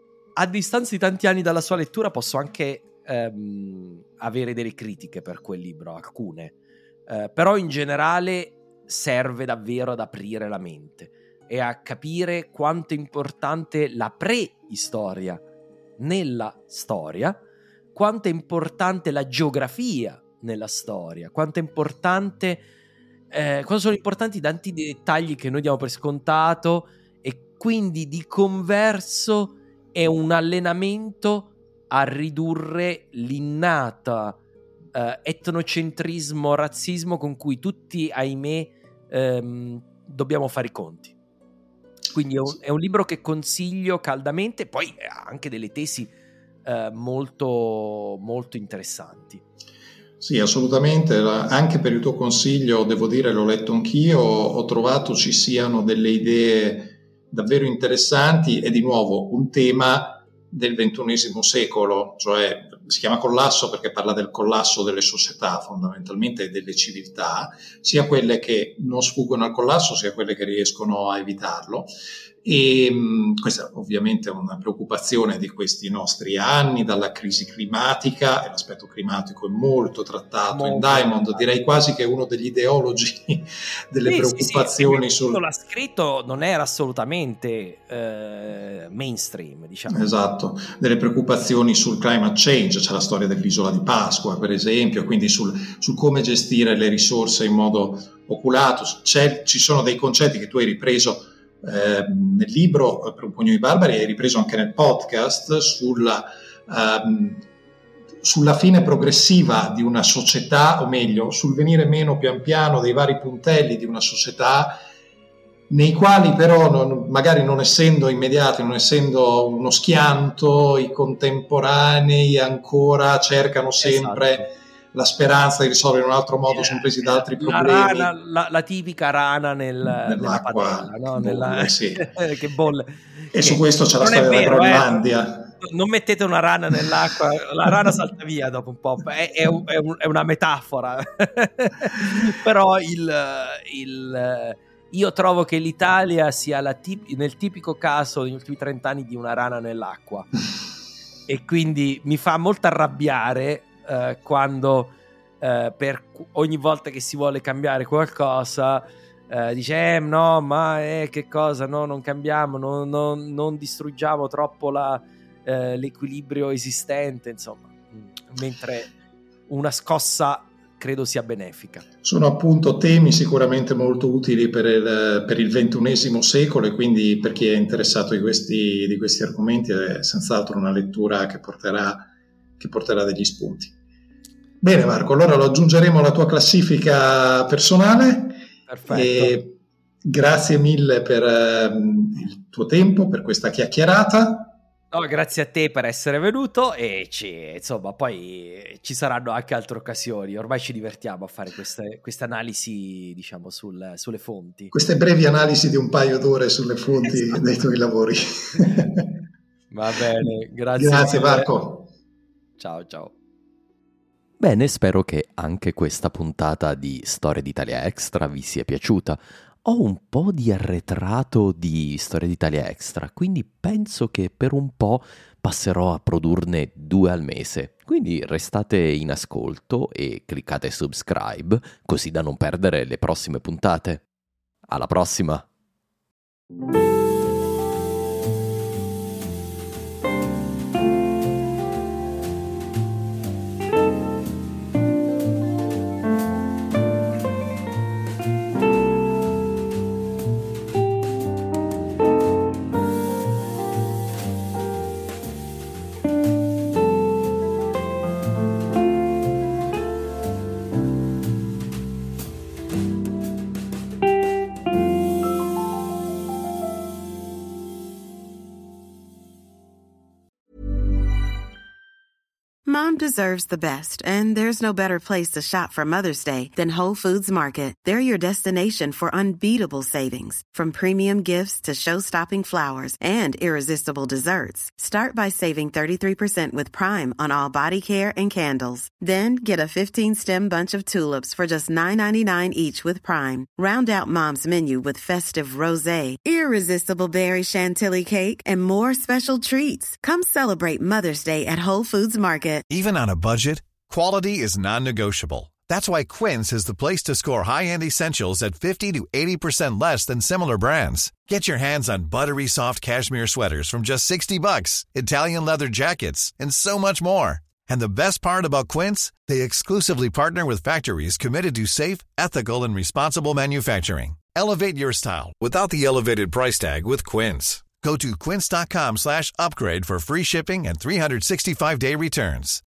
a distanza di tanti anni dalla sua lettura, posso anche ehm, avere delle critiche per quel libro, alcune, eh, però in generale serve davvero ad aprire la mente e a capire quanto è importante la preistoria nella storia, quanto è importante la geografia nella storia, quanto è importante eh, quanto sono importanti tanti dettagli che noi diamo per scontato, e quindi di converso è un allenamento a ridurre l'innata eh, etnocentrismo, razzismo con cui tutti, ahimè, ehm, dobbiamo fare i conti. Quindi è un, è un libro che consiglio caldamente, poi ha anche delle tesi eh, molto, molto interessanti. Sì, assolutamente, anche per il tuo consiglio, devo dire, l'ho letto anch'io, ho trovato ci siano delle idee davvero interessanti e di nuovo un tema del ventunesimo secolo, cioè si chiama collasso perché parla del collasso delle società fondamentalmente e delle civiltà, sia quelle che non sfuggono al collasso sia quelle che riescono a evitarlo. E mh, questa ovviamente è una preoccupazione di questi nostri anni, dalla crisi climatica, e l'aspetto climatico è molto trattato molto in Diamond, trattato. Direi quasi che è uno degli ideologi delle sì, preoccupazioni. Sì, sì, sul... l'ha scritto non era assolutamente eh, mainstream, diciamo. Esatto, delle preoccupazioni sul climate change, c'è la storia dell'isola di Pasqua per esempio, quindi sul, sul come gestire le risorse in modo oculato. C'è, ci sono dei concetti che tu hai ripreso Eh, nel libro Per un pugno di barbari, hai ripreso anche nel podcast sulla, ehm, sulla fine progressiva di una società, o meglio sul venire meno pian piano dei vari puntelli di una società, nei quali però non, magari non essendo immediati, non essendo uno schianto, i contemporanei ancora cercano sempre esatto. la speranza di risolvere in un altro modo, sono presi da altri problemi. La, rana, la, la tipica rana nel, nella padella, no? bolle, nella, sì. che bolle. E che su questo c'è la storia vero, della Groenlandia. Eh, non mettete una rana nell'acqua, la rana salta via dopo un po', è, è, un, è, un, è una metafora. Però il, il, io trovo che l'Italia sia la tip, nel tipico caso negli ultimi trent'anni di una rana nell'acqua. E quindi mi fa molto arrabbiare Uh, quando uh, per ogni volta che si vuole cambiare qualcosa uh, dice eh, no ma eh, che cosa no non cambiamo non, non, non distruggiamo troppo la, uh, l'equilibrio esistente, insomma, mentre una scossa credo sia benefica. Sono appunto temi sicuramente molto utili per il, per il ventunesimo secolo, e quindi per chi è interessato di questi, di questi argomenti è senz'altro una lettura che porterà che porterà degli spunti. Bene Marco, allora lo aggiungeremo alla tua classifica personale. Perfetto. E grazie mille per uh, il tuo tempo, per questa chiacchierata. No, grazie a te per essere venuto, e ci, insomma poi ci saranno anche altre occasioni, ormai ci divertiamo a fare queste, queste analisi, diciamo, sul, sulle fonti. Queste brevi analisi di un paio d'ore sulle fonti esatto. dei tuoi lavori. Va bene, grazie. Grazie Marco. Ciao ciao. Bene, spero che anche questa puntata di Storia d'Italia Extra vi sia piaciuta. Ho un po' di arretrato di Storia d'Italia Extra, quindi penso che per un po' passerò a produrne due al mese. Quindi restate in ascolto e cliccate subscribe, così da non perdere le prossime puntate. Alla prossima! Mom deserves the best, and there's no better place to shop for Mother's Day than Whole Foods Market. They're your destination for unbeatable savings, from premium gifts to show-stopping flowers and irresistible desserts. Start by saving thirty-three percent with Prime on all body care and candles. Then get a fifteen-stem bunch of tulips for just nine ninety-nine each with Prime. Round out Mom's menu with festive rosé, irresistible berry chantilly cake, and more special treats. Come celebrate Mother's Day at Whole Foods Market. Even on a budget, quality is non-negotiable. That's why Quince is the place to score high-end essentials at fifty to eighty percent less than similar brands. Get your hands on buttery soft cashmere sweaters from just sixty bucks, Italian leather jackets, and so much more. And the best part about Quince, they exclusively partner with factories committed to safe, ethical, and responsible manufacturing. Elevate your style without the elevated price tag with Quince. Go to quince.com slash upgrade for free shipping and three sixty-five day returns.